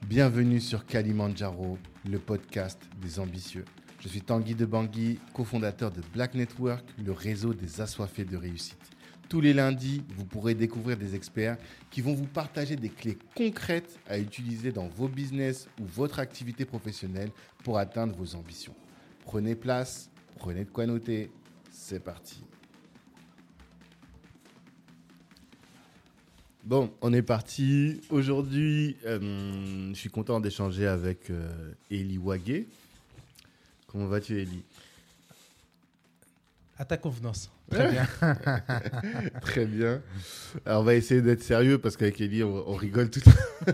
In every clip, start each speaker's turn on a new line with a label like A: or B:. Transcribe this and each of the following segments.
A: Bienvenue sur Kalimandjaro, le podcast des ambitieux. Je suis Tanguy de Bangui, cofondateur de Black Network, le réseau des assoiffés de réussite. Tous les lundis, vous pourrez découvrir des experts qui vont vous partager des clés concrètes à utiliser dans vos business ou votre activité professionnelle pour atteindre vos ambitions. Prenez place, prenez de quoi noter, c'est parti. Bon, on est parti. Aujourd'hui, je suis content d'échanger avec Eli Wagué. Comment vas-tu, Eli ?
B: À ta convenance. Très bien.
A: Très bien. Alors, on va essayer d'être sérieux parce qu'avec Eli, on rigole tout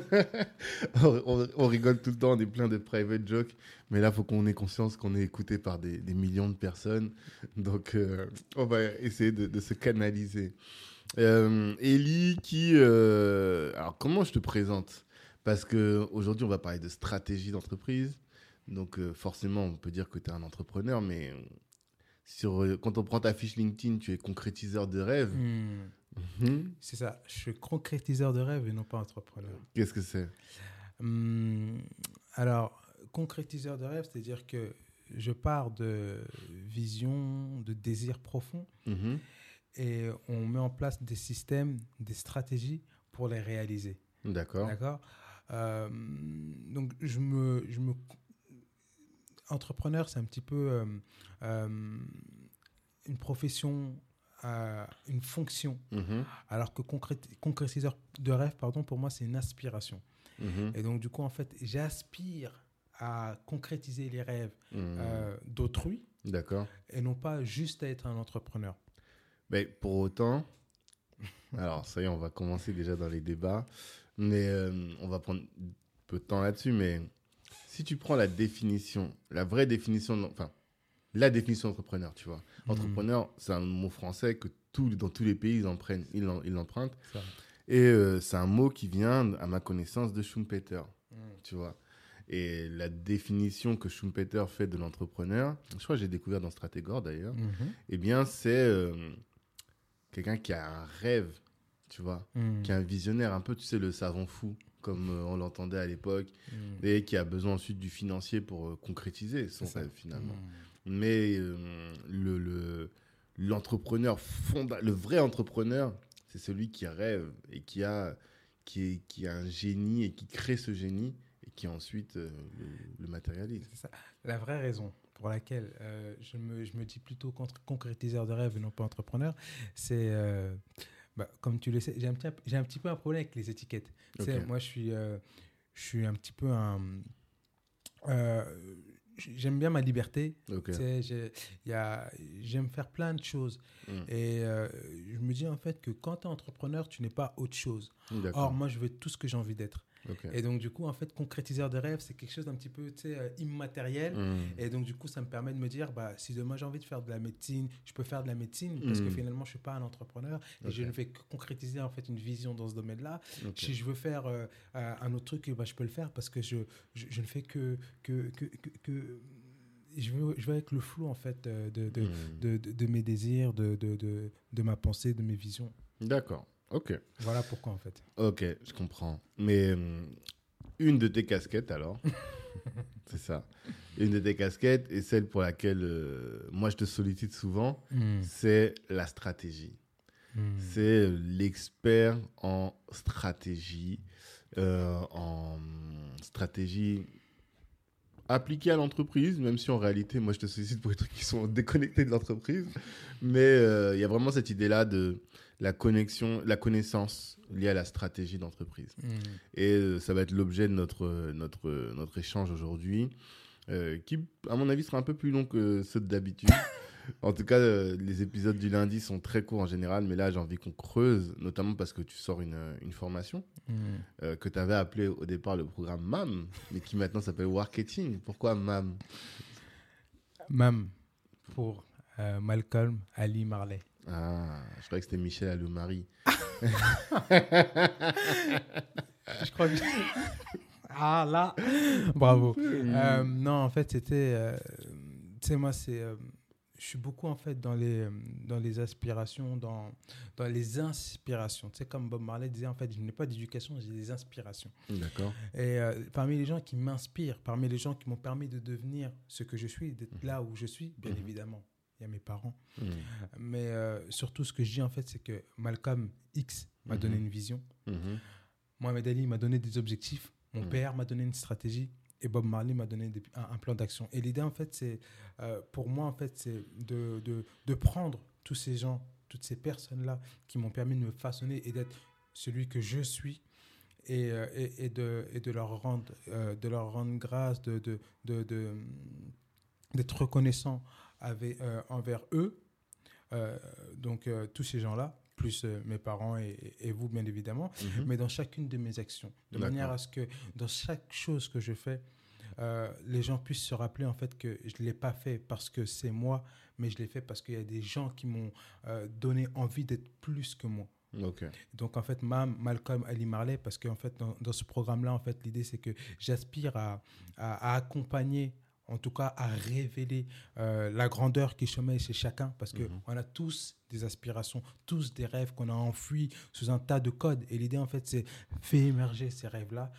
A: on rigole tout le temps. On est plein de private jokes. Mais là, il faut qu'on ait conscience qu'on est écouté par des millions de personnes. Donc, on va essayer de se canaliser. Eli, alors, comment je te présente ? Parce qu'aujourd'hui, on va parler de stratégie d'entreprise. Donc, forcément, on peut dire que tu es un entrepreneur, mais quand on prend ta fiche LinkedIn, tu es concrétiseur de rêves.
B: C'est ça. Je suis concrétiseur de rêves et non pas entrepreneur.
A: Qu'est-ce que c'est ?
B: Alors, concrétiseur de rêves, c'est-à-dire que je pars de vision, de désir profond et on met en place des systèmes, des stratégies pour les réaliser.
A: D'accord.
B: Donc, entrepreneur, c'est un petit peu une profession, une fonction, alors que concrétiseur de rêve, pour moi, c'est une aspiration. Et donc, du coup, en fait, j'aspire à concrétiser les rêves d'autrui.
A: D'accord.
B: Et non pas juste à être un entrepreneur.
A: Mais pour autant, alors ça y est, on va commencer déjà dans les débats, mais on va prendre un peu de temps là-dessus, mais si tu prends la définition, la vraie définition, la définition d'entrepreneur, tu vois. Entrepreneur, c'est un mot français que dans tous les pays, ils l'empruntent. Et c'est un mot qui vient, à ma connaissance, de Schumpeter, tu vois. Et la définition que Schumpeter fait de l'entrepreneur, je crois que j'ai découvert dans Stratégor d'ailleurs, eh bien, c'est quelqu'un qui a un rêve, tu vois, qui est un visionnaire, un peu, tu sais, le savant fou, comme on l'entendait à l'époque, et qui a besoin ensuite du financier pour concrétiser son rêve, finalement. Mais l'entrepreneur, le vrai entrepreneur, c'est celui qui rêve et qui a un génie et qui crée ce génie et qui ensuite le matérialise.
B: C'est ça. La vraie raison pour laquelle je me dis plutôt concrétiseur de rêve et non pas entrepreneur, c'est, comme tu le sais, j'ai un petit peu un problème avec les étiquettes. Okay. Moi, je suis un petit peu un... j'aime bien ma liberté. Okay. J'aime faire plein de choses. Et je me dis en fait que quand tu es entrepreneur, tu n'es pas autre chose. Or, moi, je veux tout ce que j'ai envie d'être. Okay. Et donc, du coup, en fait, concrétiseur de rêve, c'est quelque chose d'un petit peu immatériel. Et donc, du coup, ça me permet de me dire, si demain j'ai envie de faire de la médecine, je peux faire de la médecine parce que finalement, je ne suis pas un entrepreneur et je ne fais que concrétiser en fait une vision dans ce domaine-là. Si je veux faire un autre truc, je peux le faire parce que je ne fais que je veux avec le flou en fait de mes désirs, de ma pensée, de mes visions.
A: D'accord. Ok.
B: Voilà pourquoi en fait.
A: Ok, je comprends. Mais une de tes casquettes alors, c'est ça. Une de tes casquettes et celle pour laquelle moi je te sollicite souvent, c'est la stratégie. C'est l'expert en stratégie appliquée à l'entreprise, même si en réalité, moi je te sollicite pour les trucs qui sont déconnectés de l'entreprise. Mais il y a vraiment cette idée-là de la connaissance liée à la stratégie d'entreprise. Et ça va être l'objet de notre échange aujourd'hui, qui, à mon avis, sera un peu plus long que ceux d'habitude. En tout cas, les épisodes du lundi sont très courts en général, mais là, j'ai envie qu'on creuse, notamment parce que tu sors une formation que tu avais appelée au départ le programme MAM, mais qui maintenant s'appelle Marketing. Pourquoi MAM ?
B: MAM, pour Malcolm Ali Marley.
A: Ah, je croyais que c'était Michel Alliot-Marie.
B: Je crois que... Ah, là, bravo. Non, en fait, c'était... tu sais, moi, c'est... je suis beaucoup en fait dans les aspirations, dans les inspirations. Tu sais, comme Bob Marley disait, en fait, je n'ai pas d'éducation, j'ai des inspirations.
A: D'accord.
B: Et parmi les gens qui m'inspirent, parmi les gens qui m'ont permis de devenir ce que je suis, d'être là où je suis, bien évidemment, il y a mes parents. Mais surtout, ce que je dis, en fait, c'est que Malcolm X m'a donné une vision. Mohamed Ali m'a donné des objectifs. Mon père m'a donné une stratégie. Et Bob Marley m'a donné un plan d'action. Et l'idée, en fait, c'est, pour moi, en fait, c'est de prendre tous ces gens, toutes ces personnes-là qui m'ont permis de me façonner et d'être celui que je suis et de leur rendre grâce, d'être reconnaissant envers eux. Donc, tous ces gens-là, plus mes parents et vous, bien évidemment, mais dans chacune de mes actions, de manière à ce que dans chaque chose que je fais, les gens puissent se rappeler en fait que je ne l'ai pas fait parce que c'est moi, mais je l'ai fait parce qu'il y a des gens qui m'ont donné envie d'être plus que moi.
A: Okay.
B: Donc en fait, Malcolm Ali Marley, parce qu'en fait, dans ce programme-là, en fait, l'idée c'est que j'aspire à accompagner, en tout cas à révéler la grandeur qui sommeille chez chacun, parce qu'on a tous des aspirations, tous des rêves qu'on a enfouis sous un tas de codes. Et l'idée, en fait, c'est faire émerger ces rêves-là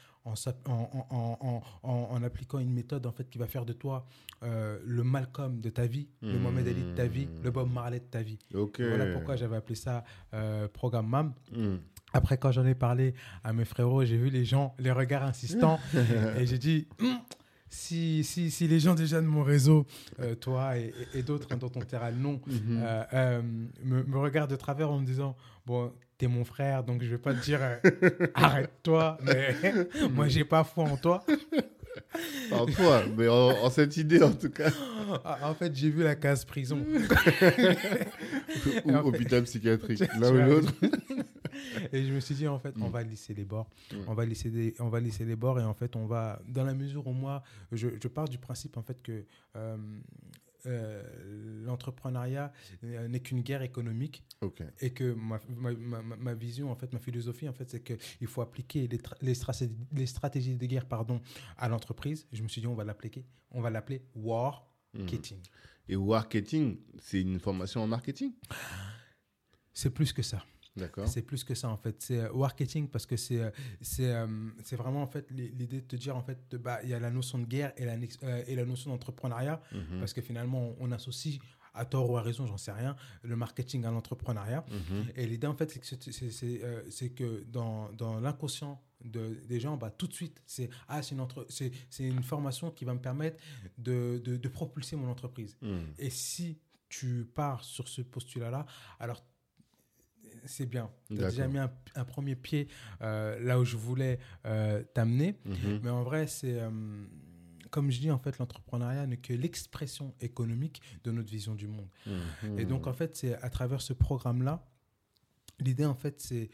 B: en appliquant une méthode en fait, qui va faire de toi le Malcolm de ta vie, le Mohamed Ali de ta vie, le Bob Marley de ta vie.
A: Okay.
B: Voilà pourquoi j'avais appelé ça programme MAM. Après, quand j'en ai parlé à mes frérots, j'ai vu les regards insistants et j'ai dit... Si les gens déjà de mon réseau, toi et d'autres dont on taira le nom, me regardent de travers en me disant bon, t'es mon frère, donc je vais pas te dire arrête-toi, mais moi j'ai pas foi en toi.
A: En toi, mais en cette idée en tout cas.
B: En fait, j'ai vu la case prison.
A: Ou hôpital psychiatrique, l'un ou l'autre.
B: Et je me suis dit, en fait, on va lisser les bords. On va lisser les bords et en fait, on va, dans la mesure où moi, je pars du principe, en fait, que l'entrepreneuriat n'est qu'une guerre économique.
A: Okay.
B: Et que ma vision, en fait, ma philosophie, en fait, c'est qu'il faut appliquer les stratégies de guerre, à l'entreprise. Je me suis dit, on va l'appeler Warketing.
A: Et Warketing, c'est une formation en marketing ?
B: C'est plus que ça.
A: D'accord.
B: C'est plus que ça en fait. C'est Warketing parce que c'est vraiment en fait l'idée de te dire en fait il y a la notion de guerre et la notion d'entrepreneuriat parce que finalement on associe à tort ou à raison, j'en sais rien, le marketing à l'entrepreneuriat. Et l'idée en fait c'est que dans l'inconscient des gens, tout de suite c'est une formation qui va me permettre de propulser mon entreprise. Et si tu pars sur ce postulat-là, alors c'est bien. Tu as déjà mis un premier pied là où je voulais t'amener. Mais en vrai, c'est comme je dis, en fait, l'entrepreneuriat n'est que l'expression économique de notre vision du monde. Et donc, en fait, c'est à travers ce programme-là, l'idée, en fait, c'est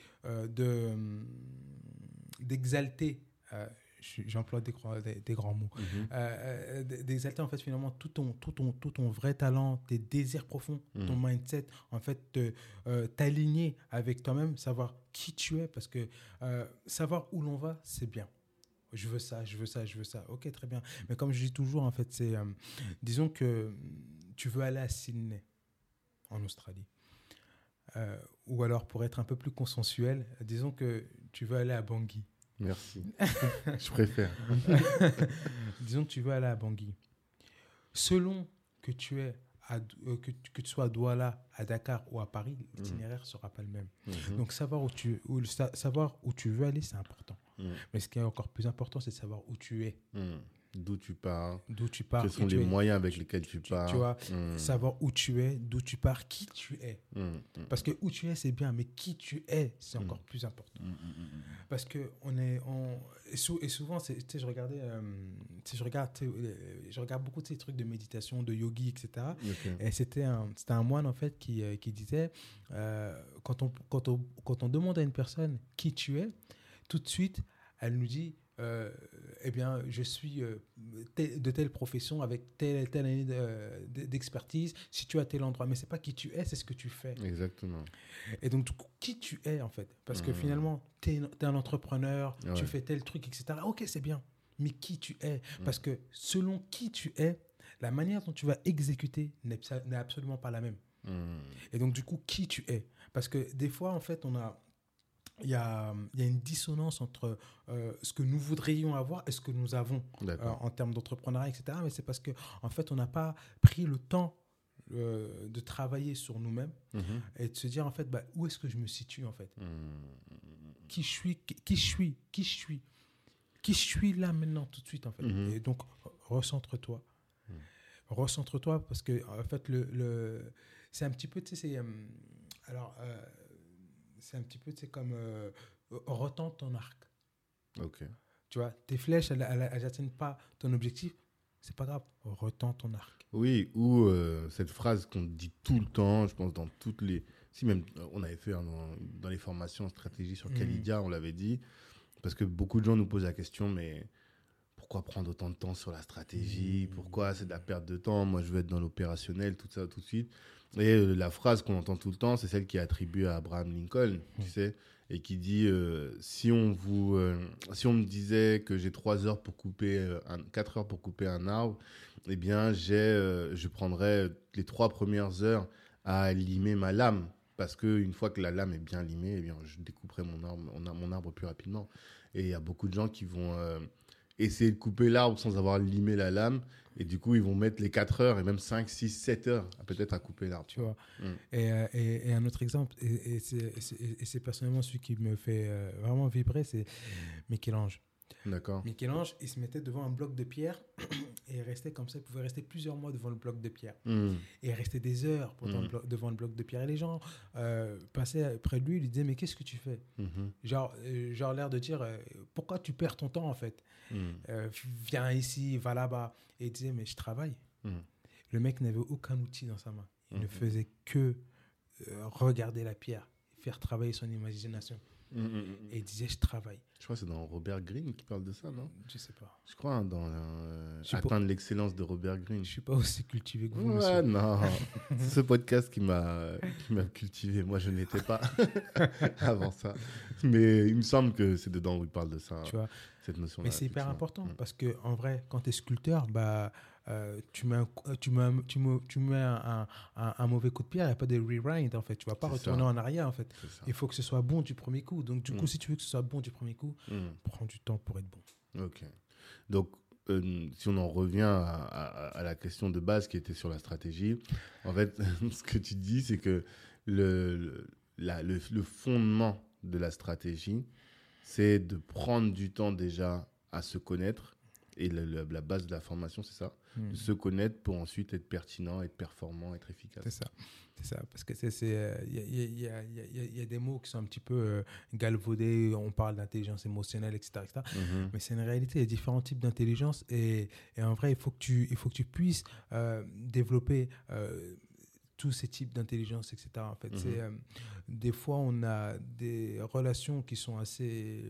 B: d'exalter j'emploie des grands mots, d'exalter en fait finalement tout ton vrai talent, tes désirs profonds, ton mindset, en fait t'aligner avec toi-même, savoir qui tu es, parce que savoir où l'on va, c'est bien. Je veux ça. Ok, très bien. Mais comme je dis toujours, en fait, c'est disons que tu veux aller à Sydney, en Australie. Ou alors, pour être un peu plus consensuel, disons que tu veux aller à Bangui.
A: Merci. Je préfère.
B: Disons que tu veux aller à Bangui. Selon que tu sois à Douala, à Dakar ou à Paris, l'itinéraire ne sera pas le même. Donc, savoir où tu veux aller, c'est important. Mais ce qui est encore plus important, c'est de savoir où tu es.
A: D'où tu pars.
B: Quels
A: sont les moyens avec lesquels tu pars.
B: Tu vois, savoir où tu es, d'où tu pars, qui tu es. Parce que où tu es, c'est bien, mais qui tu es, c'est encore plus important. Parce que et souvent, je regarde beaucoup de ces trucs de méditation, de yogi, etc. Okay. Et c'était un moine, en fait, qui disait, quand on demande à une personne qui tu es, tout de suite, elle nous dit, eh bien, je suis de telle profession avec telle année d'expertise, si tu as tel endroit. Mais ce n'est pas qui tu es, c'est ce que tu fais.
A: Exactement.
B: Et donc, du coup, qui tu es, en fait. Parce que finalement, tu es un entrepreneur, tu fais tel truc, etc. Ok, c'est bien. Mais qui tu es. Parce que selon qui tu es, la manière dont tu vas exécuter n'est absolument pas la même. Et donc, du coup, qui tu es? Parce que des fois, en fait, il y a une dissonance entre ce que nous voudrions avoir et ce que nous avons en termes d'entrepreneuriat, etc. Mais c'est parce qu'en fait, on n'a pas pris le temps de travailler sur nous-mêmes et de se dire, en fait, où est-ce que je me situe, en fait? Qui je suis là maintenant, tout de suite, en fait. Et donc, recentre-toi. Recentre-toi parce que, en fait, c'est un petit peu, tu sais, c'est un petit peu, c'est comme retente ton arc.
A: Ok.
B: Tu vois, tes flèches, elles n'atteignent pas ton objectif. C'est pas grave, retente ton arc.
A: Oui, ou cette phrase qu'on dit tout le temps, je pense dans toutes les... Si même on avait fait dans les formations en stratégie sur Calidia, on l'avait dit, parce que beaucoup de gens nous posent la question, mais pourquoi prendre autant de temps sur la stratégie? Pourquoi c'est de la perte de temps? Moi, je veux être dans l'opérationnel, tout ça, tout de suite. Et la phrase qu'on entend tout le temps, c'est celle qui est attribuée à Abraham Lincoln, tu sais, et qui dit si on me disait que j'ai 4 heures pour couper un arbre, eh bien, je prendrais les 3 premières heures à limer ma lame. Parce qu'une fois que la lame est bien limée, eh bien, je découperai mon arbre plus rapidement. Et il y a beaucoup de gens qui vont essayer de couper l'arbre sans avoir limé la lame. Et du coup, ils vont mettre les 4 heures et même 5, 6, 7 heures peut-être à couper l'arbre.
B: Tu vois. Et un autre exemple, et c'est personnellement celui qui me fait vraiment vibrer, c'est Michel-Ange.
A: D'accord.
B: Michel-Ange, il se mettait devant un bloc de pierre et il restait comme ça. Il pouvait rester plusieurs mois devant le bloc de pierre. Et il restait des heures devant le bloc de pierre. Et les gens passaient près de lui, ils lui disaient, mais qu'est-ce que tu fais? Genre l'air de dire, pourquoi tu perds ton temps en fait? Viens ici, va là-bas. Et il disait, mais je travaille. Le mec n'avait aucun outil dans sa main. Il ne faisait que regarder la pierre, faire travailler son imagination. Et il disait, je travaille.
A: Je crois que c'est dans Robert Greene qui parle de ça, non?
B: Je sais pas.
A: Je crois dans Atteindre l'excellence de Robert Greene.
B: Je suis pas aussi cultivé que vous,
A: ouais,
B: monsieur.
A: Non, c'est ce podcast qui m'a cultivé. Moi, je n'étais pas avant ça. Mais il me semble que c'est dedans où il parle de ça.
B: Tu vois.
A: Cette notion-là.
B: Mais c'est hyper important parce que en vrai, quand tu es sculpteur, tu mets un mauvais coup de pierre, il n'y a pas de rewind en fait. Tu vas pas retourner en arrière en fait. Il faut que ce soit bon du premier coup. Donc du coup, si tu veux que ce soit bon du premier coup, prends du temps pour être bon.
A: Ok. Donc si on en revient à la question de base qui était sur la stratégie, en fait, ce que tu dis, c'est que le fondement de la stratégie, c'est de prendre du temps déjà à se connaître. Et la base de la formation, c'est ça. De se connaître pour ensuite être pertinent, être performant, être efficace.
B: C'est ça. Parce que y a des mots qui sont un petit peu galvaudés. On parle d'intelligence émotionnelle, etc. Mais c'est une réalité. Il y a différents types d'intelligence. Et en vrai, il faut que tu puisses développer tous ces types d'intelligence, etc. En fait, des fois, on a des relations qui sont assez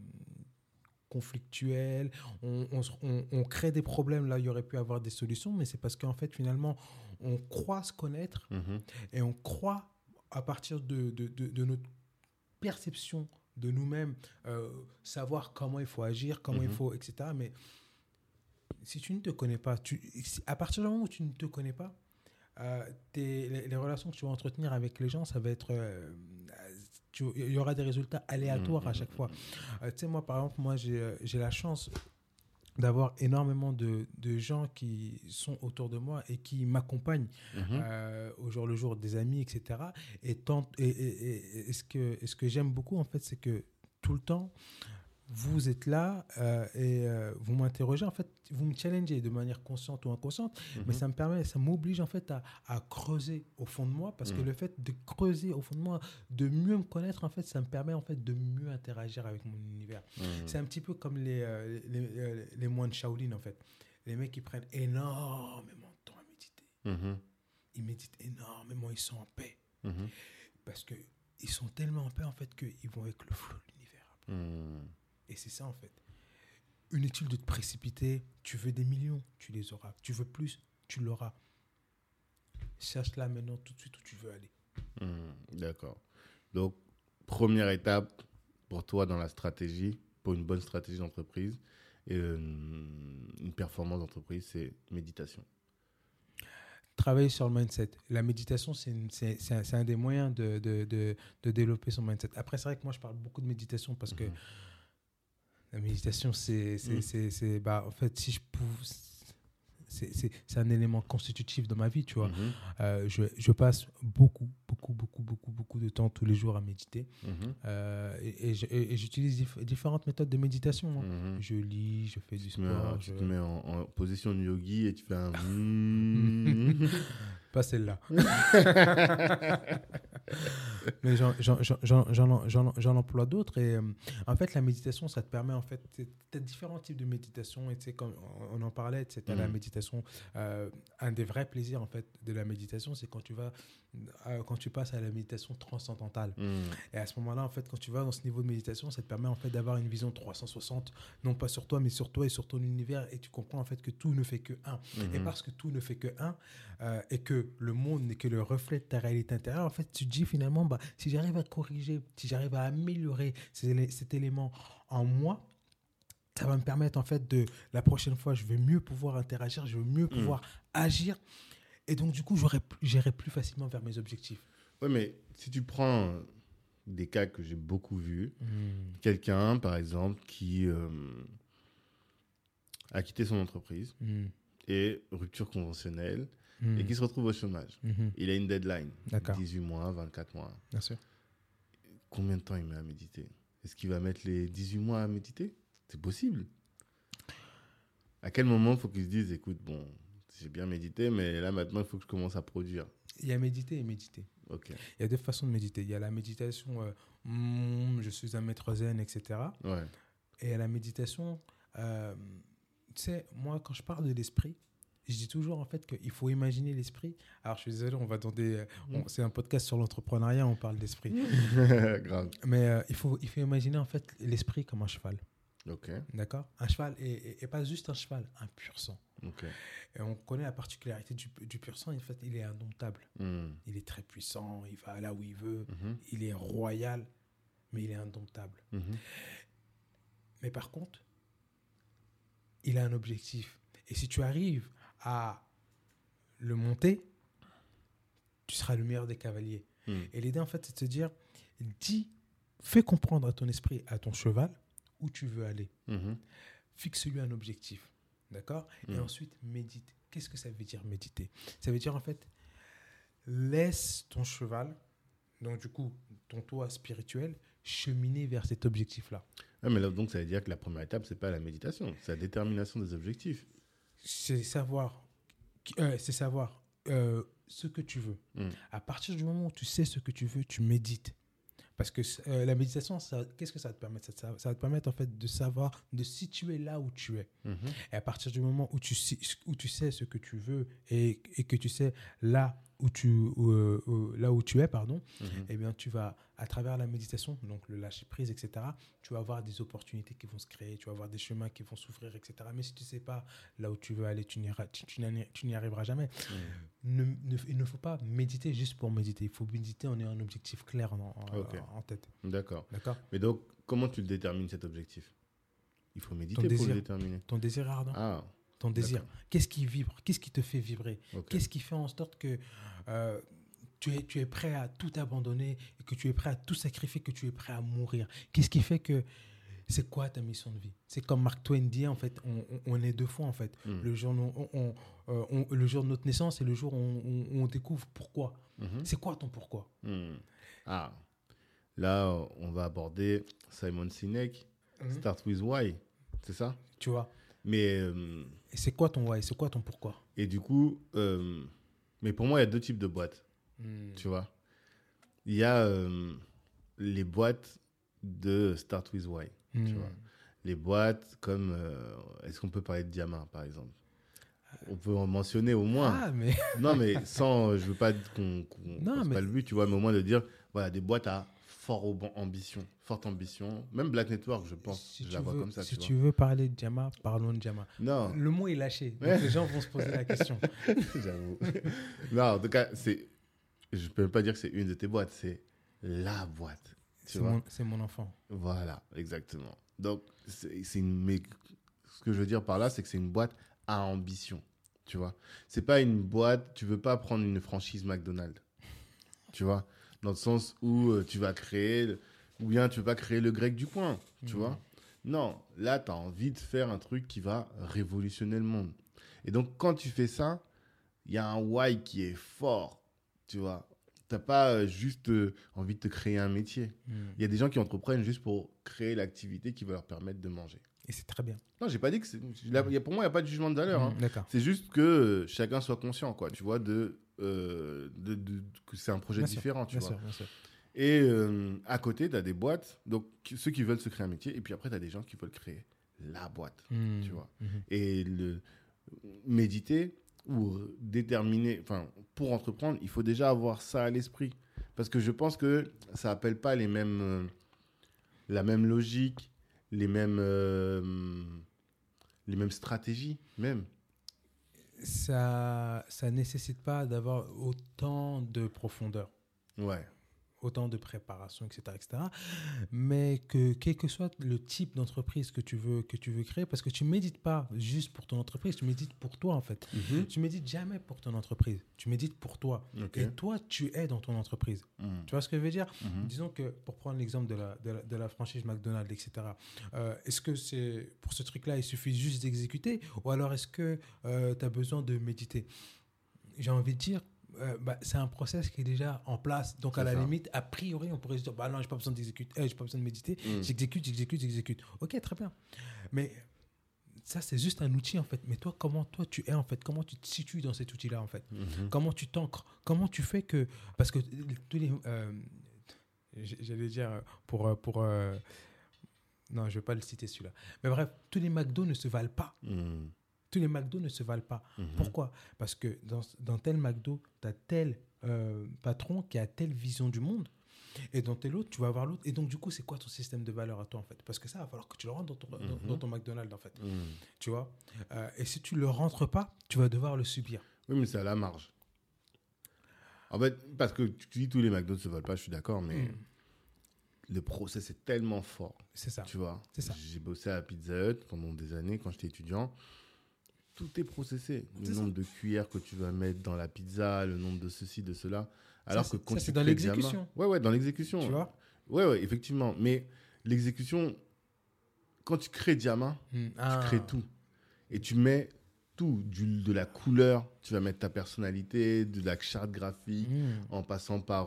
B: conflictuelles, on crée des problèmes là, il y aurait pu avoir des solutions, mais c'est parce qu'en fait, finalement, on croit se connaître et on croit, à partir de notre perception de nous-mêmes, savoir comment il faut agir, comment il faut, etc. Mais si tu ne te connais pas, à partir du moment où tu ne te connais pas, les relations que tu vas entretenir avec les gens, ça va être... il y aura des résultats aléatoires à chaque fois. Tu sais, moi, par exemple, j'ai la chance d'avoir énormément de gens qui sont autour de moi et qui m'accompagnent au jour le jour, des amis, etc. Et ce que j'aime beaucoup, en fait, c'est que tout le temps, vous êtes là et vous m'interrogez, en fait, vous me challengez de manière consciente ou inconsciente, mais ça m'oblige en fait à creuser au fond de moi, parce que le fait de creuser au fond de moi, de mieux me connaître, en fait, ça me permet en fait de mieux interagir avec mon univers. C'est un petit peu comme les moines Shaolin, en fait. Les mecs qui prennent énormément de temps à méditer. Ils méditent énormément, ils sont en paix. Parce qu'ils sont tellement en paix, en fait, qu'ils vont avec le flot de l'univers. Et c'est ça, en fait. Inutile de te précipiter. Tu veux des millions, tu les auras. Tu veux plus, tu l'auras. Cherche là maintenant, tout de suite, où tu veux aller.
A: D'accord. Donc, première étape pour toi dans la stratégie, pour une bonne stratégie d'entreprise et une performance d'entreprise, c'est méditation.
B: travailler sur le mindset. La méditation, c'est un des moyens de développer son mindset. Après, c'est vrai que moi, je parle beaucoup de méditation parce que la méditation, en fait, si je pouvais... C'est un élément constitutif de ma vie, tu vois. Je passe beaucoup de temps tous les jours à méditer. Et j'utilise différentes méthodes de méditation. Je lis, je fais du sport.
A: Tu te mets en position de yogi et tu fais un...
B: Pas celle-là. Mais j'en emploie d'autres. Et en fait, la méditation, ça te permet, en fait, tu as différents types de méditation. Et tu sais, comme on en parlait, tu sais, la méditation, un des vrais plaisirs, en fait, de la méditation, c'est quand tu passes à la méditation transcendantale. Et à ce moment-là, en fait, quand tu vas dans ce niveau de méditation, ça te permet, en fait, d'avoir une vision 360, non pas sur toi, mais sur toi et sur ton univers. Et tu comprends, en fait, que tout ne fait que un. Et parce que tout ne fait que un, et que le monde n'est que le reflet de ta réalité intérieure, en fait, tu te dis finalement, si j'arrive à corriger, si j'arrive à améliorer cet élément en moi, ça va me permettre, en fait, la prochaine fois, je vais mieux pouvoir interagir, je vais mieux pouvoir agir. Et donc, du coup, j'irai plus facilement vers mes objectifs.
A: Oui, mais si tu prends des cas que j'ai beaucoup vus, quelqu'un, par exemple, qui a quitté son entreprise et rupture conventionnelle, et qui se retrouve au chômage. Il a une deadline, 18 mois, 24 mois.
B: Bien sûr.
A: Combien de temps il met à méditer ? Est-ce qu'il va mettre les 18 mois à méditer ? C'est possible. À quel moment il faut qu'il se dise, écoute, bon, j'ai bien médité, mais là maintenant il faut que je commence à produire.
B: Il y a méditer et méditer.
A: Okay.
B: Il y a deux façons de méditer. Il y a la méditation, je suis un maître zen, etc.
A: Ouais.
B: Et il y a la méditation, tu sais, moi quand je parle de l'esprit, je dis toujours, en fait, qu'il faut imaginer l'esprit. Alors, je suis désolé, on va dans c'est un podcast sur l'entrepreneuriat, on parle d'esprit.
A: Grave.
B: Mais il faut imaginer, en fait, l'esprit comme un cheval.
A: Ok.
B: D'accord ? Un cheval, et pas juste un cheval, un pur sang.
A: Ok.
B: Et on connaît la particularité du pur sang, en fait, il est indomptable. Il est très puissant, il va là où il veut, il est royal, mais il est indomptable. Mais par contre, il a un objectif. Et si tu arrives à le monter, tu seras le meilleur des cavaliers. Et l'idée, en fait, c'est de se dire, fais comprendre à ton esprit, à ton cheval, où tu veux aller. Fixe-lui un objectif. D'accord ? Et ensuite, médite. Qu'est-ce que ça veut dire, méditer ? Ça veut dire, en fait, laisse ton cheval, donc du coup, ton toi spirituel, cheminer vers cet objectif-là.
A: Ah, mais là, donc, ça veut dire que la première étape, c'est pas la méditation, c'est la détermination des objectifs.
B: C'est savoir ce que tu veux. À partir du moment où tu sais ce que tu veux, tu médites. Parce que la méditation, qu'est-ce que ça va te permettre ? Ça va te permettre, en fait, de savoir, de situer là où tu es. Et à partir du moment où tu sais ce que tu veux et que tu sais là où tu es, eh bien, tu vas, à travers la méditation, donc le lâcher prise, etc., tu vas avoir des opportunités qui vont se créer, tu vas avoir des chemins qui vont s'ouvrir, etc. Mais si tu ne sais pas là où tu veux aller, tu n'y arriveras jamais. Il ne faut pas méditer juste pour méditer. Il faut méditer en ayant un objectif clair en tête.
A: D'accord. Mais donc, comment tu le détermines, cet objectif ? Il faut méditer pour le déterminer.
B: Ton désir ardent.
A: Ah.
B: Ton désir. Qu'est-ce qui vibre ? Qu'est-ce qui te fait vibrer ? Qu'est-ce qui fait en sorte que tu es prêt à tout abandonner, et que tu es prêt à tout sacrifier, que tu es prêt à mourir ? Qu'est-ce qui fait que... C'est quoi ta mission de vie ? C'est comme Mark Twain dit, en fait, on est deux fois, en fait. Le jour de notre naissance et le jour où on découvre pourquoi. C'est quoi ton pourquoi ?
A: Ah, là, on va aborder Simon Sinek, Start with Why, c'est ça ?
B: Tu vois ?
A: Mais
B: et c'est quoi ton why ? C'est quoi ton pourquoi ?
A: Et du coup, mais pour moi, il y a deux types de boîtes. Tu vois ? Il y a les boîtes de Start with Why. Tu vois ? Les boîtes comme... est-ce qu'on peut parler de Diamant, par exemple ? On peut en mentionner au moins.
B: Ah, mais...
A: non, mais sans... Je veux pas qu'on fasse pas le but, tu vois, mais au moins de dire, voilà, des boîtes à forte ambition. Même Black Network, je pense, je la vois comme ça.
B: Si tu veux parler de Diamant, parlons de Diamant.
A: Non.
B: Le mot est lâché, donc les gens vont se poser la question.
A: J'avoue. Non, en tout cas, je peux même pas dire que c'est une de tes boîtes, c'est la boîte.
B: C'est mon enfant.
A: Voilà, exactement. Donc, mais ce que je veux dire par là, c'est que c'est une boîte à ambition. tu vois. C'est pas une boîte, tu veux pas prendre une franchise McDonald's, tu vois, dans le sens où tu vas créer, ou bien tu veux pas créer le grec du coin, tu vois. Non, là, tu as envie de faire un truc qui va révolutionner le monde. Et donc, quand tu fais ça, il y a un why qui est fort, tu vois. Tu n'as pas juste envie de te créer un métier. Il y a des gens qui entreprennent juste pour créer l'activité qui va leur permettre de manger.
B: Et c'est très bien.
A: Non, j'ai pas dit que c'est... Pour moi, il n'y a pas de jugement de valeur. Hein. C'est juste que chacun soit conscient, quoi, tu vois, que c'est un projet différent, tu vois.
B: Bien sûr.
A: Et à côté, tu as des boîtes, donc ceux qui veulent se créer un métier, et puis après, tu as des gens qui veulent créer la boîte, tu vois. Et méditer ou déterminer, enfin, pour entreprendre, il faut déjà avoir ça à l'esprit. Parce que je pense que ça n'appelle pas la même logique, les mêmes stratégies, même.
B: Ça nécessite pas d'avoir autant de profondeur.
A: Ouais.
B: Autant de préparation, etc. Mais quel que soit le type d'entreprise que tu veux créer, parce que tu ne médites pas juste pour ton entreprise, tu médites pour toi, en fait. Tu ne médites jamais pour ton entreprise, tu médites pour toi. Okay. Et toi, tu es dans ton entreprise. Tu vois ce que je veux dire? Disons que, pour prendre l'exemple de la franchise McDonald's, etc., est-ce que pour ce truc-là, il suffit juste d'exécuter, ou alors est-ce que tu as besoin de méditer? J'ai envie de dire, c'est un process qui est déjà en place. Donc, à la limite, a priori, on pourrait se dire, non, je n'ai pas besoin d'exécuter, j'ai pas besoin de méditer, j'exécute. Ok, très bien. Mais ça, c'est juste un outil, en fait. Mais toi, comment tu es, en fait? Comment tu te situes dans cet outil-là, en fait? Comment tu t'ancres? Comment tu fais que... Parce que tous les... j'allais dire, non, je ne vais pas le citer, celui-là. Mais bref, tous les McDo ne se valent pas. Tous les McDo ne se valent pas. Pourquoi? Parce que dans tel McDo, tu as tel patron qui a telle vision du monde. Et dans tel autre, tu vas avoir l'autre. Et donc, du coup, c'est quoi ton système de valeur à toi, en fait? Parce que ça, il va falloir que tu le rentres dans ton McDonald's, en fait. Tu vois? Et si tu ne le rentres pas, tu vas devoir le subir.
A: Oui, mais c'est à la marge. En fait, parce que tu dis tous les McDo ne se valent pas, je suis d'accord, mais le process est tellement fort.
B: C'est ça.
A: Tu vois?
B: C'est ça.
A: J'ai bossé à Pizza Hut pendant des années quand j'étais étudiant. Tout est processé. Le nombre de cuillères que tu vas mettre dans la pizza, le nombre de ceci, de cela. Alors que quand
B: c'est dans l'exécution.
A: Ouais, dans l'exécution.
B: Tu vois?
A: Ouais, effectivement. Mais l'exécution, quand tu crées Diamant, tu crées tout. Et tu mets tout. De la couleur, tu vas mettre ta personnalité, de la charte graphique, en passant par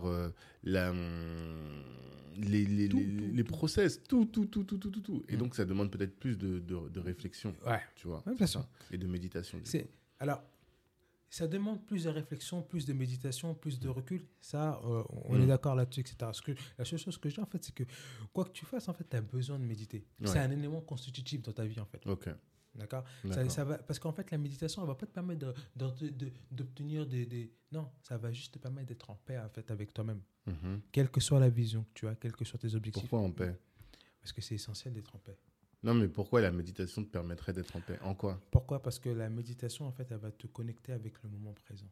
A: les process, tout. Et donc, ça demande peut-être plus de réflexion, tu vois,
B: bien sûr.
A: Et de méditation.
B: Alors, ça demande plus de réflexion, plus de méditation, plus de recul. Ça, on est d'accord là-dessus, etc. Parce que la seule chose que je dis, en fait, c'est que quoi que tu fasses, en fait, tu as besoin de méditer. Ouais. C'est un élément constitutif dans ta vie, en fait.
A: Ok.
B: D'accord. Ça va, parce qu'en fait, la méditation, elle ne va pas te permettre d'obtenir des... Non, ça va juste te permettre d'être en paix, en fait, avec toi-même. Quelle que soit la vision que tu as, quels que soient tes objectifs.
A: Pourquoi en paix?
B: Parce que c'est essentiel d'être en paix.
A: Non, mais pourquoi la méditation te permettrait d'être en paix? En quoi?
B: Pourquoi? Parce que la méditation, en fait, elle va te connecter avec le moment présent.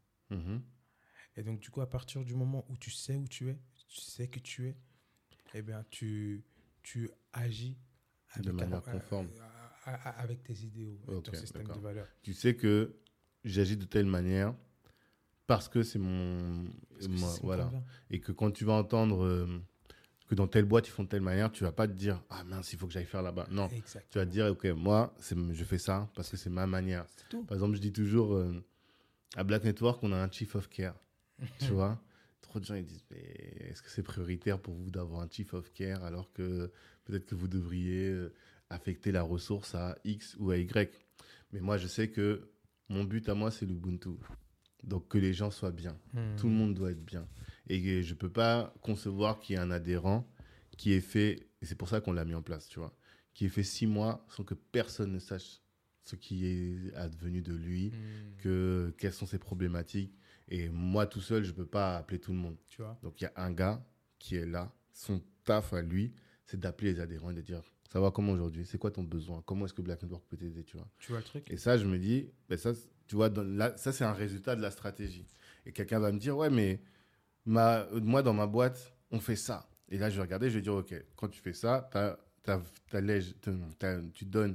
B: Et donc, du coup, à partir du moment où tu sais où tu es, tu sais que tu es, eh bien, tu agis
A: de manière conforme.
B: Avec tes idéaux, avec ton système de valeurs.
A: Tu sais que j'agis de telle manière parce que c'est mon... voilà. Et que quand tu vas entendre... que dans telle boîte, ils font de telle manière, tu vas pas te dire « Ah mince, il faut que j'aille faire là-bas ». Non, exactement. Tu vas te dire « Ok, moi, je fais ça parce que c'est ma manière ». Par exemple, je dis toujours à Black Network, on a un Chief of Care, tu vois. Trop de gens, ils disent « Mais est-ce que c'est prioritaire pour vous d'avoir un Chief of Care alors que peut-être que vous devriez affecter la ressource à X ou à Y ?» Mais moi, je sais que mon but à moi, c'est l'Ubuntu. Donc, que les gens soient bien. Tout le monde doit être bien. Et je ne peux pas concevoir qu'il y ait un adhérent qui ait fait, et c'est pour ça qu'on l'a mis en place, tu vois, qui ait fait 6 mois sans que personne ne sache ce qui est advenu de lui, quelles sont ses problématiques. Et moi, tout seul, je ne peux pas appeler tout le monde.
B: Tu vois.
A: Donc, il y a un gars qui est là. Son taf à lui, c'est d'appeler les adhérents et de dire « Ça va comment aujourd'hui? C'est quoi ton besoin? Comment est-ce que Black Network peut t'aider ?» Tu vois.
B: Tu vois le truc.
A: Et ça, je me dis, ben ça, tu vois, ça, c'est un résultat de la stratégie. Et quelqu'un va me dire « Ouais, mais... moi, dans ma boîte, on fait ça. » Et là, je vais regarder, je vais dire, OK, quand tu fais ça, tu donnes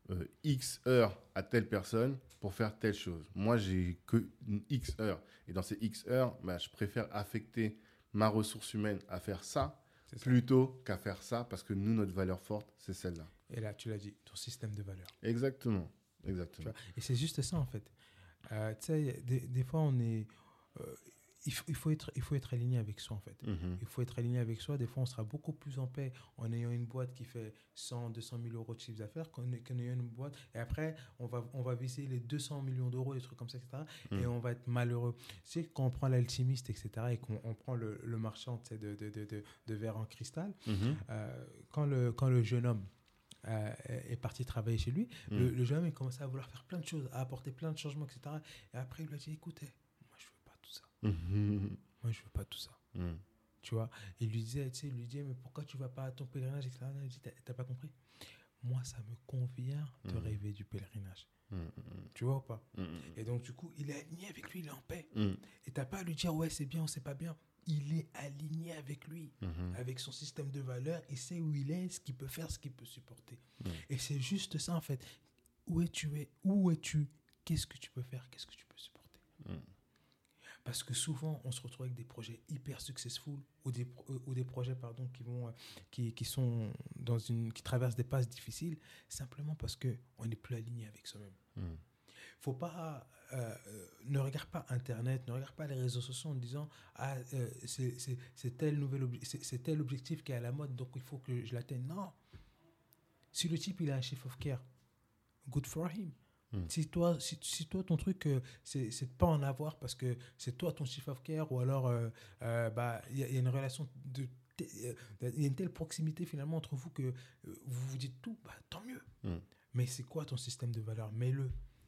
A: X heures à telle personne pour faire telle chose. Moi, j'ai que X heures. Et dans ces X heures, je préfère affecter ma ressource humaine à faire ça plutôt qu'à faire ça parce que nous, notre valeur forte, c'est celle-là.
B: Et là, tu l'as dit, ton système de valeur.
A: Exactement.
B: Et c'est juste ça, en fait. Tu sais, des fois, on est... il faut être aligné avec soi, en fait. Il faut être aligné avec soi. Des fois, on sera beaucoup plus en paix en ayant une boîte qui fait 100, 200 000 euros de chiffre d'affaires qu'en ayant une boîte. Et après, on va viser les 200 millions d'euros, des trucs comme ça, etc. Et on va être malheureux. Tu sais, quand on prend l'alchimiste, etc., et qu'on prend le marchand de verre en cristal, quand le jeune homme est parti travailler chez lui, le jeune homme, il commençait à vouloir faire plein de choses, à apporter plein de changements, etc. Et après, il lui a dit, écoutez, moi, je veux pas tout ça. Moi, je veux pas tout ça. Tu vois, il lui disait, mais pourquoi tu vas pas à ton pèlerinage, etc. Il dit, t'as pas compris? Moi, ça me convient de rêver du pèlerinage. Tu vois ou pas? Et donc, du coup, il est aligné avec lui, il est en paix. Et t'as pas à lui dire, ouais, c'est bien ou c'est pas bien. Il est aligné avec lui, avec son système de valeurs. Il sait où il est, ce qu'il peut faire, ce qu'il peut supporter. Et c'est juste ça, en fait. Où es-tu? Qu'est-ce que tu peux faire? Qu'est-ce que tu peux supporter? Parce que souvent, on se retrouve avec des projets hyper successful ou des projets qui sont qui traversent des passes difficiles simplement parce qu'on n'est plus aligné avec soi-même. Faut pas, ne regarde pas Internet, ne regarde pas les réseaux sociaux en disant c'est tel objectif qui est à la mode, donc il faut que je l'atteigne. Non. Si le type il a un chief of care, good for him. Si toi ton truc c'est de pas en avoir parce que c'est toi ton chief of care, ou alors il y a une relation il y a une telle proximité finalement entre vous que vous vous dites tout, tant mieux. Mais c'est quoi ton système de valeurs? Mets-le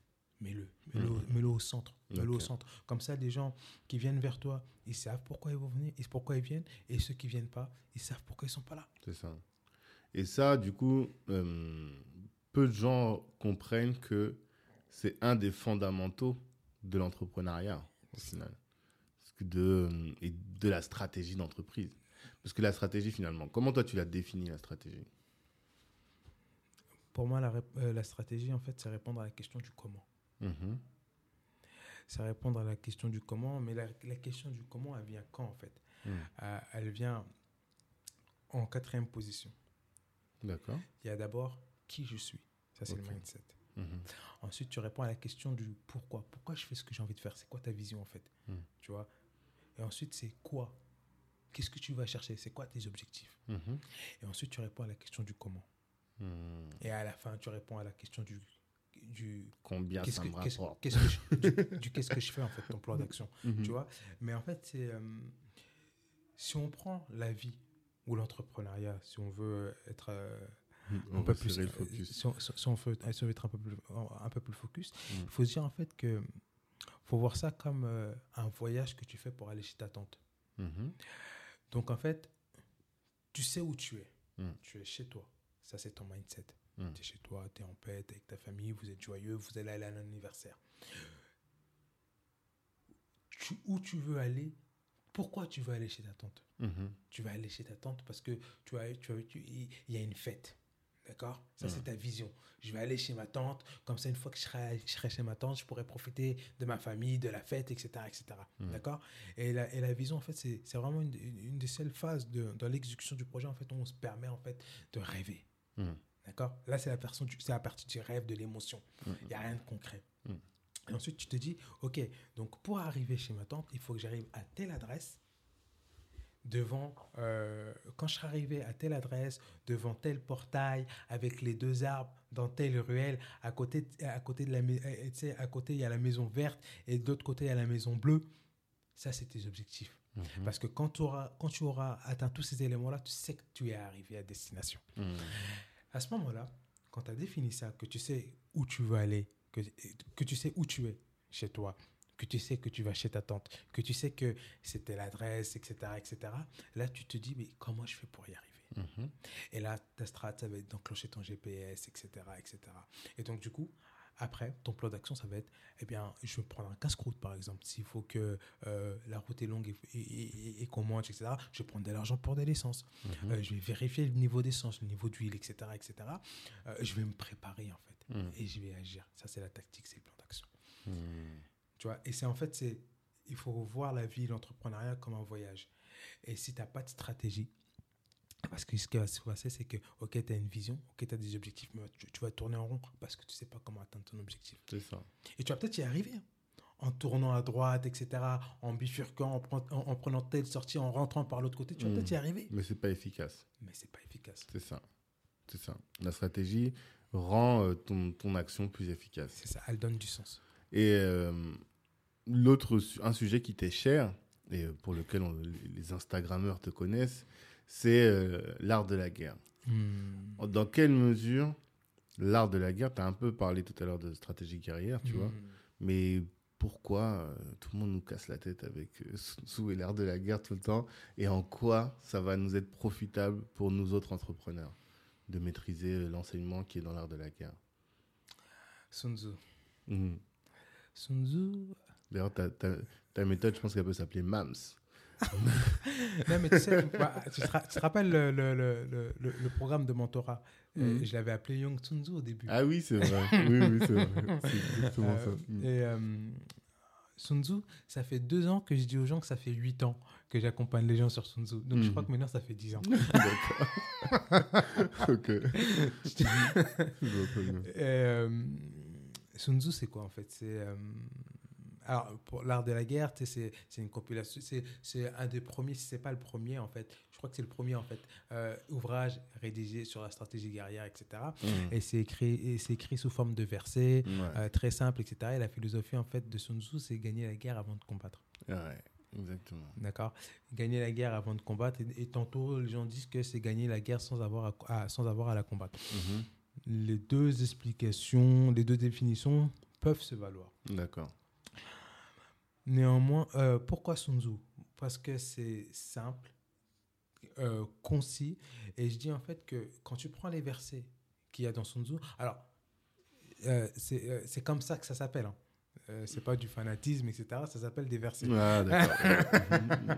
B: au centre. Mets-le au centre. Comme ça, les gens qui viennent vers toi, ils savent pourquoi ils vont venir, et pourquoi ils viennent, et ceux qui viennent pas, ils savent pourquoi ils sont pas là.
A: C'est ça. Et ça, du coup, peu de gens comprennent que c'est un des fondamentaux de l'entrepreneuriat, au final. Et de la stratégie d'entreprise. Parce que la stratégie, finalement, comment toi tu l'as définie, la stratégie?
B: Pour moi, la stratégie, en fait, c'est répondre à la question du comment. C'est répondre à la question du comment, mais la question du comment, elle vient quand, en fait? Elle vient en 4e position.
A: D'accord.
B: Il y a d'abord qui je suis. Ça, c'est le mindset. Ensuite, tu réponds à la question du pourquoi. Pourquoi je fais ce que j'ai envie de faire? C'est quoi ta vision, en fait? Tu vois? Et ensuite, c'est quoi? Qu'est-ce que tu vas chercher? C'est quoi tes objectifs? Et ensuite, tu réponds à la question du comment. Et à la fin, tu réponds à la question du
A: combien ça me rapporte.
B: Qu'est-ce que je fais, en fait, ton plan d'action. Tu vois? Mais en fait, c'est si on prend la vie ou l'entrepreneuriat, si on veut être un peu plus focus. Si on veut être un peu plus focus, il faut se dire en fait que faut voir ça comme un voyage que tu fais pour aller chez ta tante. Donc en fait, tu sais où tu es. Tu es chez toi. Ça, c'est ton mindset. Tu es chez toi, tu es en paix, tu es avec ta famille, vous êtes joyeux, vous allez aller à l'anniversaire. Où tu veux aller? Pourquoi tu veux aller chez ta tante? Tu vas aller chez ta tante parce que il y a une fête. D'accord? Ça, c'est ta vision. Je vais aller chez ma tante, comme ça, une fois que je serai chez ma tante, je pourrai profiter de ma famille, de la fête, etc. etc. D'accord? Et la vision, en fait, c'est vraiment une des seules phases dans l'exécution du projet, en fait, où on se permet, en fait, de rêver. D'accord? Là, c'est la partie du rêve, de l'émotion. Il n'y a rien de concret. Et ensuite, tu te dis, OK, donc pour arriver chez ma tante, il faut que j'arrive à telle adresse, quand je serai arrivé à telle adresse, devant tel portail, avec les 2 arbres, dans telle ruelle, à côté il y a la maison verte, et de l'autre côté, il y a la maison bleue. Ça, c'est tes objectifs. Parce que quand tu auras atteint tous ces éléments-là, tu sais que tu es arrivé à destination. À ce moment-là, quand tu as défini ça, que tu sais où tu veux aller, que tu sais où tu es chez toi, que tu sais que tu vas chez ta tante, que tu sais que c'était l'adresse, etc., etc., là, tu te dis, mais comment je fais pour y arriver? Et là, ta strat, ça va être d'enclencher ton GPS, etc., etc. Et donc, du coup, Après, ton plan d'action, ça va être, je vais prendre un casse-croûte, par exemple. S'il faut que la route est longue et qu'on mange, etc., je vais prendre de l'argent pour de l'essence. Je vais vérifier le niveau d'essence, le niveau d'huile, etc., etc. Je vais me préparer, en fait. Et je vais agir. Ça, c'est la tactique, c'est le plan d'action. Tu vois, et c'est en fait, il faut voir la vie, l'entrepreneuriat comme un voyage. Et si tu n'as pas de stratégie, parce que ce qui va se passer, c'est que, ok, tu as une vision, ok, tu as des objectifs, mais tu vas tourner en rond parce que tu ne sais pas comment atteindre ton objectif.
A: C'est ça.
B: Et tu vas peut-être y arriver, en tournant à droite, etc., en bifurquant, en prenant telle sortie, en rentrant par l'autre côté, tu vas peut-être y arriver.
A: Mais ce n'est pas efficace.
B: C'est
A: ça. La stratégie rend ton action plus efficace.
B: C'est ça, elle donne du sens.
A: Et un sujet qui t'est cher, et pour lequel les Instagrammeurs te connaissent, c'est l'art de la guerre. Dans quelle mesure l'art de la guerre, tu as un peu parlé tout à l'heure de stratégie guerrière, tu vois, mais pourquoi tout le monde nous casse la tête avec Sun Tzu et l'art de la guerre tout le temps, et en quoi ça va nous être profitable pour nous autres entrepreneurs de maîtriser l'enseignement qui est dans l'art de la guerre?
B: Sun Tzu. Sun Tzu.
A: D'ailleurs, ta méthode, je pense qu'elle peut s'appeler MAMS.
B: Non, mais tu sais, tu te rappelles le programme de mentorat, je l'avais appelé Young Sun Tzu au début.
A: Ah oui, c'est vrai. Oui, c'est vrai. C'est exactement ça.
B: Et Sun Tzu, ça fait 2 ans que je dis aux gens que ça fait 8 ans que j'accompagne les gens sur Sun Tzu. Donc, je crois que maintenant, ça fait 10 ans.
A: D'accord. Ok.
B: Sun Tzu, c'est quoi, en fait? Alors, pour l'art de la guerre, c'est une compilation. C'est un des premiers, si ce n'est pas le premier, en fait. Je crois que c'est le premier, en fait, ouvrage rédigé sur la stratégie guerrière, etc. Et c'est écrit sous forme de versets, très simple, etc. Et la philosophie, en fait, de Sun Tzu, c'est gagner la guerre avant de combattre.
A: Ouais, exactement.
B: D'accord. Gagner la guerre avant de combattre. Et tantôt, les gens disent que c'est gagner la guerre sans avoir à la combattre. Les deux explications, les deux définitions peuvent se valoir.
A: D'accord.
B: Néanmoins, pourquoi Sun Tzu? Parce que c'est simple, concis, et je dis en fait que quand tu prends les versets qu'il y a dans Sun Tzu, alors c'est comme ça que ça s'appelle, hein. C'est pas du fanatisme, etc. Ça s'appelle des versets.
A: Ah, d'accord.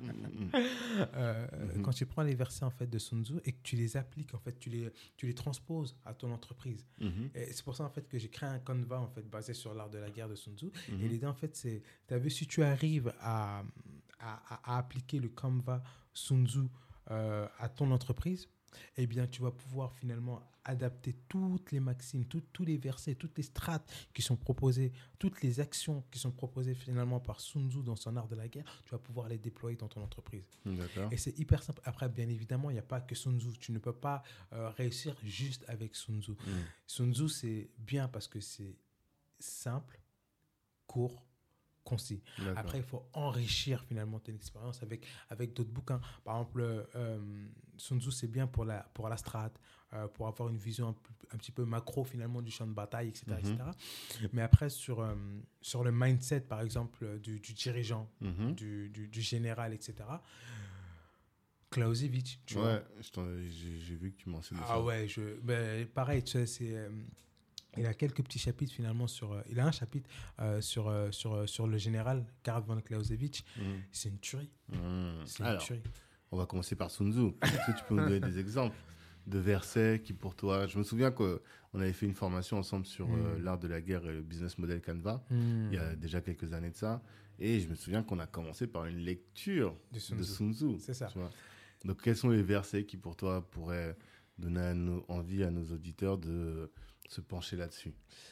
B: Quand tu prends les versets en fait de Sun Tzu et que tu les appliques, en fait, tu les transposes à ton entreprise. Et c'est pour ça en fait que j'ai créé un Canva en fait basé sur l'art de la guerre de Sun Tzu. Et l'idée en fait c'est, t'as vu, si tu arrives à appliquer le Canva Sun Tzu à ton entreprise, eh bien, tu vas pouvoir finalement adapter toutes les maximes, tous les versets, toutes les strates qui sont proposées, toutes les actions qui sont proposées finalement par Sun Tzu dans son art de la guerre, tu vas pouvoir les déployer dans ton entreprise.
A: D'accord.
B: Et c'est hyper simple. Après, bien évidemment, il n'y a pas que Sun Tzu. Tu ne peux pas réussir juste avec Sun Tzu. Sun Tzu, c'est bien parce que c'est simple, court, concis.
A: D'accord.
B: Après, il faut enrichir finalement ton expérience avec d'autres bouquins. Par exemple, Sun Tzu, c'est bien pour la strate, pour avoir une vision un petit peu macro finalement du champ de bataille, etc. etc. Mais après, sur le mindset, par exemple, du dirigeant, du général, etc., Clausewitz, tu vois.
A: Ouais, j'ai vu que tu mentionnais ça.
B: Ah ouais, pareil, tu sais, il a quelques petits chapitres finalement il a un chapitre sur le général Karl von Clausewitz. C'est une tuerie.
A: Alors, on va commencer par Sun Tzu. Est-ce que tu peux nous donner des exemples de versets qui pour toi... Je me souviens qu'on avait fait une formation ensemble sur l'art de la guerre et le business model Canva il y a déjà quelques années de ça. Et je me souviens qu'on a commencé par une lecture de Sun Tzu.
B: C'est ça.
A: Tu vois. Donc, quels sont les versets qui pour toi pourraient donner envie à nos auditeurs de se pencher là-dessus?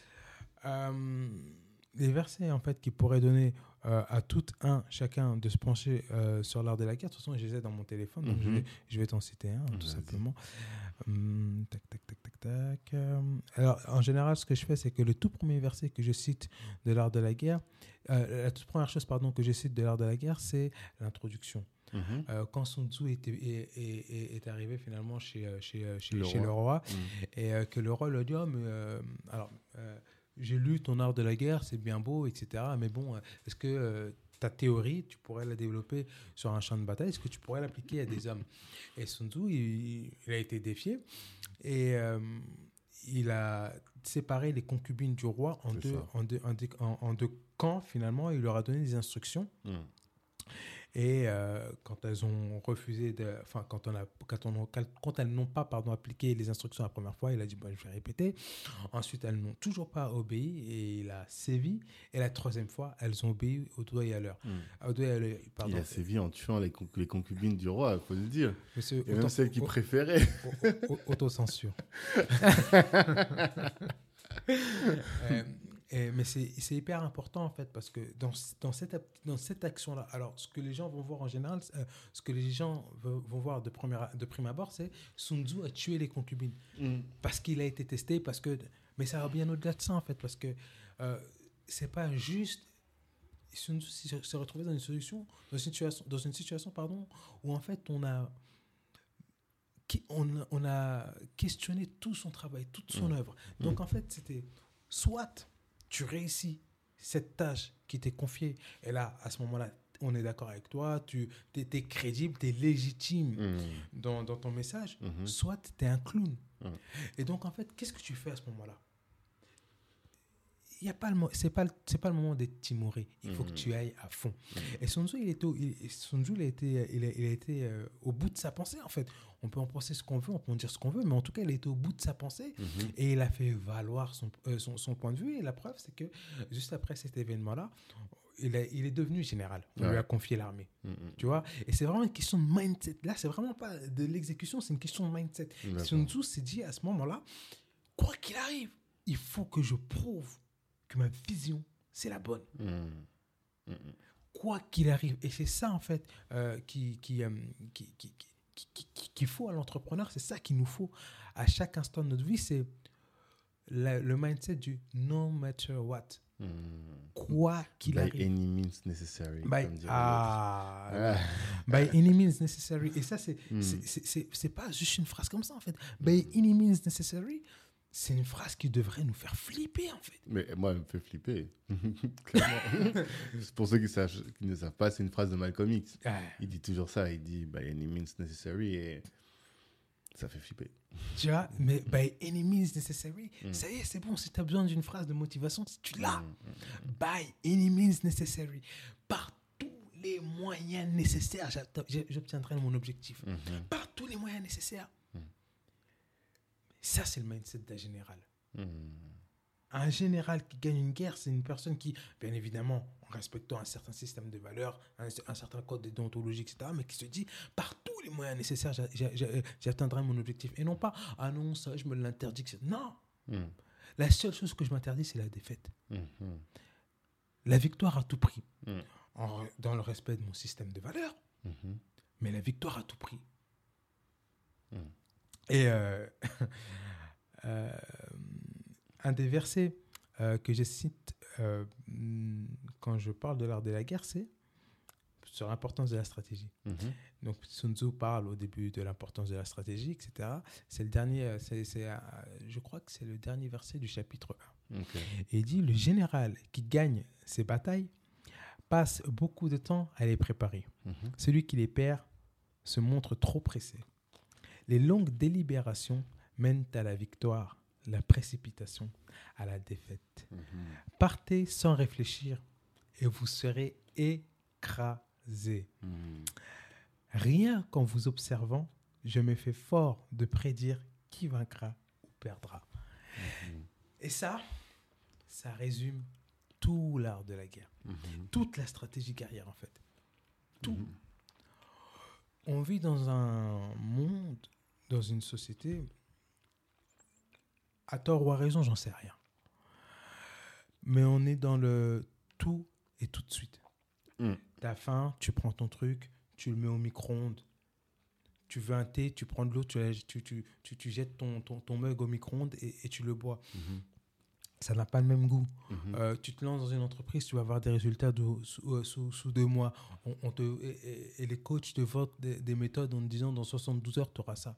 B: Les versets en fait qui pourraient donner à tout chacun de se pencher sur l'art de la guerre. De toute façon, je les ai dans mon téléphone, donc je vais t'en citer un, tout simplement. Tac. Alors, en général, ce que je fais, c'est que le tout premier verset que je cite de l'art de la guerre, la toute première chose que je cite de l'art de la guerre, c'est l'introduction. Quand Sun Tzu est arrivé finalement chez le roi, et que le roi lui dit j'ai lu ton art de la guerre, c'est bien beau, etc. Mais bon, est-ce que ta théorie, tu pourrais la développer sur un champ de bataille? Est-ce que tu pourrais l'appliquer à des hommes? Et Sun Tzu, il a été défié. Et il a séparé les concubines du roi en deux camps, finalement. Il leur a donné des instructions. Et quand elles ont refusé, quand elles n'ont pas appliqué les instructions la première fois, il a dit je vais répéter. Ensuite, elles n'ont toujours pas obéi et il a sévi. Et la troisième fois, elles ont obéi au doigt et à l'heure.
A: Il a sévi en tuant les concubines du roi, il faut le dire. Et même celles qu'il préférait.
B: Autocensure. Mais c'est hyper important en fait parce que dans cette action-là, alors ce que les gens vont voir en général, ce que les gens vont voir de prime abord, c'est Sun Tzu a tué les concubines parce qu'il a été testé, mais ça va bien au-delà de ça en fait parce que c'est pas juste. Sun Tzu s'est retrouvé dans une situation où en fait on a questionné tout son travail, toute son œuvre. Donc en fait c'était soit tu réussis cette tâche qui t'est confiée, et là, à ce moment-là, on est d'accord avec toi, tu es crédible, tu es légitime dans ton message, soit tu es un clown. Et donc, en fait, qu'est-ce que tu fais à ce moment-là ? C'est pas le moment d'être timoré. Il faut que tu ailles à fond. Et Sun Tzu, il a été au bout de sa pensée, en fait. On peut en penser ce qu'on veut, on peut en dire ce qu'on veut, mais en tout cas, il a été au bout de sa pensée et il a fait valoir son point de vue. Et la preuve, c'est que juste après cet événement-là, il est devenu général. On lui a confié l'armée. Tu vois ? Et c'est vraiment une question de mindset. Là, c'est vraiment pas de l'exécution, c'est une question de mindset. Sun Tzu s'est dit à ce moment-là, quoi qu'il arrive, il faut que je prouve que ma vision, c'est la bonne. Quoi qu'il arrive. Et c'est ça, en fait, qu'il faut à l'entrepreneur. C'est ça qu'il nous faut à chaque instant de notre vie. C'est le mindset du no matter what. Quoi qu'il arrive.
A: By any means necessary.
B: By any means necessary. Et ça, c'est pas juste une phrase comme ça, en fait. By any means necessary, c'est une phrase qui devrait nous faire flipper, en fait.
A: Mais moi, elle me fait flipper. Clairement. Pour ceux qui ne savent pas, c'est une phrase de Malcolm X. Il dit toujours ça. Il dit by any means necessary et ça fait flipper.
B: Tu vois, mais by any means necessary, ça y est, c'est bon. Si tu as besoin d'une phrase de motivation, tu l'as. By any means necessary. Par tous les moyens nécessaires, j'obtiendrai mon objectif. Par tous les moyens nécessaires. Ça, c'est le mindset d'un général. Un général qui gagne une guerre, c'est une personne qui, bien évidemment, en respectant un certain système de valeurs, un certain code de déontologie, etc., mais qui se dit, par tous les moyens nécessaires, j'atteindrai mon objectif. Et non pas, ah non, ça, je me l'interdis. Etc. Non. La seule chose que je m'interdis, c'est la défaite. La victoire à tout prix. Dans le respect de mon système de valeurs, mais la victoire à tout prix. Et un des versets que je cite quand je parle de l'art de la guerre, c'est sur l'importance de la stratégie. Donc Sun Tzu parle au début de l'importance de la stratégie, etc. C'est le dernier, je crois que c'est le dernier verset du chapitre 1. Et il dit, le général qui gagne ses batailles passe beaucoup de temps à les préparer. Celui qui les perd se montre trop pressé. Les longues délibérations mènent à la victoire, la précipitation à la défaite. Partez sans réfléchir et vous serez écrasé. Rien qu'en vous observant, je me fais fort de prédire qui vaincra ou perdra. Et ça résume tout l'art de la guerre. Toute la stratégie guerrière, en fait. Tout. On vit dans un monde, dans une société, à tort ou à raison, j'en sais rien. Mais on est dans le tout et tout de suite. T'as faim, tu prends ton truc, tu le mets au micro-ondes. Tu veux un thé, tu prends de l'eau, tu jettes ton mug au micro-ondes et tu le bois. Ça n'a pas le même goût. Tu te lances dans une entreprise, tu vas avoir des résultats sous 2 mois. Et les coachs te vendent des méthodes en te disant dans 72 heures, tu auras ça.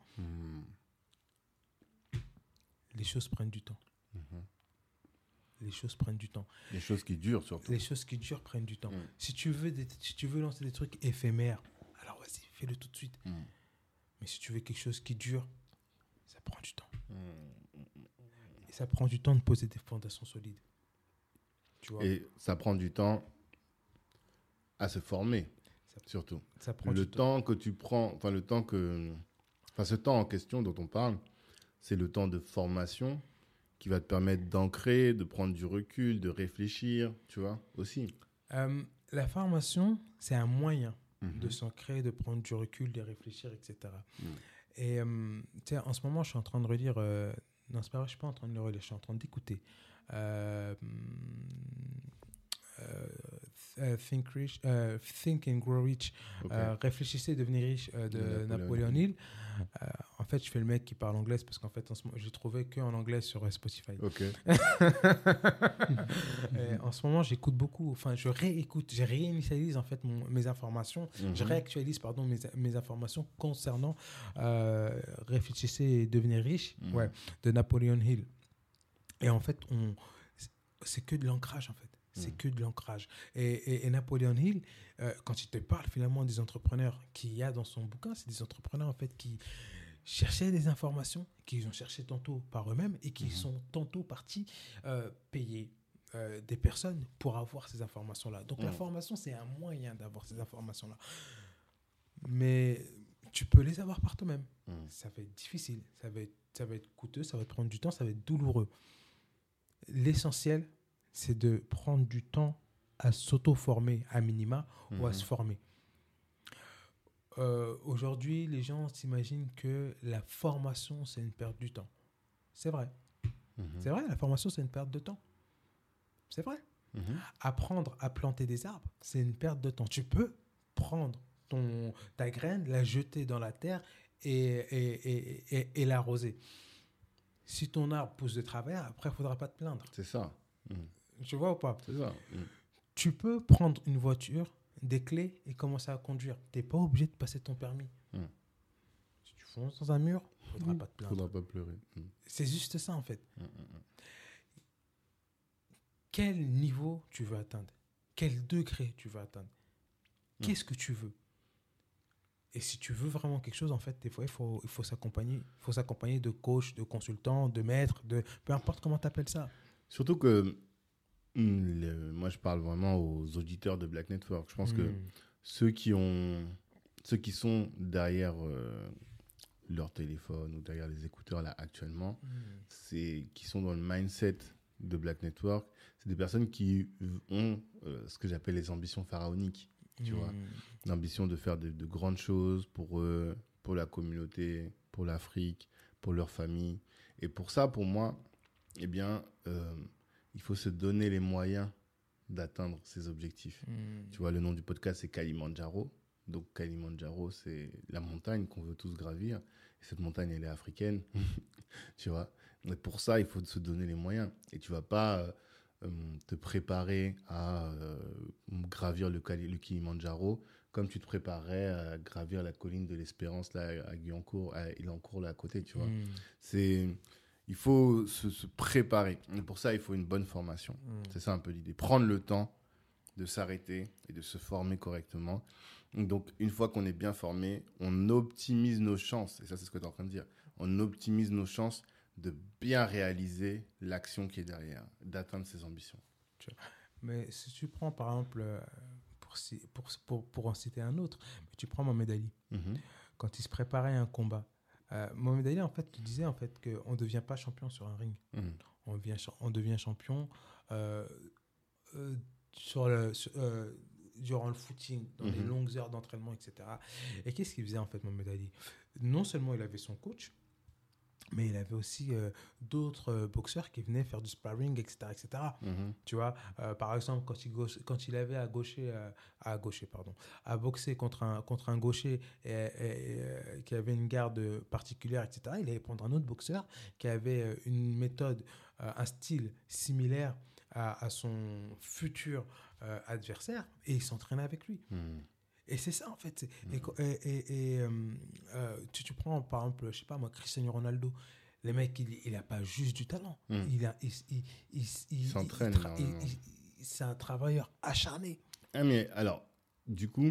B: Les choses prennent du temps. Les choses prennent du temps.
A: Les choses qui durent surtout.
B: Les choses qui durent prennent du temps. Si tu veux lancer des trucs éphémères, alors vas-y, fais-le tout de suite. Mais si tu veux quelque chose qui dure, ça prend du temps. ça prend du temps de poser des fondations solides.
A: Tu vois. Et ça prend du temps à se former, surtout. Ça prend le temps que tu prends, ce temps en question dont on parle, c'est le temps de formation qui va te permettre d'ancrer, de prendre du recul, de réfléchir, tu vois, aussi.
B: La formation, c'est un moyen de s'ancrer, de prendre du recul, de réfléchir, etc. Et tu sais, en ce moment, je suis en train de relire... non, c'est pas vrai, je suis pas en train de le relire, je suis en train d'écouter. Think and Grow Rich, Réfléchissez et devenez riche de Napoleon Hill. En fait, je fais le mec qui parle anglais parce qu'en fait, en ce moment, j'ai trouvé qu'en anglais sur Spotify. En ce moment, j'écoute beaucoup. Enfin, je réinitialise en fait mes informations. Je réactualise mes informations concernant Réfléchissez et devenez riche de Napoleon Hill. Et en fait, c'est que de l'ancrage en fait. C'est que de l'ancrage. Et Napoleon Hill, quand il te parle finalement des entrepreneurs qu'il y a dans son bouquin, c'est des entrepreneurs en fait qui cherchaient des informations, qu'ils ont cherché tantôt par eux-mêmes et qui sont tantôt partis payer des personnes pour avoir ces informations-là. Donc la formation, c'est un moyen d'avoir ces informations-là. Mais tu peux les avoir par toi-même. Ça va être difficile, ça va être coûteux, ça va te prendre du temps, ça va être douloureux. L'essentiel, c'est de prendre du temps à s'auto-former à minima ou à se former. Aujourd'hui, les gens s'imaginent que la formation, c'est une perte du temps. C'est vrai. C'est vrai, la formation, c'est une perte de temps. C'est vrai. Apprendre à planter des arbres, c'est une perte de temps. Tu peux prendre ta graine, la jeter dans la terre et l'arroser. Si ton arbre pousse de travers, après, il ne faudra pas te plaindre.
A: C'est ça.
B: Tu vois ou pas?
A: C'est ça.
B: Tu peux prendre une voiture, des clés et commencer à conduire. Tu n'es pas obligé de passer ton permis. Si tu fonces dans un mur, il ne faudra pas te plaindre.
A: Il ne faudra pas pleurer.
B: C'est juste ça, en fait. Quel niveau tu veux atteindre? Quel degré tu veux atteindre? Qu'est-ce que tu veux? Et si tu veux vraiment quelque chose, en fait, des fois, il faut s'accompagner. Il faut s'accompagner de coachs, de consultants, de maîtres, peu importe comment tu appelles ça.
A: Surtout que moi, je parle vraiment aux auditeurs de Black Network. Je pense que ceux qui sont derrière leur téléphone ou derrière les écouteurs là actuellement, qui sont dans le mindset de Black Network, c'est des personnes qui ont ce que j'appelle les ambitions pharaoniques. Tu vois, l'ambition de faire de grandes choses pour eux, pour la communauté, pour l'Afrique, pour leur famille. Et pour ça, pour moi, eh bien, il faut se donner les moyens d'atteindre ces objectifs. Tu vois, le nom du podcast, c'est Kalimandjaro. Donc, Kalimandjaro, c'est la montagne qu'on veut tous gravir. Et cette montagne, elle est africaine. Tu vois. Et pour ça, il faut se donner les moyens. Et tu ne vas pas te préparer à gravir le Kilimandjaro comme tu te préparerais à gravir la colline de l'Espérance là, à Ilancourt, là à côté. Tu vois. Il faut se préparer. Et pour ça, il faut une bonne formation. C'est ça un peu l'idée. Prendre le temps de s'arrêter et de se former correctement. Donc, une fois qu'on est bien formé, on optimise nos chances. Et ça, c'est ce que tu es en train de dire. On optimise nos chances de bien réaliser l'action qui est derrière, d'atteindre ses ambitions.
B: Mais si tu prends, par exemple, pour en citer un autre, tu prends Mohamed Ali. Quand il se préparait à un combat, Mohamed Ali, en fait, tu disais en fait, qu'on ne devient pas champion sur un ring. On devient champion durant le footing, dans les longues heures d'entraînement, etc. Et qu'est-ce qu'il faisait, en fait, Mohamed Ali? Non seulement il avait son coach, mais il avait aussi d'autres boxeurs qui venaient faire du sparring, etc. etc. Tu vois, par exemple, quand il avait à boxer contre un gaucher qui avait une garde particulière, etc., il allait prendre un autre boxeur qui avait une méthode, un style similaire à son futur adversaire, et il s'entraînait avec lui. Et c'est ça, en fait. Tu prends, par exemple, je sais pas moi, Cristiano Ronaldo. Le mec, il n'a pas juste du talent. Il s'entraîne. C'est un travailleur acharné.
A: Ah, mais alors, du coup,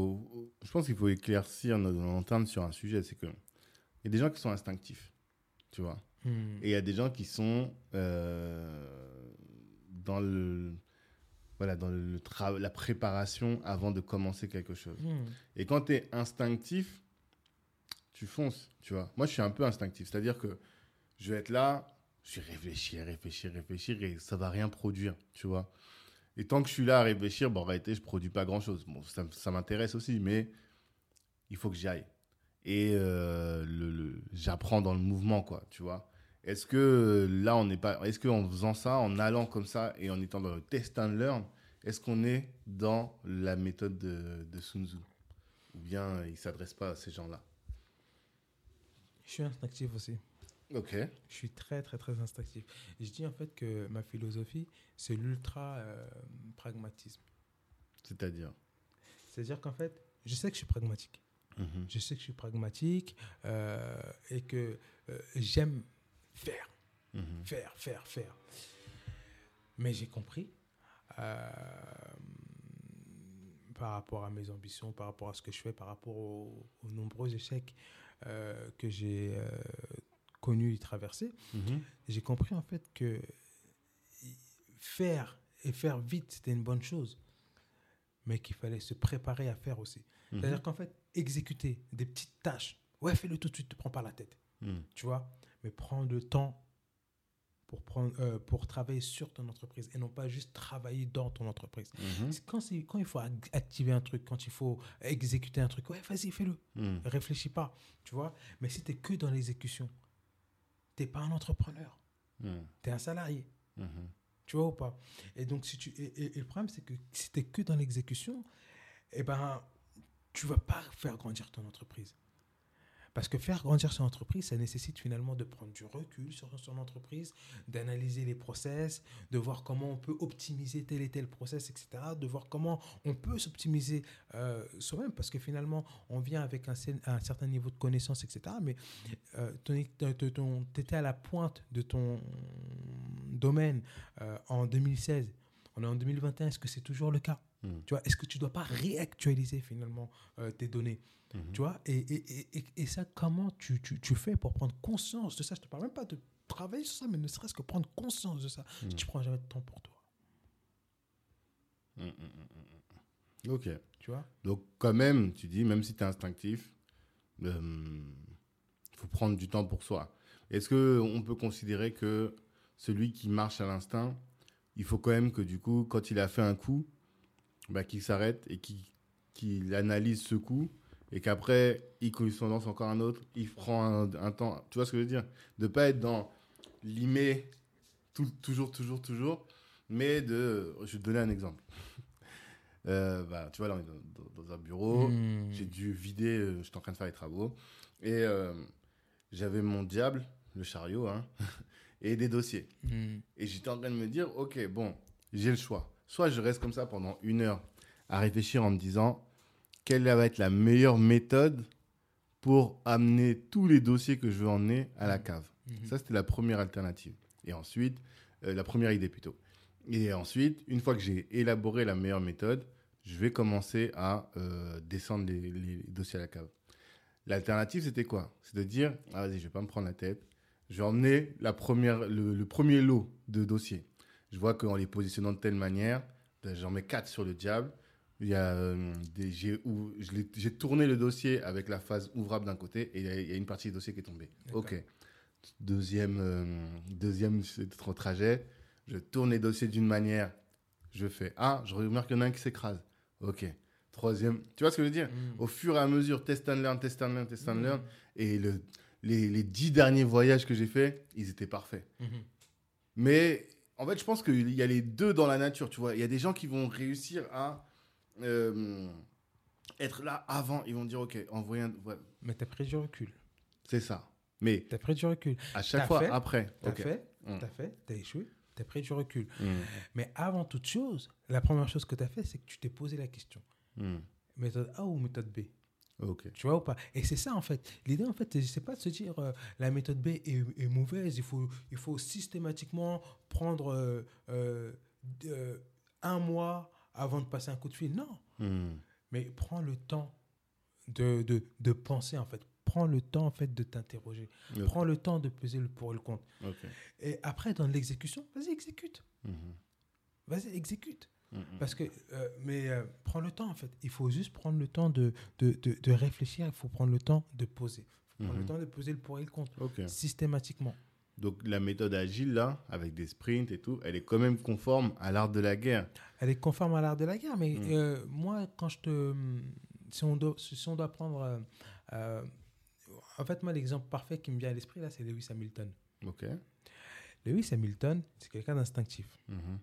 A: je pense qu'il faut éclaircir nos lanternes sur un sujet. C'est qu'il y a des gens qui sont instinctifs. tu vois. Et il y a des gens qui sont dans la préparation avant de commencer quelque chose. Et quand tu es instinctif, tu fonces, tu vois. Moi, je suis un peu instinctif. C'est-à-dire que je vais être là, je vais réfléchir et ça va rien produire, tu vois. Et tant que je suis là à réfléchir, en réalité, je produis pas grand-chose. Bon, ça m'intéresse aussi, mais il faut que j'y aille. Et j'apprends dans le mouvement, quoi, tu vois. Est-ce que là, est-ce qu'en faisant ça, en allant comme ça et en étant dans le test and learn, est-ce qu'on est dans la méthode de Sun Tzu? Ou bien il ne s'adresse pas à ces gens-là?
B: Je suis instinctif aussi.
A: Ok.
B: Je suis très, très, très instinctif. Je dis en fait que ma philosophie, c'est l'ultra pragmatisme.
A: C'est-à-dire?
B: C'est-à-dire qu'en fait, je sais que je suis pragmatique. Je sais que je suis pragmatique et que j'aime faire. Faire. Mais j'ai compris par rapport à mes ambitions, par rapport à ce que je fais, par rapport aux nombreux échecs que j'ai connus et traversés, j'ai compris en fait que faire et faire vite, c'était une bonne chose, mais qu'il fallait se préparer à faire aussi. C'est-à-dire qu'en fait, exécuter des petites tâches, ouais, fais-le tout de suite, ne te prends pas la tête, tu vois, mais prends le temps pour travailler sur ton entreprise et non pas juste travailler dans ton entreprise. Quand il faut activer un truc, quand il faut exécuter un truc, ouais, vas-y, fais-le. Réfléchis pas, tu vois. Mais si tu n'es que dans l'exécution, tu n'es pas un entrepreneur. Tu es un salarié. Tu vois ou pas? Et donc, et le problème, c'est que si tu n'es que dans l'exécution, eh ben, tu ne vas pas faire grandir ton entreprise. Parce que faire grandir son entreprise, ça nécessite finalement de prendre du recul sur son entreprise, d'analyser les process, de voir comment on peut optimiser tel et tel process, etc. De voir comment on peut s'optimiser soi-même. Parce que finalement, on vient avec un certain niveau de connaissance, etc. Mais tu étais à la pointe de ton domaine en 2016. On est en 2021. Est-ce que c'est toujours le cas? Tu vois, est-ce que tu ne dois pas réactualiser finalement tes données? Tu vois, et ça, comment tu fais pour prendre conscience de ça? Je ne te parle même pas de travailler sur ça, mais ne serait-ce que prendre conscience de ça. Tu ne prends jamais de temps pour toi.
A: Ok.
B: Tu vois?
A: Donc, quand même, tu dis, même si tu es instinctif, il faut prendre du temps pour soi. Est-ce qu'on peut considérer que celui qui marche à l'instinct, il faut quand même que, du coup, quand il a fait un coup, qu'il s'arrête et qu'il analyse ce coup et qu'après, il lance encore un autre, il prend un temps. Tu vois ce que je veux dire? De ne pas être dans limer toujours, mais de... Je vais te donner un exemple. Tu vois, là, on est dans un bureau. J'ai dû vider, j'étais en train de faire les travaux. Et j'avais mon diable, le chariot, et des dossiers. Et j'étais en train de me dire, ok, bon, j'ai le choix. Soit je reste comme ça pendant 1 heure à réfléchir en me disant quelle va être la meilleure méthode pour amener tous les dossiers que je veux emmener à la cave. Ça, c'était la première alternative. Et ensuite, la première idée plutôt. Et ensuite, une fois que j'ai élaboré la meilleure méthode, je vais commencer à descendre les dossiers à la cave. L'alternative, c'était quoi? C'est de dire, vas-y, je ne vais pas me prendre la tête. Je vais emmener le premier lot de dossiers. Je vois qu'en les positionnant de telle manière, j'en mets 4 sur le diable. Il y a j'ai tourné le dossier avec la phase ouvrable d'un côté et il y a une partie du dossier qui est tombée. D'accord. Ok. Deuxième trajet, je tourne les dossiers d'une manière, je fais je remarque qu'il y en a un qui s'écrase. Ok. Troisième, tu vois ce que je veux dire? Au fur et à mesure, test and learn. Et les 10 derniers voyages que j'ai faits, ils étaient parfaits. Mais en fait, je pense qu'il y a les deux dans la nature, tu vois. Il y a des gens qui vont réussir à être là avant, ils vont dire ok, envoyer un... Ouais.
B: Mais t'as pris du recul.
A: C'est ça. Mais
B: t'as pris du recul.
A: À chaque fois, après.
B: T'as échoué, t'as pris du recul. Mais avant toute chose, la première chose que t'as fait, c'est que tu t'es posé la question. Méthode A ou méthode B?
A: Okay.
B: Tu vois ou pas? Et c'est ça en fait. L'idée en fait, c'est pas de se dire la méthode B est mauvaise. Il faut systématiquement prendre 1 mois avant de passer un coup de fil. Non. Mais prends le temps de penser en fait. prends le temps en fait de t'interroger. Okay. Prends le temps de peser le pour et le contre. Okay. Et après, dans l'exécution, vas-y, exécute. Vas-y, exécute. Parce que, prends le temps en fait. Il faut juste prendre le temps de réfléchir. Il faut prendre le temps de poser. Il faut prendre le temps de peser le pour et le contre. Systématiquement.
A: Donc, la méthode agile, là, avec des sprints et tout, elle est quand même conforme à l'art de la guerre.
B: Elle est conforme à l'art de la guerre, mais moi, quand si on doit prendre... en fait, moi, l'exemple parfait qui me vient à l'esprit, là, c'est Lewis Hamilton.
A: OK.
B: Lewis Hamilton, c'est quelqu'un d'instinctif. D'accord ?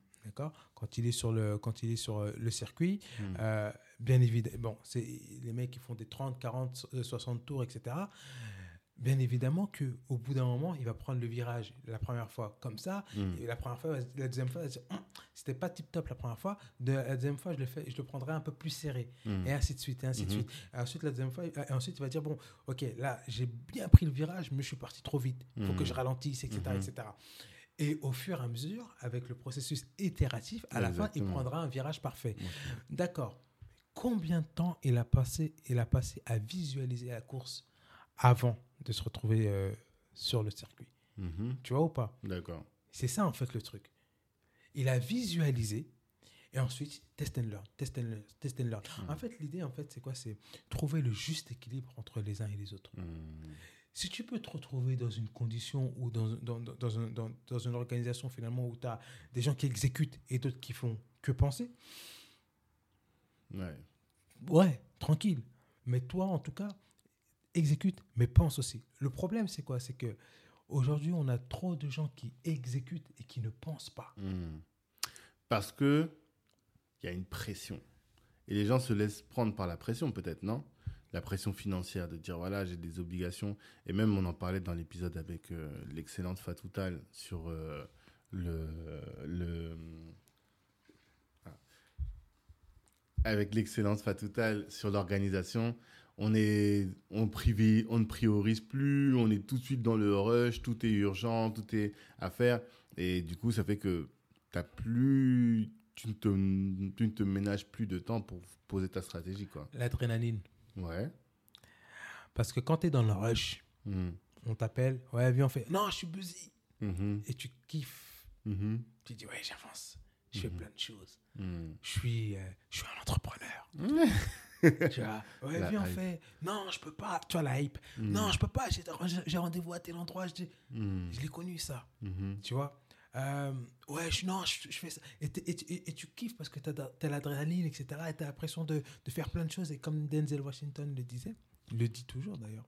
B: Quand il est sur le circuit, bien évidemment, bon, c'est les mecs qui font des 30, 40, 60 tours, etc. Bien évidemment qu'au bout d'un moment, il va prendre le virage la première fois comme ça. Et la deuxième fois, c'était pas tip-top la première fois. La deuxième fois, je le prendrai un peu plus serré. Et ainsi de suite, et ainsi de suite. Et ensuite, la deuxième fois, il va dire, bon, ok, là, j'ai bien pris le virage, mais je suis parti trop vite. Il faut que je ralentisse, etc., etc. Et au fur et à mesure, avec le processus itératif, à la fin, il prendra un virage parfait. D'accord. Combien de temps il a passé à visualiser la course avant de se retrouver sur le circuit. Tu vois ou pas ?
A: D'accord.
B: C'est ça, en fait, le truc. Il a visualisé et ensuite, test and learn, test and learn, test and learn. En fait, l'idée, en fait, c'est quoi ? C'est trouver le juste équilibre entre les uns et les autres. Si tu peux te retrouver dans une condition ou dans une organisation, finalement, où tu as des gens qui exécutent et d'autres qui font que penser, ouais, tranquille. Mais toi, en tout cas, exécute, mais pense aussi. Le problème, c'est quoi ? C'est qu'aujourd'hui, on a trop de gens qui exécutent et qui ne pensent pas.
A: Parce qu'il y a une pression. Et les gens se laissent prendre par la pression, peut-être, non ? La pression financière, de dire, voilà, j'ai des obligations. Et même, on en parlait dans l'épisode avec l'excellente Fatou Tall sur avec l'excellence Fatou Tall sur l'organisation. On ne priorise plus, on est tout de suite dans le rush, tout est urgent, tout est à faire. Et du coup, ça fait que tu ne te ménages plus de temps pour poser ta stratégie, quoi.
B: L'adrénaline.
A: Ouais.
B: Parce que quand tu es dans le rush, on t'appelle, ouais, viens, on fait, non, je suis busy. Et tu kiffes. Tu dis, ouais, j'avance, je fais plein de choses. Je suis un entrepreneur. Tu vois, ouais, viens, on fait, non, je peux pas, tu vois, la hype. Non, je peux pas, j'ai rendez-vous à tel endroit. Je l'ai connu, ça. Tu vois, ouais, je fais ça. Et tu kiffes parce que t'as l'adrénaline, etc. Et t'as la pression de faire plein de choses. Et comme Denzel Washington le disait, il le dit toujours d'ailleurs,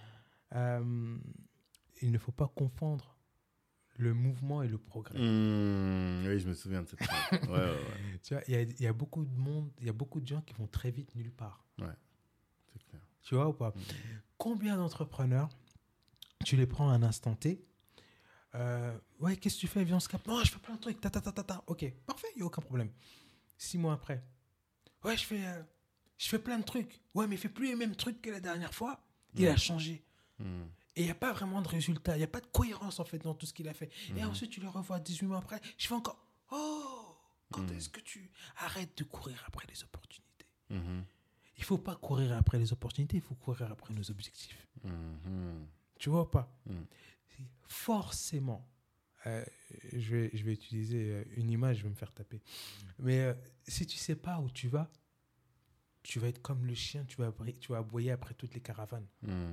B: il ne faut pas confondre le mouvement et le progrès.
A: Oui, je me souviens de cette phrase. Ouais.
B: Tu vois, il y a beaucoup de monde, il y a beaucoup de gens qui vont très vite nulle part.
A: Ouais, c'est clair.
B: Tu vois ou pas ? Combien d'entrepreneurs, tu les prends à un instant T, ouais, qu'est-ce que tu fais ? Viens, on se capte. Non, je fais plein de trucs. Ok, parfait, il n'y a aucun problème. 6 mois après, ouais, je fais plein de trucs. Ouais, mais il ne fait plus les mêmes trucs que la dernière fois. Il a changé. Et il n'y a pas vraiment de résultat. Il n'y a pas de cohérence, en fait, dans tout ce qu'il a fait. Et ensuite, tu le revois 18 mois après. Je fais encore... Oh, quand est-ce que tu arrêtes de courir après les opportunités ? Il ne faut pas courir après les opportunités. Il faut courir après nos objectifs. Tu vois ou pas ? Forcément. Je vais utiliser une image. Je vais me faire taper. Mais si tu ne sais pas où tu vas être comme le chien. Tu vas aboyer après toutes les caravanes.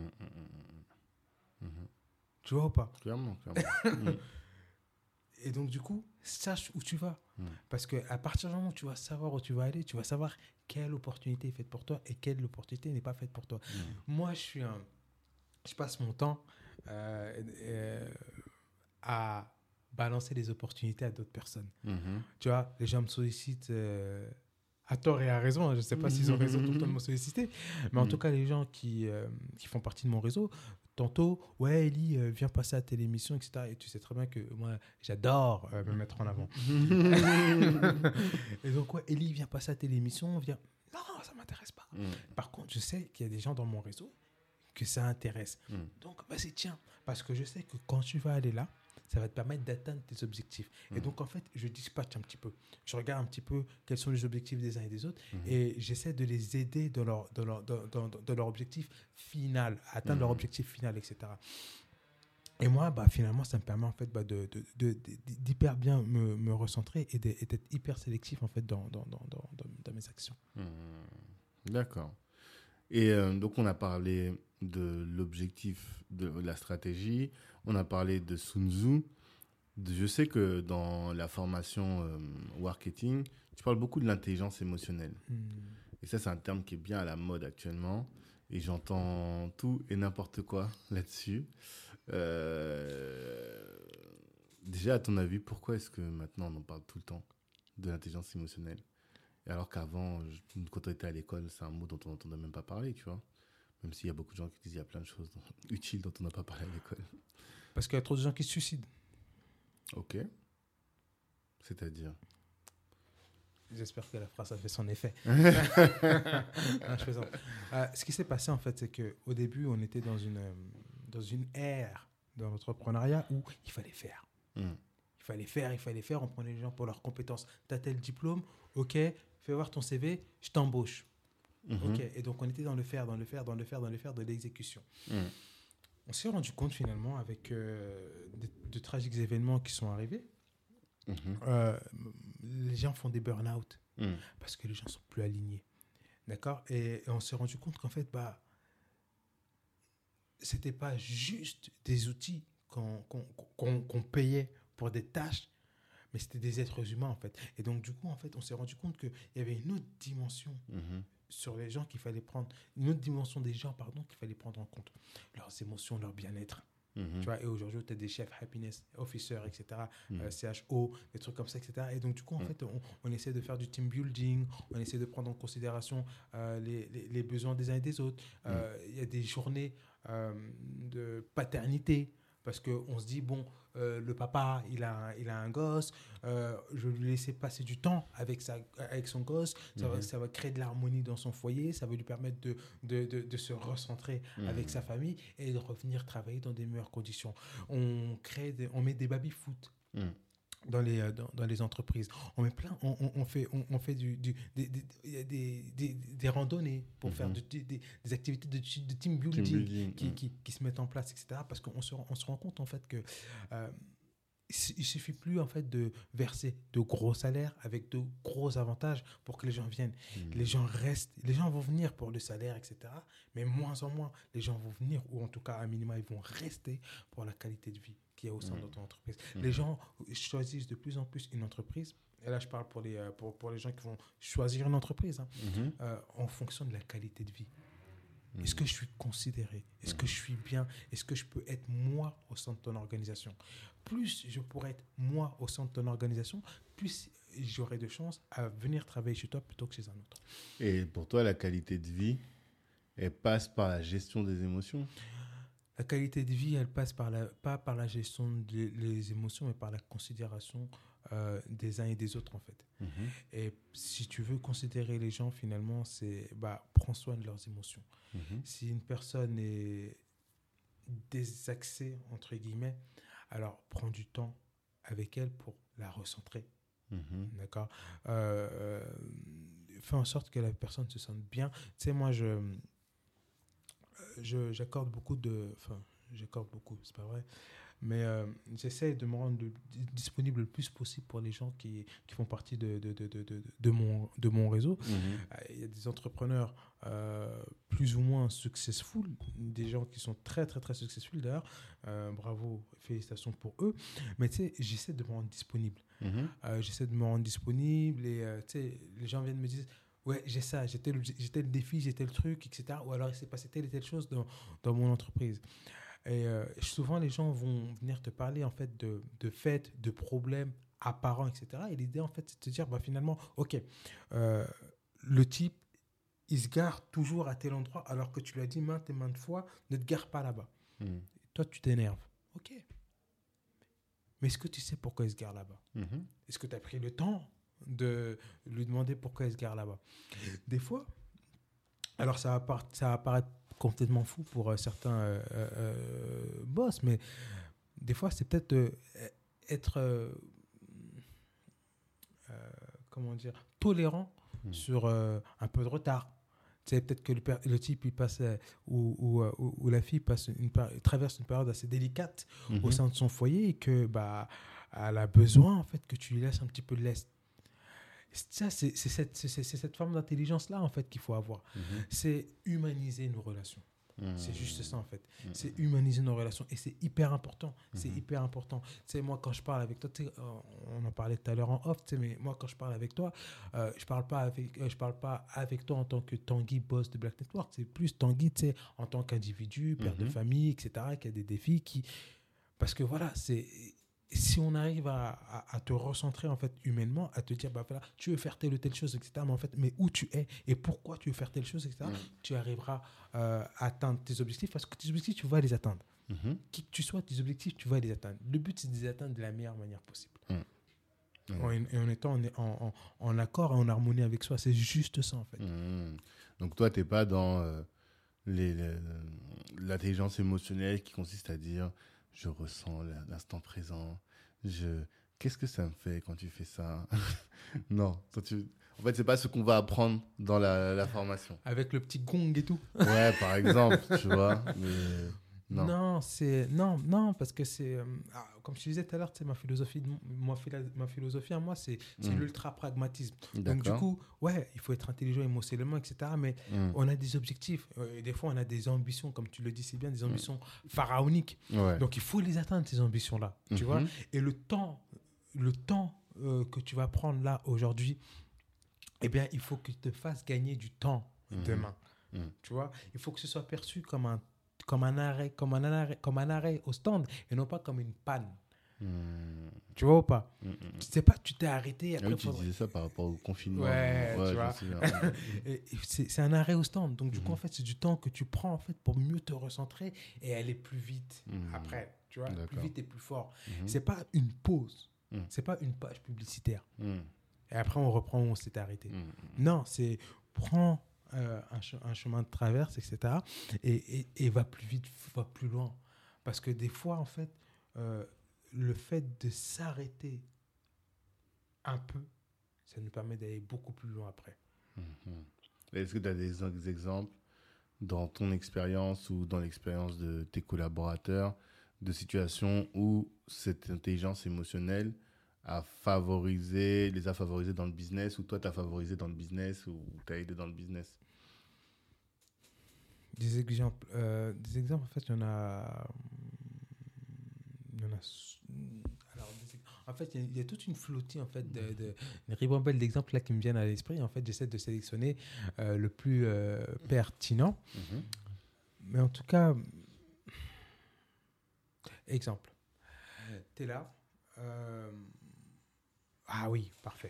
B: Tu vois ou pas ?
A: Clairement.
B: Et donc, du coup, sache où tu vas. Parce qu'à partir du moment où tu vas savoir où tu vas aller, tu vas savoir quelle opportunité est faite pour toi et quelle opportunité n'est pas faite pour toi. Moi, je passe mon temps à balancer des opportunités à d'autres personnes. Tu vois, les gens me sollicitent à tort et à raison. Je ne sais pas s'ils ont raison tout le temps de me solliciter. Mais en tout cas, les gens qui font partie de mon réseau, tantôt, ouais, Eli, viens passer à telle émission, etc. Et tu sais très bien que moi, j'adore me mettre en avant. Et donc, ouais, Eli, viens passer à telle émission. Non, ça ne m'intéresse pas. Par contre, je sais qu'il y a des gens dans mon réseau que ça intéresse. Donc, vas-y, tiens. Parce que je sais que quand tu vas aller là, ça va te permettre d'atteindre tes objectifs. Et donc, en fait, je dispatche un petit peu. Je regarde un petit peu quels sont les objectifs des uns et des autres et j'essaie de les aider dans leur objectif final, à atteindre leur objectif final, etc. Et moi, finalement, ça me permet en fait d'hyper bien me recentrer et d'être hyper sélectif en fait dans mes actions.
A: D'accord. Et donc, on a parlé de l'objectif, de la stratégie, on a parlé de Sun Tzu. Je sais que dans la formation marketing, tu parles beaucoup de l'intelligence émotionnelle. Et ça, c'est un terme qui est bien à la mode actuellement. Et j'entends tout et n'importe quoi là-dessus. Déjà, à ton avis, pourquoi est-ce que maintenant on en parle tout le temps de l'intelligence émotionnelle? Alors qu'avant, quand on était à l'école, c'est un mot dont on n'entendait même pas parler, tu vois. Même s'il y a beaucoup de gens qui disent qu'il y a plein de choses utiles dont on n'a pas parlé à l'école.
B: Parce qu'il y a trop de gens qui se suicident.
A: Ok. C'est-à-dire?
B: J'espère que la phrase a fait son effet. Non, je plaisante. Ce qui s'est passé, en fait, c'est qu'au début, on était dans une ère de l'entrepreneuriat où il fallait faire. Il fallait faire. On prenait les gens pour leurs compétences. Tu as tel diplôme, ok, fais voir ton CV, je t'embauche. Ok, et donc on était dans le faire, de l'exécution. On s'est rendu compte finalement avec de tragiques événements qui sont arrivés. Les gens font des burn-out parce que les gens sont plus alignés. D'accord? Et on s'est rendu compte qu'en fait, c'était pas juste des outils qu'on payait pour des tâches, mais c'était des êtres humains en fait. Et donc du coup, en fait, on s'est rendu compte qu'il y avait une autre dimension sur les gens qu'il fallait prendre, une autre dimension des gens, qu'il fallait prendre en compte. Leurs émotions, leur bien-être. Tu vois, et aujourd'hui, tu as des chefs happiness officer, etc., CHO, des trucs comme ça, etc. Et donc, du coup, en fait, on essaie de faire du team building, on essaie de prendre en considération les besoins des uns et des autres. Il y a des journées de paternité, parce qu'on se dit, bon, le papa, il a un gosse, je vais lui laisser passer du temps avec son gosse, ça va créer de l'harmonie dans son foyer, ça va lui permettre de se recentrer avec sa famille et de revenir travailler dans des meilleures conditions. On met des baby-foot. Dans les entreprises, on fait des randonnées pour faire des activités de team building qui se mettent en place, etc. Parce qu'on se rend compte en fait que il suffit plus en fait de verser de gros salaires avec de gros avantages pour que les gens viennent. Les gens restent, les gens vont venir pour le salaire, etc. Mais moins en moins, les gens vont venir, ou en tout cas à minima, ils vont rester pour la qualité de vie qu'il y a au sein de ton entreprise. Les gens choisissent de plus en plus une entreprise, et là je parle pour les gens qui vont choisir une entreprise, en fonction de la qualité de vie. Est-ce que je suis considéré? Est-ce que je suis bien? Est-ce que je peux être moi au sein de ton organisation? Plus je pourrais être moi au sein de ton organisation, plus j'aurai de chances à venir travailler chez toi plutôt que chez un autre.
A: Et pour toi, la qualité de vie, elle passe par la gestion des émotions?
B: La qualité de vie, elle passe pas par la gestion des émotions, mais par la considération des uns et des autres, en fait. Et si tu veux considérer les gens, finalement, c'est prends soin de leurs émotions. Si une personne est désaxée, entre guillemets, alors prends du temps avec elle pour la recentrer. D'accord? Fais en sorte que la personne se sente bien. Tu sais, moi, j'accorde beaucoup, c'est pas vrai, mais j'essaie de me rendre disponible le plus possible pour les gens qui font partie de mon réseau. Il y a des entrepreneurs plus ou moins successful, des gens qui sont très très très successful d'ailleurs, bravo, félicitations pour eux, mais tu sais, j'essaie de me rendre disponible. J'essaie de me rendre disponible et tu sais, les gens viennent me dire: ouais, j'ai ça, j'étais le défi, j'étais le truc, etc. Ou alors il s'est passé telle et telle chose dans mon entreprise. Et souvent, les gens vont venir te parler en fait de faits, de problèmes apparents, etc. Et l'idée, en fait, c'est de te dire, finalement, ok, le type, il se gare toujours à tel endroit, alors que tu lui as dit maintes et maintes fois, ne te gare pas là-bas. Toi, tu t'énerves. Ok. Mais est-ce que tu sais pourquoi il se gare là-bas? Est-ce que tu as pris le temps de lui demander pourquoi il se gare là-bas? Des fois, alors ça va paraître complètement fou pour certains boss, mais des fois, c'est peut-être être, comment dire, tolérant sur un peu de retard. C'est peut-être que le type il passe ou la fille traverse une période assez délicate au sein de son foyer et que elle a besoin en fait que tu lui laisses un petit peu de lest. Ça, c'est cette forme d'intelligence là en fait qu'il faut avoir. C'est humaniser nos relations. C'est juste ça en fait. C'est humaniser nos relations et c'est hyper important. C'est hyper important. Tu sais, moi quand je parle avec toi, on en parlait tout à l'heure en off, mais moi quand je parle avec toi, je parle pas avec toi en tant que Tanguy, boss de Black Network. C'est plus Tanguy, tu sais, en tant qu'individu, père de famille, etc., qui a des défis, parce que voilà, si on arrive à te recentrer en fait humainement, à te dire voilà, tu veux faire telle ou telle chose, etc., mais où tu es et pourquoi tu veux faire telle chose, etc., tu arriveras à atteindre tes objectifs, parce que tes objectifs, tu vas les atteindre. Qui que tu sois, tes objectifs, tu vas les atteindre. Le but, c'est de les atteindre de la meilleure manière possible. Et en étant en accord et en harmonie avec soi, c'est juste ça en fait.
A: Donc toi, tu n'es pas dans l'intelligence émotionnelle qui consiste à dire je ressens l'instant présent, qu'est-ce que ça me fait quand tu fais ça? Non, en fait, c'est pas ce qu'on va apprendre dans la formation.
B: Avec le petit gong et tout.
A: Ouais, par exemple, tu vois. Mais
B: non, parce que c'est comme je disais tout à l'heure, ma philosophie à moi, c'est l'ultra pragmatisme. Donc du coup, ouais, il faut être intelligent émotionnellement, etc. Mais on a des objectifs. Et des fois, on a des ambitions, comme tu le dis si bien, des ambitions pharaoniques.
A: Ouais.
B: Donc il faut les atteindre, ces ambitions-là. Tu vois. Et le temps que tu vas prendre là aujourd'hui, eh bien, il faut que tu te fasses gagner du temps demain. Tu vois. Il faut que ce soit perçu comme un arrêt au stand et non pas comme une panne. Tu vois ou pas? C'est pas tu t'es arrêté après.
A: Oui, tu disais ça par rapport au confinement.
B: Ouais, tu vois. C'est un arrêt au stand. Donc du coup, en fait, c'est du temps que tu prends en fait pour mieux te recentrer et aller plus vite après. Tu vois, plus vite et plus fort. C'est pas une pause. C'est pas une page publicitaire. Et après, on reprend où on s'est arrêté. Non, c'est prends un chemin de traverse, etc. Et va plus vite, va plus loin. Parce que des fois, en fait, le fait de s'arrêter un peu, ça nous permet d'aller beaucoup plus loin après.
A: Est-ce que tu as des exemples dans ton expérience ou dans l'expérience de tes collaborateurs de situations où cette intelligence émotionnelle les a favorisés dans le business, ou toi tu as favorisé dans le business, ou tu as aidé dans le business?
B: Des exemples, en fait, il y en a. Alors, en fait, il y a toute une flottille en fait, de ribambelle d'exemples là qui me viennent à l'esprit. En fait, j'essaie de sélectionner le plus pertinent. Mais en tout cas, exemple. Tu es là. Ah oui, parfait.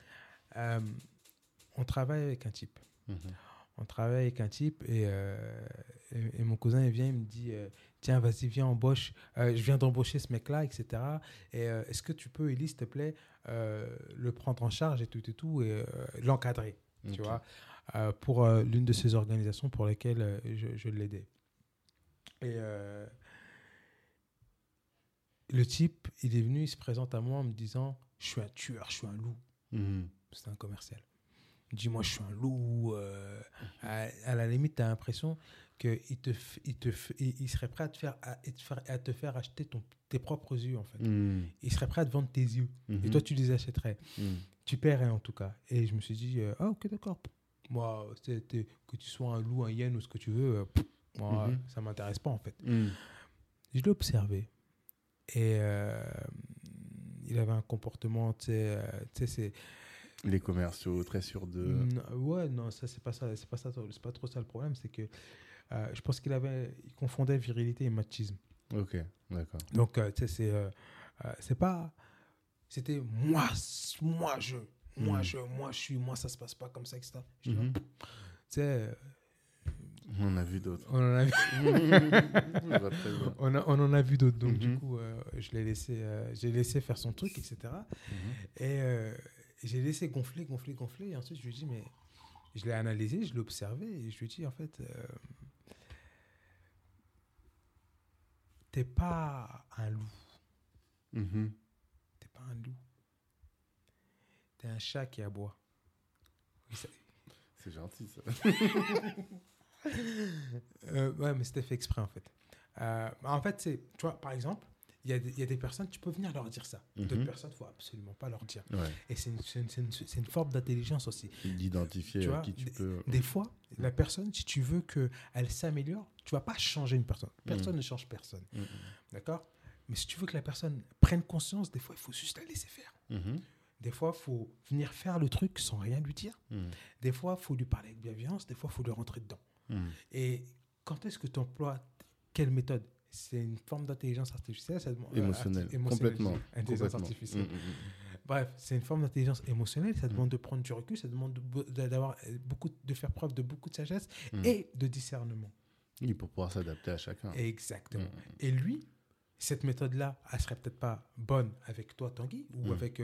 B: On travaille avec un type. On travaille avec un type et mon cousin il vient, il me dit tiens, vas-y, viens, embauche. Je viens d'embaucher ce mec-là, etc. Et est-ce que tu peux, Élie, s'il te plaît, le prendre en charge et tout, et l'encadrer, tu vois, pour l'une de ces organisations pour lesquelles je l'aidais. Et le type, il est venu, il se présente à moi en me disant je suis un tueur, je suis un loup. C'est un commercial. Il dit moi je suis un loup. À la limite, tu as l'impression qu'il il serait prêt à te faire acheter tes propres yeux, en fait. Il serait prêt à te vendre tes yeux. Et toi, tu les achèterais. Tu paierais, en tout cas. Et je me suis dit, ok, d'accord. Moi, que tu sois un loup, un hyène ou ce que tu veux, moi, ça ne m'intéresse pas, en fait. Je l'ai observé. Et il avait un comportement, tu sais, c'est...
A: Les commerciaux, très sûrs d'eux.
B: Ouais, non, ça, c'est pas trop ça le problème. C'est que je pense qu'il confondait virilité et machisme.
A: Ok, d'accord.
B: Donc, tu sais, c'est pas... C'était moi, ça se passe pas comme ça, etc. Tu sais...
A: On en a vu d'autres.
B: On en a vu d'autres. Donc, du coup, j'ai laissé faire son truc, etc. Et j'ai laissé gonfler. Et ensuite, je lui ai dit, mais je l'ai analysé, je l'ai observé. Et je lui ai dit, en fait, t'es pas un loup. T'es pas un loup. T'es un chat qui aboie.
A: C'est gentil, ça.
B: Ouais, mais c'était fait exprès, en fait. En fait, tu vois, par exemple, il y a des personnes, tu peux venir leur dire ça. D'autres personnes, il ne faut absolument pas leur dire.
A: Ouais.
B: Et c'est une forme d'intelligence aussi.
A: D'identifier qui tu peux...
B: Des fois, la personne, si tu veux qu'elle s'améliore, tu ne vas pas changer une personne. Personne ne change personne. D'accord ? Mais si tu veux que la personne prenne conscience, des fois, il faut juste la laisser faire. Des fois, il faut venir faire le truc sans rien lui dire. Des fois, il faut lui parler avec bienveillance. Des fois, il faut lui rentrer dedans. Et quand est-ce que tu emploies quelle méthode ? C'est une forme d'intelligence artificielle.
A: Émotionnelle. Complètement.
B: Intelligence artificielle. Bref, c'est une forme d'intelligence émotionnelle. Ça demande de prendre du recul. Ça demande de faire preuve de beaucoup de sagesse et de discernement.
A: Oui, pour pouvoir s'adapter à chacun.
B: Exactement. Et lui, cette méthode-là, elle serait peut-être pas bonne avec toi, Tanguy, ou avec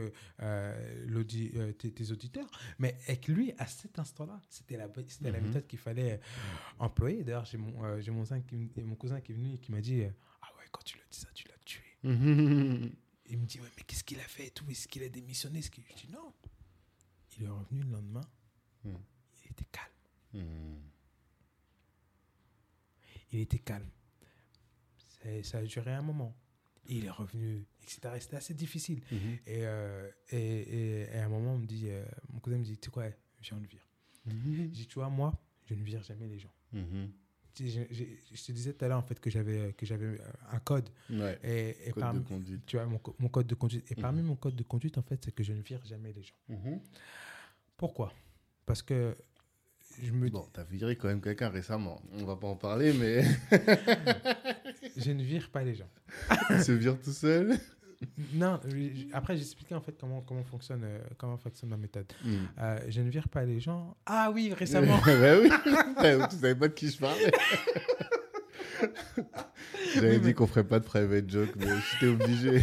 B: tes auditeurs, mais avec lui, à cet instant-là, c'était la méthode qu'il fallait employer. D'ailleurs, j'ai mon cousin qui est venu et qui m'a dit « Ah ouais, quand tu l'as dit ça, tu l'as tué. » Il me dit « Ouais, mais qu'est-ce qu'il a fait et tout? Est-ce qu'il a démissionné ?» Je dis « Non. » Il est revenu le lendemain. Il était calme. Il était calme. Ça a duré un moment. Il est revenu, etc. C'était assez difficile. Et à un moment, mon cousin me dit, tu sais quoi, viens, on le vire. Je dis, tu vois, moi, je ne vire jamais les gens. Je te disais tout à l'heure, en fait, que j'avais un code.
A: Ouais,
B: et
A: code de conduite.
B: Tu vois, mon code de conduite. Et parmi mon code de conduite, en fait, c'est que je ne vire jamais les gens. Pourquoi ? Parce que
A: t'as viré quand même quelqu'un récemment. On va pas en parler, mais...
B: Je ne vire pas les gens.
A: Tu se vires tout seul?
B: Non, après j'expliquais en fait comment fonctionne ma méthode. Je ne vire pas les gens. Ah oui, récemment.
A: Ben oui, tu savais pas de qui je parlais. J'avais dit qu'on ferait pas de private joke, mais j'étais obligé.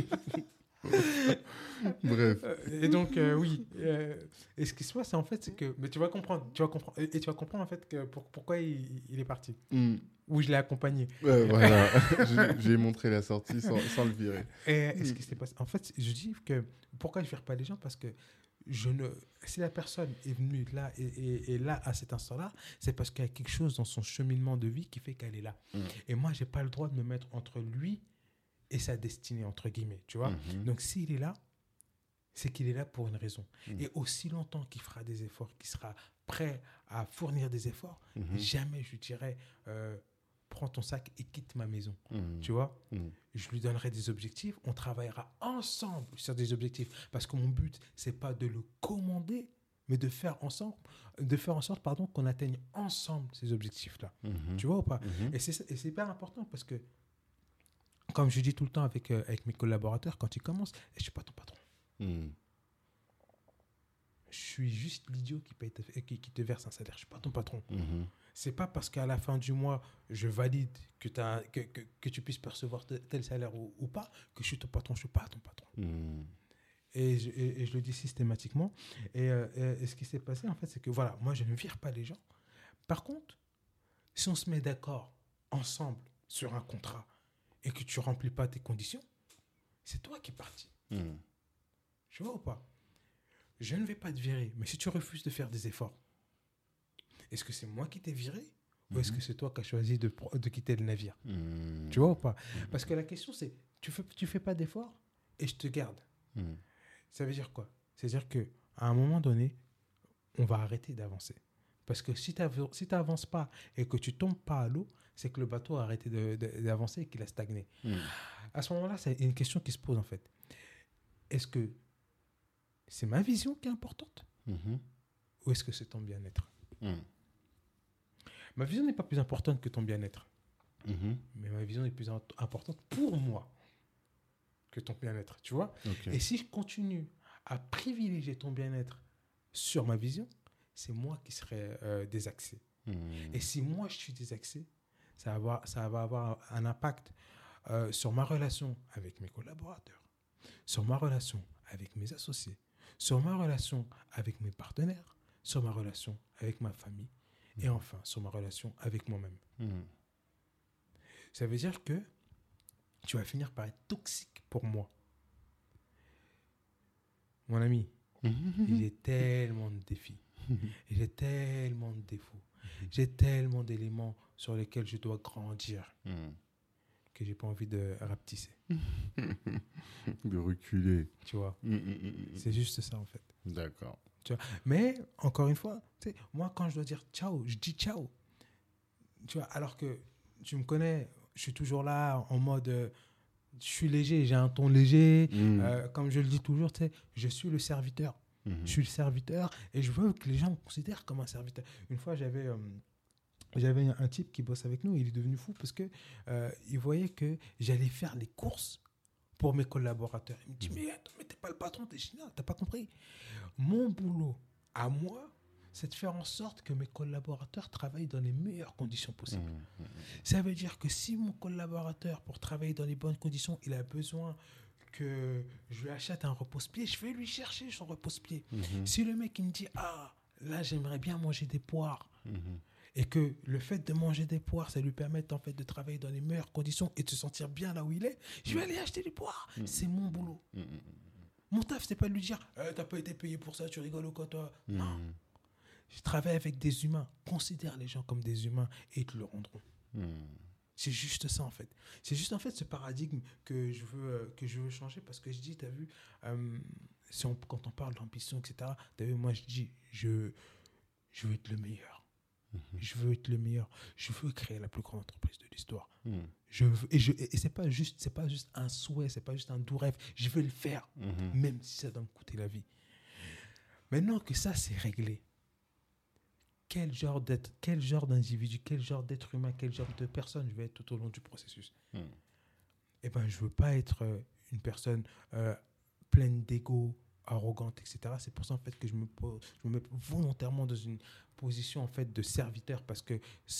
A: Bref.
B: Et donc oui. Et ce qui se passe, en fait, c'est que, mais tu vas comprendre, et tu vas comprendre en fait que pourquoi il est parti. Ou je l'ai accompagné.
A: Voilà. J'ai montré la sortie sans le virer.
B: Et ce qui s'est passé, en fait, je dis que pourquoi je ne vire pas les gens, parce que si la personne est venue là et là à cet instant-là, c'est parce qu'il y a quelque chose dans son cheminement de vie qui fait qu'elle est là. Et moi, j'ai pas le droit de me mettre entre lui et sa destinée, entre guillemets, tu vois. Donc s'il est là, c'est qu'il est là pour une raison. Et aussi longtemps qu'il fera des efforts, qu'il sera prêt à fournir des efforts, jamais je lui dirais prends ton sac et quitte ma maison. Tu vois, je lui donnerai des objectifs, on travaillera ensemble sur des objectifs, parce que mon but, c'est pas de le commander, mais de faire en sorte qu'on atteigne ensemble ces objectifs-là. Tu vois ou pas? Et c'est hyper important, parce que comme je dis tout le temps avec mes collaborateurs, quand ils commencent, je suis pas ton patron. Je suis juste l'idiot qui te verse un salaire. Je ne suis pas ton patron. C'est pas parce qu'à la fin du mois, je valide que tu puisses percevoir tel salaire ou pas que je suis ton patron. Je ne suis pas ton patron. Et je le dis systématiquement. Et ce qui s'est passé, en fait, c'est que voilà, moi, je ne vire pas les gens. Par contre, si on se met d'accord ensemble sur un contrat et que tu ne remplis pas tes conditions, c'est toi qui es parti. Tu vois ou pas? Je ne vais pas te virer, mais si tu refuses de faire des efforts, est-ce que c'est moi qui t'ai viré ou est-ce que c'est toi qui as choisi de quitter le navire? Tu vois ou pas? Parce que la question, c'est tu fais pas d'efforts et je te garde. Ça veut dire quoi? C'est-à-dire qu'à un moment donné, on va arrêter d'avancer. Parce que si tu n'avances pas et que tu tombes pas à l'eau, c'est que le bateau a arrêté d'avancer et qu'il a stagné. À ce moment-là, c'est une question qui se pose en fait. Est-ce que c'est ma vision qui est importante ou est-ce que c'est ton bien-être? Ma vision n'est pas plus importante que ton bien-être. Mais ma vision est plus importante pour moi que ton bien-être, tu vois. Et si je continue à privilégier ton bien-être sur ma vision, c'est moi qui serai désaxé. Et si moi je suis désaxé, ça va avoir un impact sur ma relation avec mes collaborateurs, sur ma relation avec mes associés, sur ma relation avec mes partenaires, sur ma relation avec ma famille et enfin sur ma relation avec moi-même. Ça veut dire que tu vas finir par être toxique pour moi. Mon ami, j'ai tellement de défis. J'ai tellement de défauts. J'ai tellement d'éléments sur lesquels je dois grandir que j'ai pas envie de rapetisser.
A: De reculer.
B: Tu vois. C'est juste ça, en fait.
A: D'accord.
B: Tu vois. Mais, encore une fois, tu sais, moi, quand je dois dire ciao, je dis ciao. Tu vois, alors que tu me connais, je suis toujours là en mode... je suis léger, j'ai un ton léger. Comme je le dis toujours, tu sais, je suis le serviteur. Je suis le serviteur et je veux que les gens me considèrent comme un serviteur. Une fois, j'avais un type qui bosse avec nous, il est devenu fou parce que il voyait que j'allais faire les courses pour mes collaborateurs. Il me dit, mais attends, mais t'es pas le patron, t'es chinois, t'as pas compris. Mon boulot, à moi, c'est de faire en sorte que mes collaborateurs travaillent dans les meilleures conditions possibles. Ça veut dire que si mon collaborateur, pour travailler dans les bonnes conditions, il a besoin que je lui achète un repose-pied, je vais lui chercher son repose-pied. Si le mec il me dit, ah, là j'aimerais bien manger des poires, et que le fait de manger des poires, ça lui permet en fait de travailler dans les meilleures conditions et de se sentir bien là où il est, je vais aller acheter des poires. C'est mon boulot. Mon taf, c'est pas de lui dire, t'as pas été payé pour ça, tu rigoles ou quoi toi? Non. Je travaille avec des humains. Considère les gens comme des humains et ils te le rendront. C'est juste ça, en fait. C'est juste, en fait, ce paradigme que je veux changer parce que je dis, t'as vu, quand on parle d'ambition, etc., t'as vu, moi, je dis, je veux être le meilleur. Je veux être le meilleur. Je veux créer la plus grande entreprise de l'histoire. Et c'est pas juste un souhait, c'est pas juste un doux rêve. Je veux le faire, même si ça doit me coûter la vie. Maintenant que ça, c'est réglé, quel genre d'individu, quel genre d'être humain, quel genre de personne je vais être tout au long du processus. Eh ben, je veux pas être une personne pleine d'ego, arrogante, etc. C'est pour ça en fait que je me mets volontairement dans une position en fait de serviteur parce que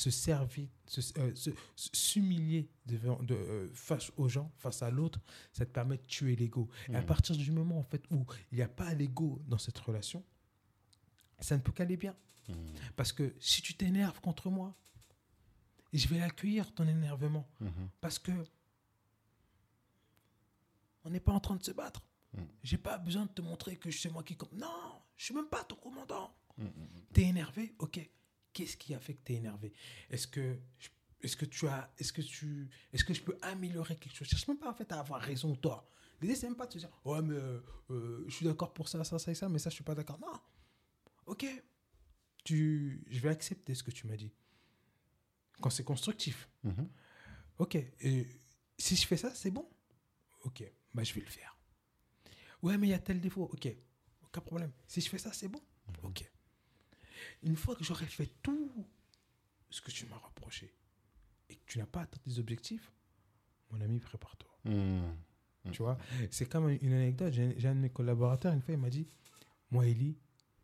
B: s'humilier face aux gens, face à l'autre, ça te permet de tuer l'ego. Et à partir du moment en fait où il n'y a pas l'ego dans cette relation, ça ne peut qu'aller bien. Parce que si tu t'énerves contre moi, je vais l'accueillir ton énervement parce que on n'est pas en train de se battre. J'ai pas besoin de te montrer que c'est moi qui... Non, je suis même pas ton commandant. T'es énervé? Ok. Qu'est-ce qui a fait que t'es énervé? Est-ce que je peux améliorer quelque chose? Je cherche même pas en fait à avoir raison ou tort. L'idée c'est même pas de se dire ouais mais je suis d'accord pour ça et ça, mais ça je suis pas d'accord. Non. Ok. Je vais accepter ce que tu m'as dit. Quand c'est constructif. Ok. Et si je fais ça, c'est bon. Ok. Bah je vais le faire. Ouais, mais il y a tel défaut. Ok, aucun problème. Si je fais ça, c'est bon. Ok. Une fois que j'aurai fait tout ce que tu m'as reproché et que tu n'as pas atteint tes objectifs, mon ami, prépare-toi. Tu vois, c'est comme une anecdote. J'ai un de mes collaborateurs, une fois, il m'a dit, moi, Eli,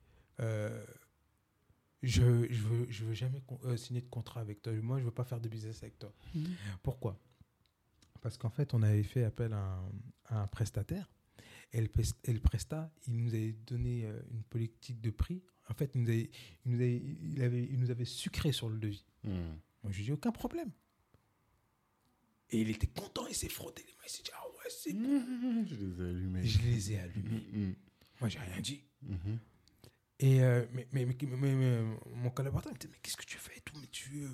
B: je veux jamais signer de contrat avec toi. Moi, je veux pas faire de business avec toi. Pourquoi? Parce qu'en fait, on avait fait appel à un prestataire. Et le prestat, il nous avait donné une politique de prix. En fait, il nous avait sucré sur le devis. Moi, je lui ai dit, aucun problème. Et il était content, il s'est frotté les mains. Il s'est dit, ah ouais, c'est bon. Je les ai allumés. Moi, j'ai rien dit. Et mais mon collaborateur me dit, mais qu'est-ce que tu fais et tout? Mais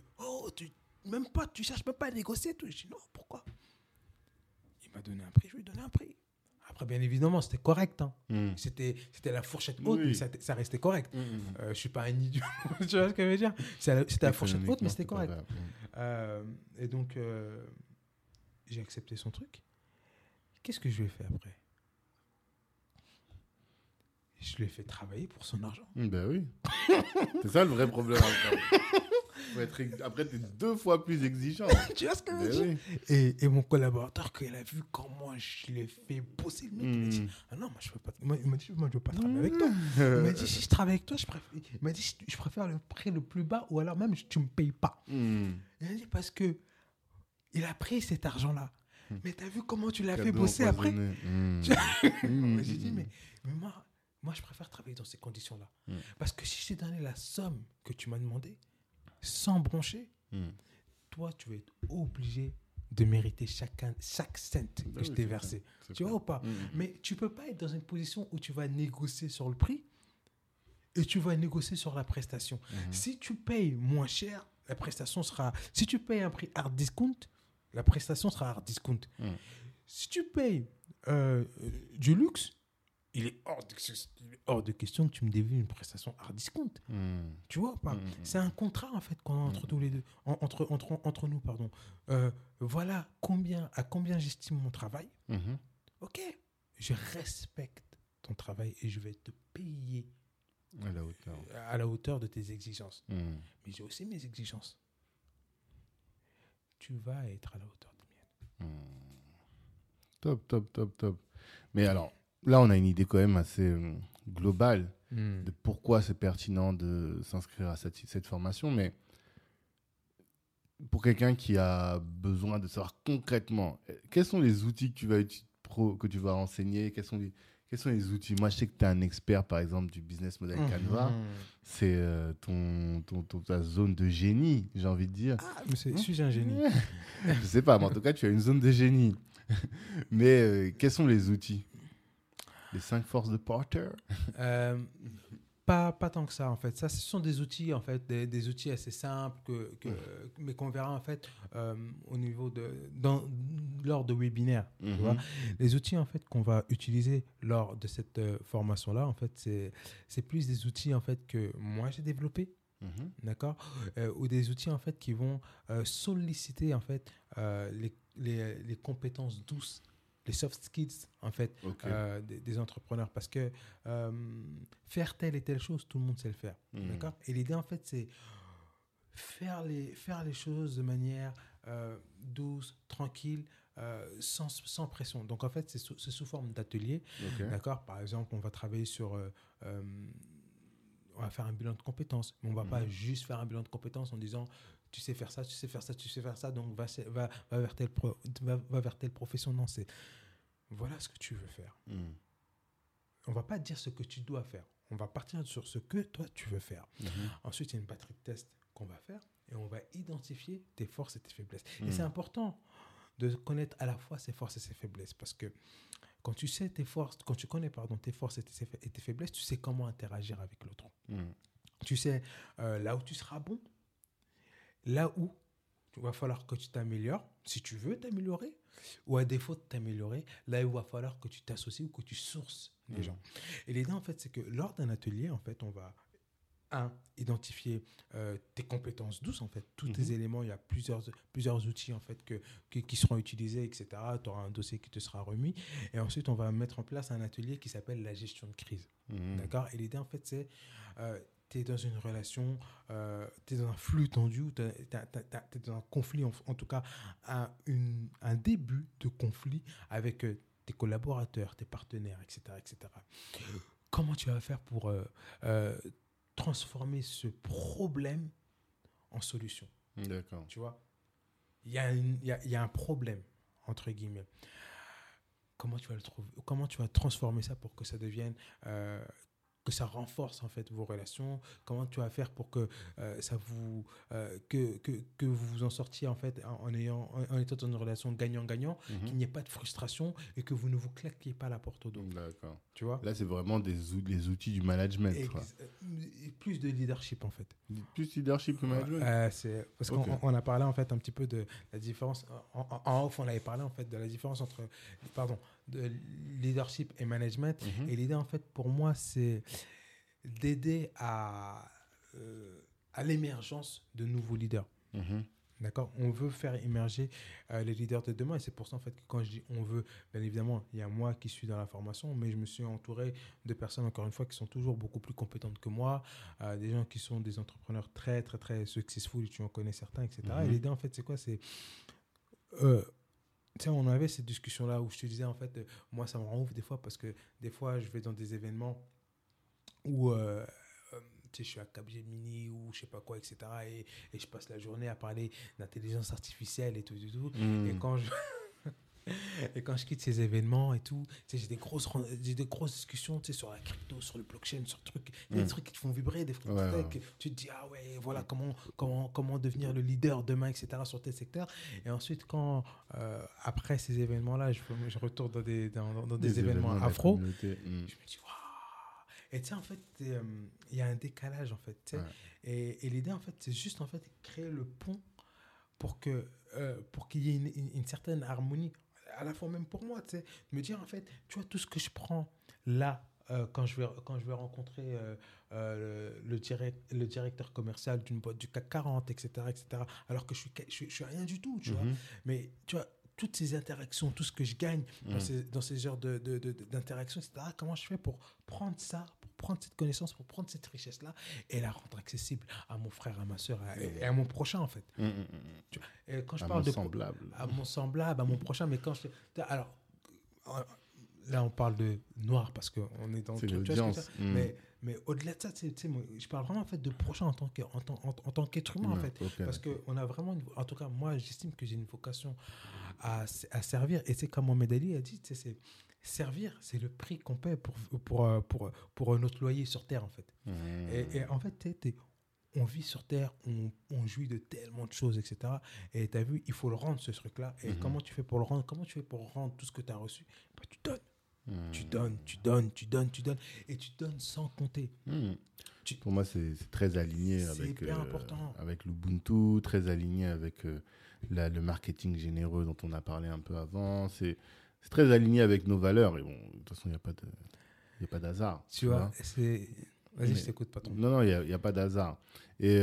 B: tu cherches même pas à négocier et tout. Je dis, non, pourquoi? Il m'a donné un prix, je lui ai donné un prix. Après, bien évidemment, c'était correct. Hein. C'était la fourchette haute, mais ça restait correct. Je ne suis pas un idiot. Tu vois ce que je veux dire? C'était la fourchette haute, mais c'était correct. Et donc, j'ai accepté son truc. Qu'est-ce que je lui ai fait après? Je lui ai fait travailler pour son argent.
A: Ben oui. C'est ça le vrai problème. Après, tu es 2 fois plus exigeant.
B: Tu vois ce que je veux dire? Oui. Et mon collaborateur, quand il a vu comment je l'ai fait bosser, le mec, il m'a dit, ah non, moi, je veux pas. Il m'a dit, moi, je veux pas travailler avec toi. Il m'a dit, si je travaille avec toi, je préfère le prix le plus bas ou alors même, tu me payes pas. Il a dit, parce que il a pris cet argent-là. Mais t'as vu comment tu l'as fait bosser après? J'ai dit, mais moi, je préfère travailler dans ces conditions-là. Parce que si je t'ai donné la somme que tu m'as demandé, sans broncher, toi, tu vas être obligé de mériter chaque cent que je t'ai versé. Tu vois ou pas? Mais tu peux pas être dans une position où tu vas négocier sur le prix et tu vas négocier sur la prestation. Si tu payes moins cher, la prestation sera... Si tu payes un prix hard discount, la prestation sera hard discount. Si tu payes du luxe, il est hors de question que tu me dévues une prestation hard discount. Tu vois pas? C'est un contrat en fait qu'on a entre tous les deux, entre nous, pardon. Voilà à combien j'estime mon travail. Ok, je respecte ton travail et je vais te payer à la hauteur de tes exigences. Mais j'ai aussi mes exigences. Tu vas être à la hauteur des
A: miennes. Top. Mais alors, là, on a une idée quand même assez globale de pourquoi c'est pertinent de s'inscrire à cette formation. Mais pour quelqu'un qui a besoin de savoir concrètement, quels sont les outils que tu vas enseigner? Quels sont les outils? Moi, je sais que tu es un expert, par exemple, du business model Canva. C'est ta zone de génie, j'ai envie de dire.
B: Ah, mais suis-je un génie?
A: Je sais pas, mais en tout cas, tu as une zone de génie. Mais quels sont les outils? Les 5 forces de Porter?
B: Pas tant que ça, en fait. Ça, ce sont des outils, en fait, des outils assez simples, mais qu'on verra, en fait, au niveau lors de webinaires. Tu vois. Les outils, en fait, qu'on va utiliser lors de cette formation-là, en fait, c'est plus des outils, en fait, que moi, j'ai développés. D'accord, ou des outils, en fait, qui vont solliciter, en fait, les compétences douces, les soft skills, en fait, des entrepreneurs. Parce que faire telle et telle chose, tout le monde sait le faire. D'accord? Et l'idée, en fait, c'est faire les choses de manière douce, tranquille, sans pression. Donc, en fait, c'est sous forme d'atelier. D'accord? Par exemple, on va travailler sur... on va faire un bilan de compétences. Mais on ne va pas juste faire un bilan de compétences en disant... Tu sais faire ça, tu sais faire ça, tu sais faire ça, donc va vers telle profession. Non, c'est voilà ce que tu veux faire. On ne va pas dire ce que tu dois faire. On va partir sur ce que toi, tu veux faire. Ensuite, il y a une batterie de tests qu'on va faire et on va identifier tes forces et tes faiblesses. Et c'est important de connaître à la fois ses forces et ses faiblesses parce que quand tu sais tes forces, quand tu connais tes forces et tes faiblesses, tu sais comment interagir avec l'autre. Tu sais là où tu seras bon, là où il va falloir que tu t'améliores, si tu veux t'améliorer, ou à défaut de t'améliorer, là il va falloir que tu t'associes ou que tu sources les gens. Et l'idée, en fait, c'est que lors d'un atelier, en fait, on va identifier tes compétences douces, en fait, tous tes éléments. Il y a plusieurs outils, en fait, qui seront utilisés, etc. Tu auras un dossier qui te sera remis. Et ensuite, on va mettre en place un atelier qui s'appelle la gestion de crise. D'accord? Et l'idée, en fait, c'est... tu es dans une relation, tu es dans un flux tendu, tu es dans un conflit, en tout cas un début de conflit avec tes collaborateurs, tes partenaires, etc. Comment tu vas faire pour transformer ce problème en solution?
A: D'accord.
B: Tu vois, il y a un problème, entre guillemets. Comment tu vas le trouver? Comment tu vas transformer ça pour que ça devienne... que ça renforce en fait vos relations? Comment tu vas faire pour que que vous vous en sortiez en fait en étant dans une relation gagnant-gagnant, qu'il n'y ait pas de frustration et que vous ne vous claquiez pas la porte au dos.
A: D'accord.
B: Tu vois?
A: Là, c'est vraiment les outils du management.
B: Plus de leadership en fait.
A: Plus leadership que management.
B: Parce qu'on a parlé en fait un petit peu de la différence. En off, on avait parlé en fait de la différence entre de leadership et management. Et l'idée en fait pour moi c'est d'aider à l'émergence de nouveaux leaders. D'accord? On veut faire émerger les leaders de demain et c'est pour ça en fait que quand je dis on veut, bien évidemment il y a moi qui suis dans la formation, mais je me suis entouré de personnes encore une fois qui sont toujours beaucoup plus compétentes que moi, des gens qui sont des entrepreneurs très très très successful, tu en connais certains, etc. Et l'idée en fait c'est quoi? C'est on avait cette discussion-là où je te disais, en fait, moi, ça me rend ouf des fois parce que des fois, je vais dans des événements où je suis à Capgemini ou je sais pas quoi, etc. Et je passe la journée à parler d'intelligence artificielle et tout. Et quand je... Et quand je quitte ces événements et tout, j'ai des grosses discussions sur la crypto, sur le blockchain, sur trucs. Il y a des trucs qui te font vibrer, des trucs tu te dis, ah ouais, voilà comment devenir le leader demain, etc. sur tel secteur. Et ensuite, après ces événements-là, je retourne dans des événements afro, je me dis, waouh. Et tu sais, en fait, il y a un décalage, en fait. Ouais. Et l'idée, en fait, c'est juste, en fait, créer le pont pour qu'il y ait une certaine harmonie, à la fois même pour moi, tu sais, me dire, en fait, tu vois, tout ce que je prends là, quand je vais rencontrer le directeur commercial d'une boîte du CAC 40, etc., alors que je suis rien du tout, tu vois. Mais, tu vois, toutes ces interactions, tout ce que je gagne dans ces genres d'interactions, etc., comment je fais pour prendre ça, pour prendre cette connaissance, pour prendre cette richesse-là et la rendre accessible à mon frère, à ma soeur et à mon prochain, en fait. Tu vois, et quand je parle de
A: semblable.
B: À mon semblable, à mon prochain, mais quand alors, là, on parle de noir parce qu'on est dans
A: le truc, tu vois ce que
B: mais au-delà de ça, moi, je parle vraiment en fait de prochain en tant qu'être humain, en fait. Okay, parce qu'on a vraiment, en tout cas, moi, j'estime que j'ai une vocation à servir. Et c'est comme Mohamed Ali a dit, c'est servir, c'est le prix qu'on paie pour notre loyer sur Terre, en fait. Et en fait, on vit sur Terre, on jouit de tellement de choses, etc. Et tu as vu, il faut le rendre, ce truc-là. Et comment tu fais pour le rendre? Comment tu fais pour rendre tout ce que tu as reçu? Bah, tu donnes. Tu donnes. Et tu donnes sans compter.
A: Pour moi, c'est très aligné avec l'Ubuntu, très aligné avec le marketing généreux dont on a parlé un peu avant. C'est très aligné avec nos valeurs. Et bon, de toute façon, il n'y a pas d'hasard.
B: Tu vois, Vas-y, je t'écoute, patron.
A: Non, il n'y a pas d'hasard. Et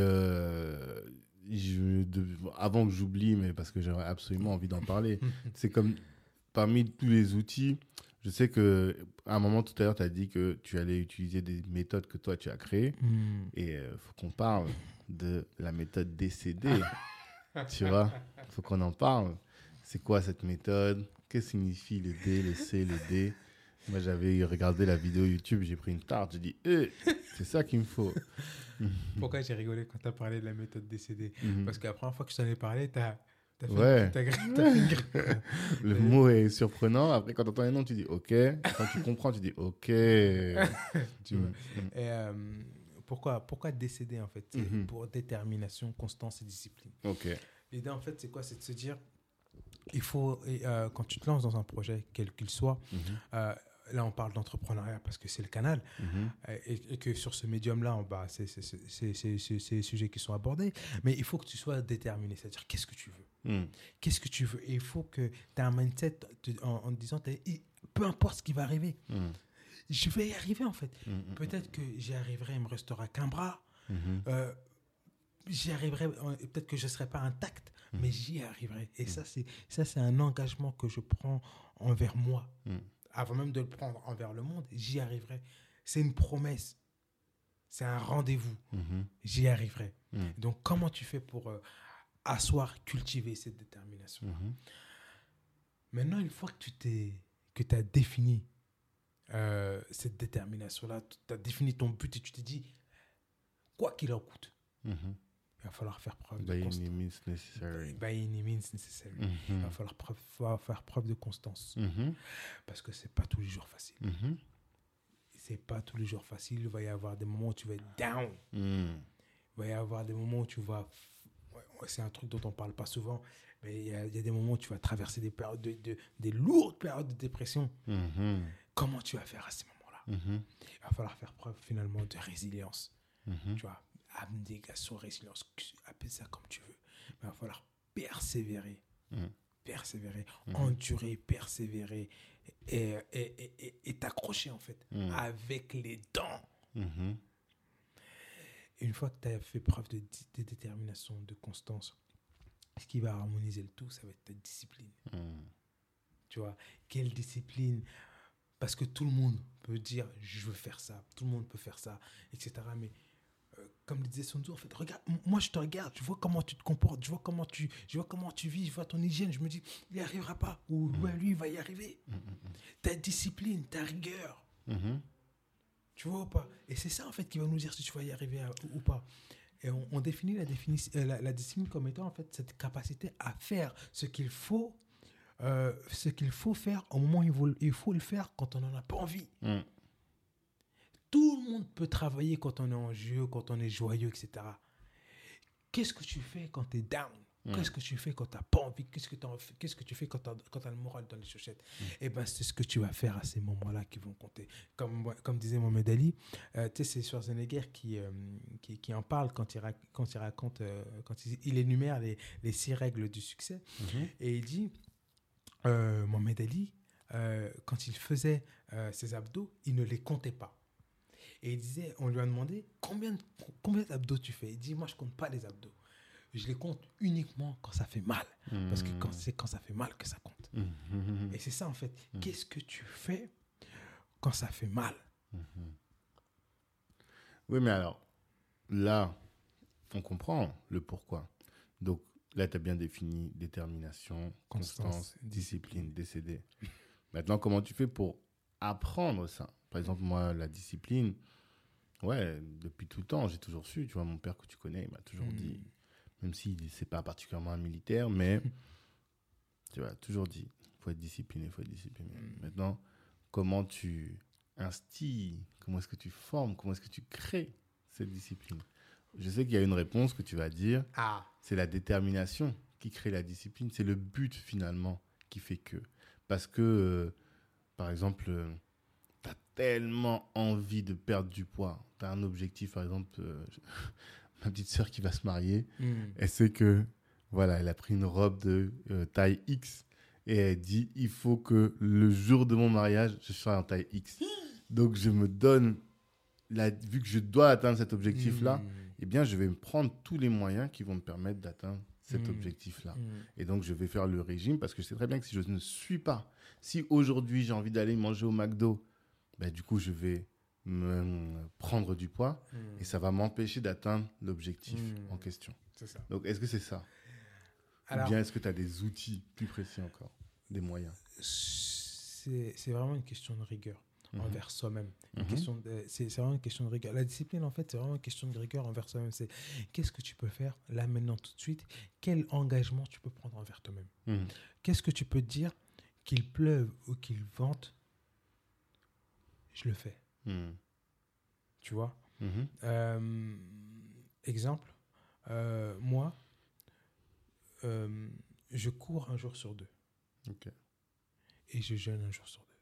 A: avant que j'oublie, mais parce que j'aurais absolument envie d'en parler, c'est comme parmi tous les outils, je sais qu'à un moment tout à l'heure, tu as dit que tu allais utiliser des méthodes que toi, tu as créées. Et il faut qu'on parle de la méthode DCD. Tu vois, il faut qu'on en parle. C'est quoi cette méthode? Qu'est-ce que signifie le D, le C, le D? Moi, j'avais regardé la vidéo YouTube, j'ai pris une tarte, j'ai dit, c'est ça qu'il me faut.
B: Pourquoi j'ai rigolé quand tu as parlé de la méthode DCD? Parce que la première fois que je t'en ai parlé, t'as fait une grille.
A: Le mot est surprenant. Après, quand tu entends les noms, tu dis OK. Quand tu comprends, tu dis OK.
B: Tu vois. Et pourquoi DCD, en fait? C'est pour détermination, constance et discipline.
A: OK.
B: L'idée, en fait, c'est quoi? C'est de se dire, il faut, quand tu te lances dans un projet, quel qu'il soit, là, on parle d'entrepreneuriat parce que c'est le canal, et que sur ce médium-là, c'est les sujets qui sont abordés, mais il faut que tu sois déterminé, c'est-à-dire qu'est-ce que tu veux. Qu'est-ce que tu veux? Et il faut que tu aies un mindset en te disant, peu importe ce qui va arriver, je vais y arriver, en fait. Peut-être que j'y arriverai, il ne me restera qu'un bras, j'y arriverai, peut-être que je ne serai pas intact, mais j'y arriverai. Et ça, c'est un engagement que je prends envers moi. Avant même de le prendre envers le monde, j'y arriverai. C'est une promesse. C'est un rendez-vous. J'y arriverai. Donc, comment tu fais pour cultiver cette détermination? Maintenant, une fois que tu as défini cette détermination-là, tu as défini ton but et tu t'es dit, quoi qu'il en coûte, il va falloir faire preuve de constance. By any means necessary. Il va falloir faire preuve de constance. Parce que c'est pas tous les jours facile. C'est pas tous les jours facile. Il va y avoir des moments où tu vas être down. Il va y avoir des moments où tu vas... c'est un truc dont on parle pas souvent, mais il y a des moments où tu vas traverser des périodes des lourdes périodes de dépression. Comment tu vas faire à ces moments-là? Il va falloir faire preuve finalement de résilience. Tu vois, abnégation, résilience, appelle ça comme tu veux. Mais il va falloir persévérer. Endurer, persévérer et t'accrocher en fait avec les dents. Une fois que tu as fait preuve de détermination, de constance, ce qui va harmoniser le tout, ça va être ta discipline. Tu vois, quelle discipline? Parce que tout le monde peut dire je veux faire ça, tout le monde peut faire ça, etc. Mais comme le disait Sun Tzu, en fait, regarde, moi je te regarde, je vois comment tu te comportes, je vois comment tu vis, je vois ton hygiène, je me dis, il n'y arrivera pas, ou lui, il va y arriver. Ta discipline, ta rigueur, tu vois ou pas? Et c'est ça, en fait, qui va nous dire si tu vas y arriver ou pas. Et on définit la discipline comme étant, en fait, cette capacité à faire ce qu'il faut ce qu'il faut faire au moment où il faut le faire quand on n'en a pas envie. Tout le monde peut travailler quand on est en jeu, quand on est joyeux, etc. Qu'est-ce que tu fais quand tu es down? Qu'est-ce que tu fais quand tu n'as pas envie? Qu'est-ce que tu fais quand tu as le moral dans les chaussettes? Eh bien, c'est ce que tu vas faire à ces moments-là qui vont compter. Comme disait Mohamed Ali, tu sais, c'est Schwarzenegger qui en parle quand il raconte, quand il énumère les 6 règles du succès. Et il dit, Mohamed Ali, quand il faisait ses abdos, il ne les comptait pas. Et il disait, on lui a demandé, combien d'abdos tu fais? Il dit, moi, je ne compte pas les abdos. Je les compte uniquement quand ça fait mal. Parce que c'est quand ça fait mal que ça compte. Et c'est ça, en fait. Qu'est-ce que tu fais quand ça fait mal?
A: Oui, mais alors, là, on comprend le pourquoi. Donc, là, tu as bien défini détermination, constance, discipline, décédé. Maintenant, comment tu fais pour apprendre ça? Par exemple, moi, la discipline, ouais, depuis tout le temps, j'ai toujours su. Tu vois, mon père que tu connais, il m'a toujours dit... Même si c'est pas particulièrement un militaire, mais tu vois, toujours dit, il faut être discipliné. Maintenant, comment tu instilles, comment est-ce que tu formes, comment est-ce que tu crées cette discipline? Je sais qu'il y a une réponse que tu vas dire, c'est la détermination qui crée la discipline, c'est le but finalement qui fait que. Parce que, par exemple, tu as tellement envie de perdre du poids, tu as un objectif, par exemple... ma petite sœur qui va se marier, elle sait que, voilà, elle a pris une robe de taille X et elle dit, il faut que le jour de mon mariage, je sois en taille X. Donc, je me donne, vu que je dois atteindre cet objectif-là, eh bien, je vais me prendre tous les moyens qui vont me permettre d'atteindre cet objectif-là. Et donc, je vais faire le régime parce que je sais très bien que si je ne suis pas, si aujourd'hui, j'ai envie d'aller manger au McDo, ben, du coup, je vais me prendre du poids et ça va m'empêcher d'atteindre l'objectif en question.
B: C'est ça.
A: Donc, est-ce que c'est ça? Alors, ou bien est-ce que tu as des outils plus précis encore, des moyens?
B: C'est vraiment une question de rigueur envers soi-même. C'est vraiment une question de rigueur. La discipline, en fait, c'est vraiment une question de rigueur envers soi-même. C'est qu'est-ce que tu peux faire là, maintenant, tout de suite? Quel engagement tu peux prendre envers toi-même? Qu'est-ce que tu peux te dire? Qu'il pleuve ou qu'il vente, je le fais. Tu vois? Exemple, moi, je cours un jour sur 2.
A: Ok.
B: Et je jeûne un jour sur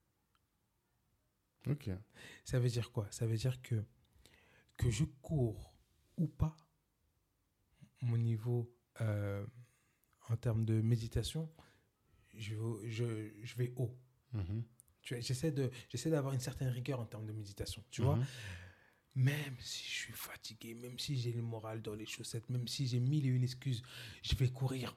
B: 2.
A: Ok.
B: Ça veut dire quoi? Ça veut dire que je cours ou pas, mon niveau en termes de méditation, je vais haut. J'essaie d'avoir une certaine rigueur en termes de méditation, tu vois. Même si je suis fatigué, même si j'ai le moral dans les chaussettes, même si j'ai 1001 excuses, je vais courir.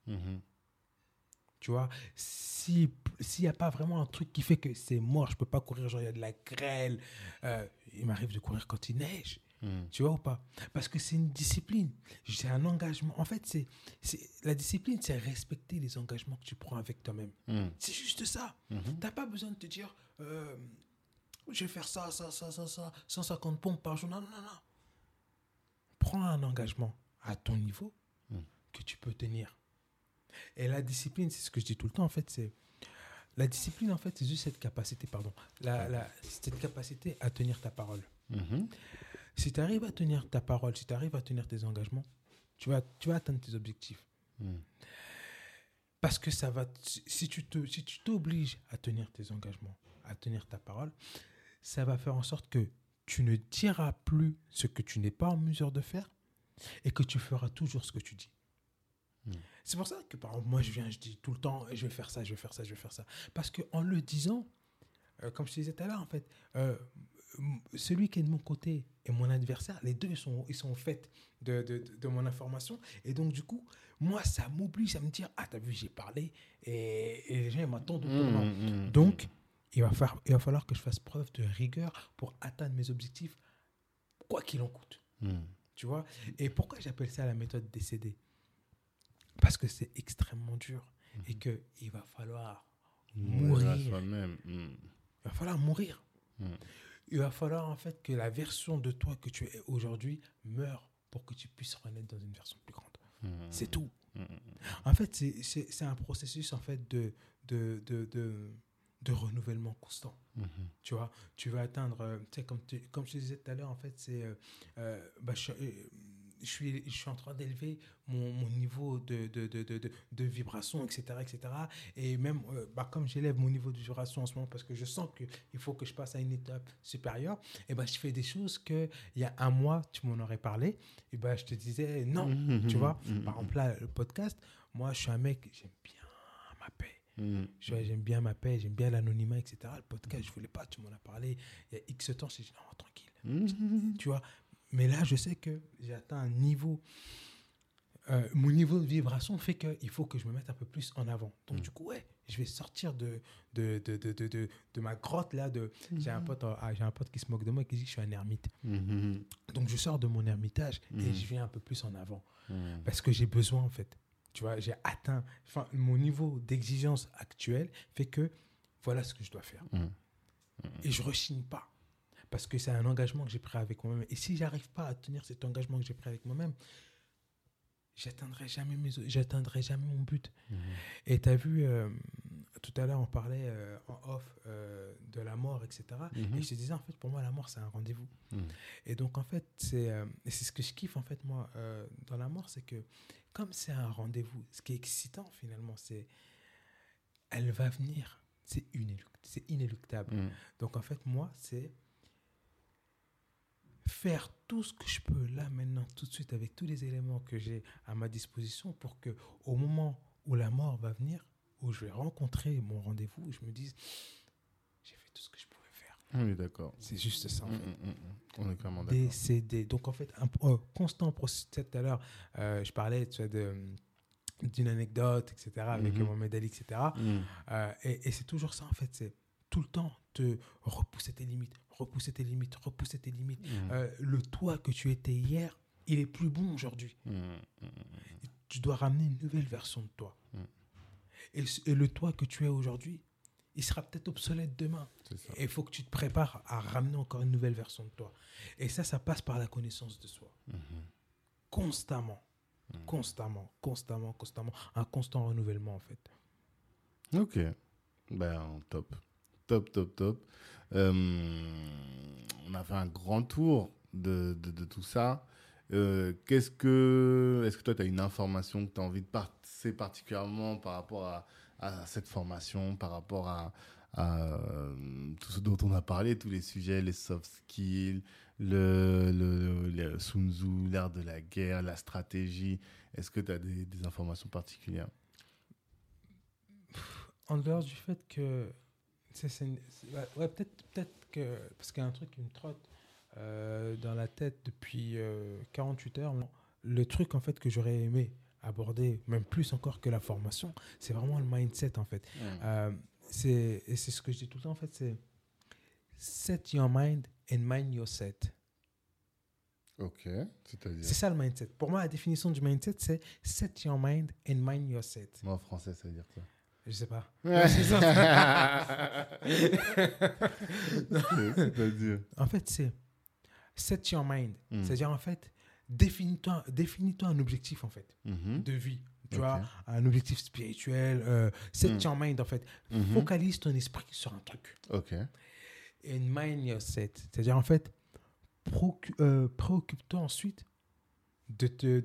B: Tu vois, s'il n'y a pas vraiment un truc qui fait que c'est mort, je ne peux pas courir, genre il y a de la grêle, il m'arrive de courir quand il neige. Tu vois ou pas? Parce que c'est une discipline, c'est un engagement. En fait, la discipline, c'est respecter les engagements que tu prends avec toi-même. C'est juste ça. Tu n'as pas besoin de te dire, je vais faire ça, 150 pompes par jour. Non. Prends un engagement à ton niveau que tu peux tenir. Et la discipline, c'est ce que je dis tout le temps, en fait, c'est... La discipline, en fait, c'est juste cette capacité, cette capacité à tenir ta parole. Si tu arrives à tenir ta parole, si tu arrives à tenir tes engagements, tu vas atteindre tes objectifs. Parce que ça va... Si tu t'obliges à tenir tes engagements, à tenir ta parole, ça va faire en sorte que tu ne diras plus ce que tu n'es pas en mesure de faire et que tu feras toujours ce que tu dis. C'est pour ça que, par exemple, moi, je dis tout le temps, je vais faire ça. Parce qu'en le disant, comme je te disais tout à l'heure, en fait, celui qui est de mon côté et mon adversaire, les deux, ils sont faits de mon information. Et donc, du coup, moi, ça m'oblige à me dire, ah, t'as vu, j'ai parlé et les gens, ils m'attendent au tournant. Donc, il va falloir que je fasse preuve de rigueur pour atteindre mes objectifs, quoi qu'il en coûte. Tu vois? Et pourquoi j'appelle ça la méthode décédée? Parce que c'est extrêmement dur et qu'il va falloir mourir. Il va falloir mourir. Il va falloir en fait que la version de toi que tu es aujourd'hui meure pour que tu puisses renaître dans une version plus grande. C'est tout. En fait, c'est un processus en fait de renouvellement constant. Tu vois, tu vas atteindre, tu sais, comme je te disais tout à l'heure, en fait, c'est, je suis en train d'élever mon niveau de vibration, etc., etc. Et même, comme j'élève mon niveau de vibration en ce moment parce que je sens qu'il faut que je passe à une étape supérieure, et je fais des choses qu'il y a un mois, tu m'en aurais parlé, et je te disais non, tu vois. Par exemple, là, le podcast, moi, je suis un mec, j'aime bien ma paix. J'aime bien ma paix, j'aime bien l'anonymat, etc. Le podcast, je voulais pas, tu m'en as parlé il y a X temps, j'ai dit non, tranquille. Tu vois, mais là, je sais que j'ai atteint un niveau. Mon niveau de vibration fait qu'il faut que je me mette un peu plus en avant. Donc, du coup, je vais sortir de ma grotte là. J'ai un pote qui se moque de moi, qui dit que je suis un ermite. Donc, je sors de mon ermitage et je viens un peu plus en avant. Parce que j'ai besoin, en fait. Tu vois, j'ai atteint. Enfin, mon niveau d'exigence actuel fait que voilà ce que je dois faire. Et je ne rechigne pas. Parce que c'est un engagement que j'ai pris avec moi-même. Et si je n'arrive pas à tenir cet engagement que j'ai pris avec moi-même, j'atteindrai jamais mon but. Et tu as vu, tout à l'heure, on parlait en off de la mort, etc. Et je te disais, en fait, pour moi, la mort, c'est un rendez-vous. Et donc, en fait, c'est ce que je kiffe, en fait, moi, dans la mort, c'est que comme c'est un rendez-vous, ce qui est excitant, finalement, c'est elle va venir. C'est inéluctable. Donc, en fait, moi, c'est faire tout ce que je peux là maintenant tout de suite avec tous les éléments que j'ai à ma disposition pour que au moment où la mort va venir, où je vais rencontrer mon rendez-vous, je me dise j'ai fait tout ce que je pouvais faire.
A: On est d'accord.
B: C'est juste ça en fait.
A: On est clairement d'accord.
B: Décéder. Donc en fait un constant processus. Tout à l'heure je parlais d'une anecdote, etc. avec Mohamed Ali, etc. Et c'est toujours ça en fait, c'est tout le temps te repousser tes limites. Le toi que tu étais hier, il est plus bon aujourd'hui. Tu dois ramener une nouvelle version de toi. Et le toi que tu es aujourd'hui, il sera peut-être obsolète demain. Et il faut que tu te prépares à ramener encore une nouvelle version de toi. Et ça passe par la connaissance de soi. Constamment. Un constant renouvellement, en fait.
A: Ok. Top. On a fait un grand tour de tout ça. Est-ce que toi, tu as une information que tu as envie de passer particulièrement par rapport à cette formation, par rapport à tout ce dont on a parlé, tous les sujets, les soft skills, le Sun Tzu, l'art de la guerre, la stratégie. Est-ce que tu as des informations particulières?
B: En dehors du fait que peut-être que parce qu'il y a un truc qui me trotte dans la tête depuis 48 heures. Le truc en fait que j'aurais aimé aborder, même plus encore que la formation, c'est vraiment le mindset en fait. C'est ce que je dis tout le temps en fait, c'est set your mind and mind your set.
A: Ok, c'est-à-dire?
B: C'est ça le mindset. Pour moi, la définition du mindset, c'est set your mind and mind your set.
A: Moi, en français, ça veut dire quoi?
B: Je sais pas.
A: C'est-à-dire?
B: En fait, c'est set your mind. C'est-à-dire, en fait, définis-toi un objectif, en fait, de vie. Tu vois, un objectif spirituel. Set your mind, en fait. Focalise ton esprit sur un truc.
A: Ok.
B: And mind your set. C'est-à-dire, en fait, préoccupe-toi ensuite de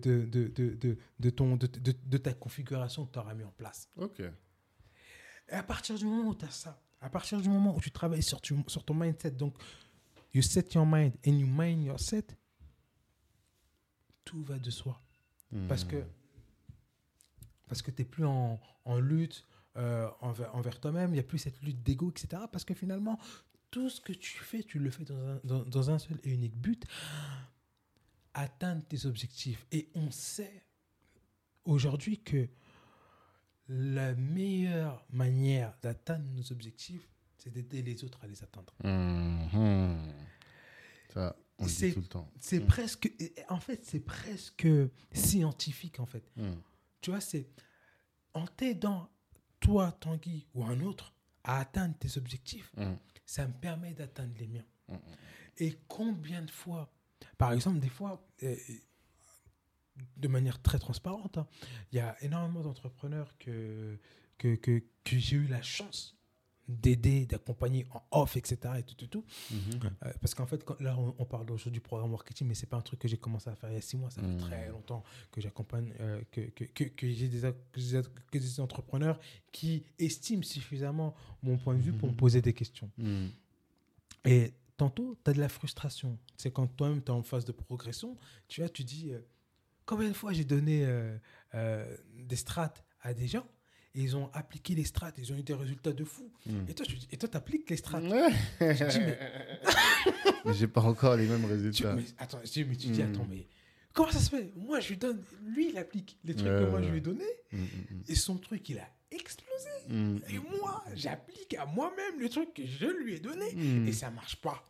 B: ta configuration que tu auras mis en place.
A: Ok.
B: Et à partir du moment où tu as ça, à partir du moment où tu travailles sur ton mindset, donc you set your mind and you mind your set, tout va de soi. Parce que tu n'es plus en lutte envers toi-même, il n'y a plus cette lutte d'ego, etc. Parce que finalement, tout ce que tu fais, tu le fais dans un seul et unique but, atteindre tes objectifs. Et on sait aujourd'hui que la meilleure manière d'atteindre nos objectifs, c'est d'aider les autres à les atteindre.
A: Ça, on le dit tout le temps.
B: C'est presque, en fait, c'est presque scientifique, en fait. Tu vois, c'est en t'aidant, toi, Tanguy, ou un autre, à atteindre tes objectifs, ça me permet d'atteindre les miens. Et combien de fois, par exemple, des fois, de manière très transparente, hein. Il y a énormément d'entrepreneurs que j'ai eu la chance d'aider, d'accompagner en off, etc. Et tout. Parce qu'en fait, là, on parle aujourd'hui du programme marketing, mais ce n'est pas un truc que j'ai commencé à faire il y a 6 mois. Ça fait très longtemps que j'accompagne, que j'ai des entrepreneurs qui estiment suffisamment mon point de vue pour me poser des questions. Et tantôt, tu as de la frustration. C'est quand toi-même, tu es en phase de progression, tu dis, combien de fois j'ai donné des strates à des gens et ils ont appliqué les strates, ils ont eu des résultats de fou. Et toi, tu appliques les strates. Je dis,
A: mais j'ai pas encore les mêmes résultats.
B: Tu dis, attends, mais comment ça se fait? Moi, je lui donne, lui, il applique les trucs que moi, je lui ai donnés et son truc, il a explosé. Et moi, j'applique à moi-même le truc que je lui ai donné et ça marche pas.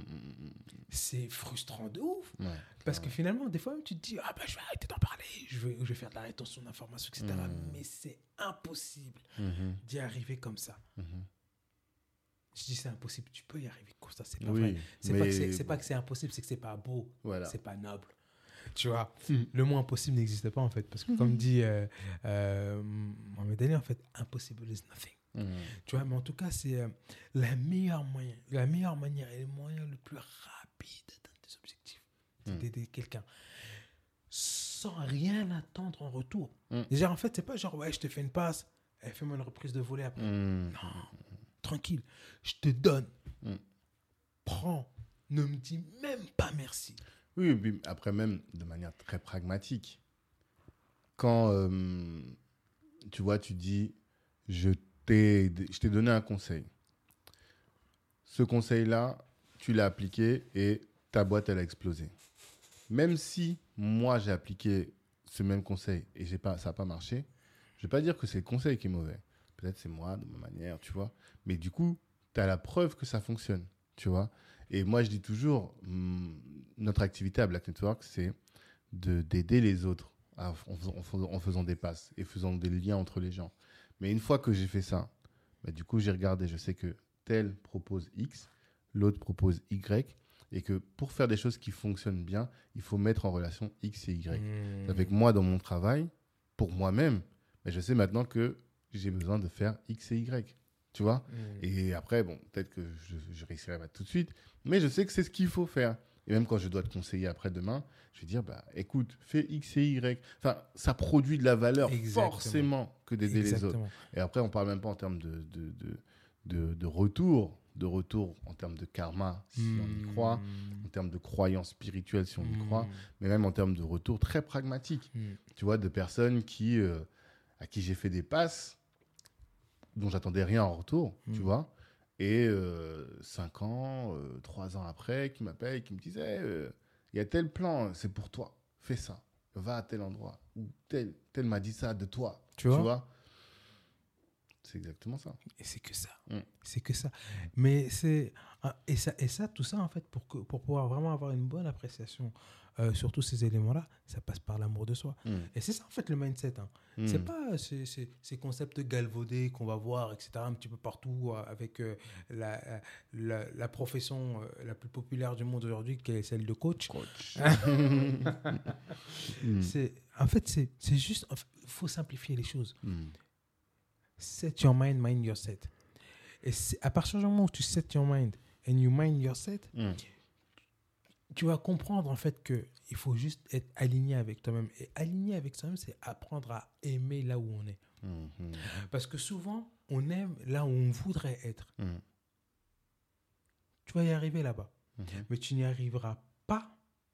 B: C'est frustrant de ouf. Parce que finalement, des fois, tu te dis, je vais arrêter d'en parler, je vais faire de la rétention d'informations, etc. Mais c'est impossible d'y arriver comme ça. Je dis c'est impossible, tu peux y arriver comme ça, c'est pas vrai. C'est pas que c'est impossible, c'est que c'est pas beau, c'est pas noble. Tu vois, le mot impossible n'existe pas en fait, parce que comme dit Mohamed Ali, en fait, impossible is nothing. Tu vois, mais en tout cas, c'est la meilleure manière et le moyen le plus rapide d'atteindre des objectifs, c'est d'aider quelqu'un sans rien attendre en retour. Déjà, en fait, c'est pas genre, ouais, je te fais une passe, fais-moi une reprise de volée après. Non, tranquille, je te donne. Prends, ne me dis même pas merci.
A: Oui, et puis après même, de manière très pragmatique, quand, tu vois, tu dis, je t'ai donné un conseil. Ce conseil-là, tu l'as appliqué et ta boîte, elle a explosé. Même si moi, j'ai appliqué ce même conseil et ça n'a pas marché, je ne vais pas dire que c'est le conseil qui est mauvais. Peut-être c'est moi, de ma manière, tu vois. Mais du coup, tu as la preuve que ça fonctionne, tu vois. Et moi, je dis toujours, notre activité à Black Network, c'est d'aider les autres en faisant des passes et faisant des liens entre les gens. Mais une fois que j'ai fait ça, du coup, j'ai regardé, je sais que tel propose X, l'autre propose Y, et que pour faire des choses qui fonctionnent bien, il faut mettre en relation X et Y. Ça fait que moi, dans mon travail, pour moi-même, je sais maintenant que j'ai besoin de faire X et Y. Tu vois ? Et après, bon, peut-être que je réussirai pas tout de suite, mais je sais que c'est ce qu'il faut faire. Et même quand je dois te conseiller après-demain, je vais dire, écoute, fais X et Y. Enfin, ça produit de la valeur forcément que d'aider les autres. Et après, on parle même pas en termes de retour en termes de karma, si on y croit, en termes de croyance spirituelle, si on y croit, mais même en termes de retour très pragmatique. Tu vois, de personnes à qui j'ai fait des passes dont j'attendais rien en retour, tu vois. Et 5 ans, 3 ans après, qui m'appellent, qui me disaient il y a tel plan, c'est pour toi, fais ça, va à tel endroit, ou tel m'a dit ça de toi, tu vois. C'est exactement ça.
B: Et c'est que ça. C'est que ça. Mais c'est... Et ça, tout ça, en fait, pour pouvoir vraiment avoir une bonne appréciation sur tous ces éléments-là, ça passe par l'amour de soi. Et c'est ça, en fait, le mindset. C'est pas ces concepts galvaudés qu'on va voir, etc., un petit peu partout avec la profession la plus populaire du monde aujourd'hui, qui est celle de coach. En fait, c'est juste... Il faut simplifier les choses. Set your mind, mind your set. Et à partir du moment où tu set your mind and you mind your set, tu vas comprendre en fait qu'il faut juste être aligné avec toi-même. Et aligné avec toi-même, c'est apprendre à aimer là où on est. Parce que souvent, on aime là où on voudrait être. Tu vas y arriver là-bas. Mais tu n'y arriveras pas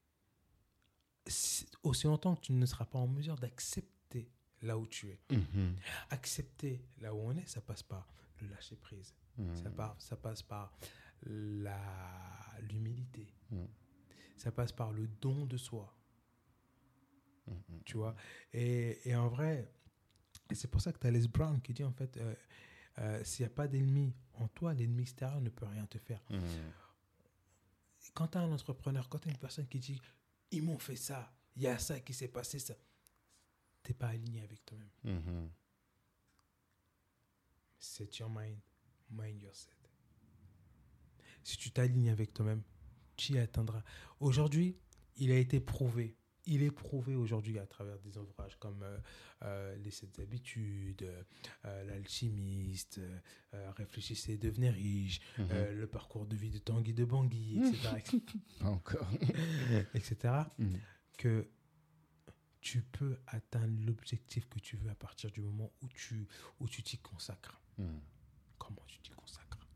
B: aussi longtemps que tu ne seras pas en mesure d'accepter là où tu es. Accepter là où on est, ça passe par le lâcher prise. Ça passe par l'humilité. Ça passe par le don de soi. Tu vois. Et en vrai, c'est pour ça que tu as Les Brown qui dit en fait, s'il n'y a pas d'ennemi en toi, l'ennemi extérieur ne peut rien te faire. Quand tu as un entrepreneur, quand tu as une personne qui dit ils m'ont fait ça, il y a ça qui s'est passé, ça, tu n'es pas aligné avec toi-même. Set your mind, mind your set. Si tu t'alignes avec toi-même, tu y atteindras. Aujourd'hui, il a été prouvé il est prouvé aujourd'hui à travers des ouvrages comme Les 7 habitudes, L'alchimiste, Réfléchissez et devenez riche, Le parcours de vie de Tanguy de Bangui, etc.
A: Pas encore.
B: etc. Que tu peux atteindre l'objectif que tu veux à partir du moment où tu t'y consacres. Comment tu t'y consacres?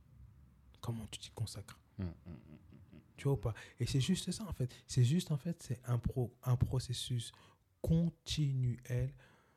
B: Tu vois ou pas? Et c'est juste ça, en fait. C'est un processus continuel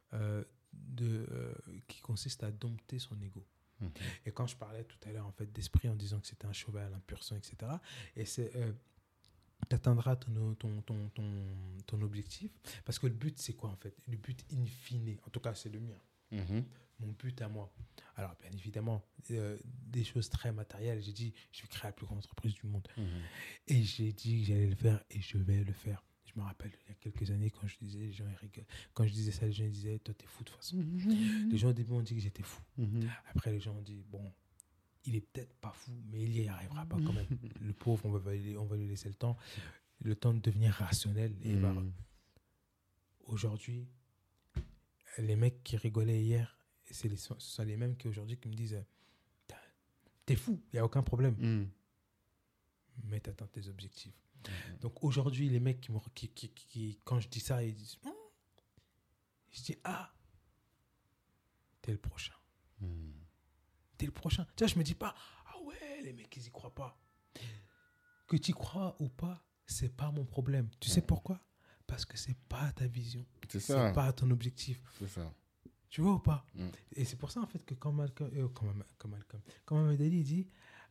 B: qui consiste à dompter son ego. Et quand je parlais tout à l'heure, en fait, d'esprit, en disant que c'était un cheval, un pur sang, etc., et c'est... tu atteindras ton objectif. Parce que le but, c'est quoi, en fait? Le but in fine, en tout cas, c'est le mien. Mon but à moi. Alors, bien évidemment, des choses très matérielles. J'ai dit, je vais créer la plus grande entreprise du monde. Et j'ai dit que j'allais le faire et je vais le faire. Je me rappelle, il y a quelques années, quand je disais, les gens ils rigolent. Quand je disais ça, les gens ils disaient, toi, t'es fou de toute façon. Les gens au début ont dit que j'étais fou. Après, les gens ont dit, bon, il est peut-être pas fou, mais il y arrivera pas quand même. Le pauvre, on va lui laisser le temps de devenir rationnel. Et aujourd'hui, les mecs qui rigolaient hier, ce sont les mêmes qui aujourd'hui qui me disent, t'es fou, il n'y a aucun problème. Mais t'atteins tes objectifs. Donc aujourd'hui, les mecs qui quand je dis ça, ils disent, je dis, t'es le prochain. T'es le prochain. Tu vois, je me dis pas, ouais, les mecs, ils y croient pas. Que tu y crois ou pas, c'est pas mon problème. Tu sais pourquoi? Parce que c'est pas ta vision. C'est pas ton objectif.
A: C'est ça.
B: Tu vois ou pas? Et c'est pour ça, en fait, que quand Mohamed Ali dit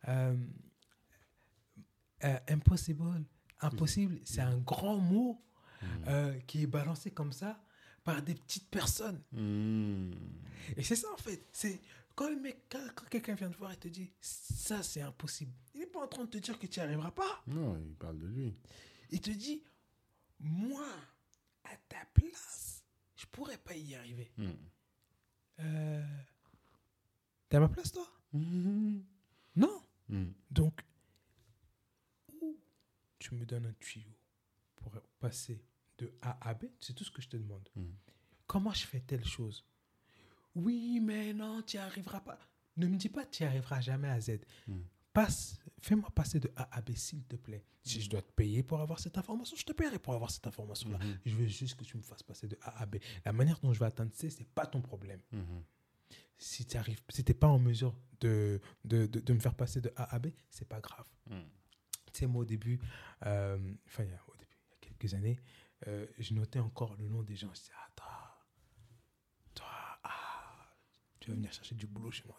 B: impossible, c'est un grand mot qui est balancé comme ça par des petites personnes. Et c'est ça, en fait. C'est quand quelqu'un vient te voir et te dit ça, c'est impossible, il n'est pas en train de te dire que tu n'y arriveras pas.
A: Non, il parle de lui.
B: Il te dit, moi, à ta place, je ne pourrais pas y arriver. T'es à ma place, toi? Non. Donc, tu me donnes un tuyau pour passer de A à B, c'est tout ce que je te demande. Comment je fais telle chose? Oui, mais non, tu n'y arriveras pas. Ne me dis pas que tu n'y arriveras jamais à Z. Fais-moi passer de A à B, s'il te plaît. Si je dois te payer pour avoir cette information, je te paierai pour avoir cette information-là. Je veux juste que tu me fasses passer de A à B. La manière dont je vais atteindre C, ce n'est pas ton problème. Si tu n'es pas en mesure de me faire passer de A à B, ce n'est pas grave. Tu sais, moi, au début, il y a quelques années, je notais encore le nom des gens. Je disais, attends, toi, tu vas venir chercher du boulot chez moi.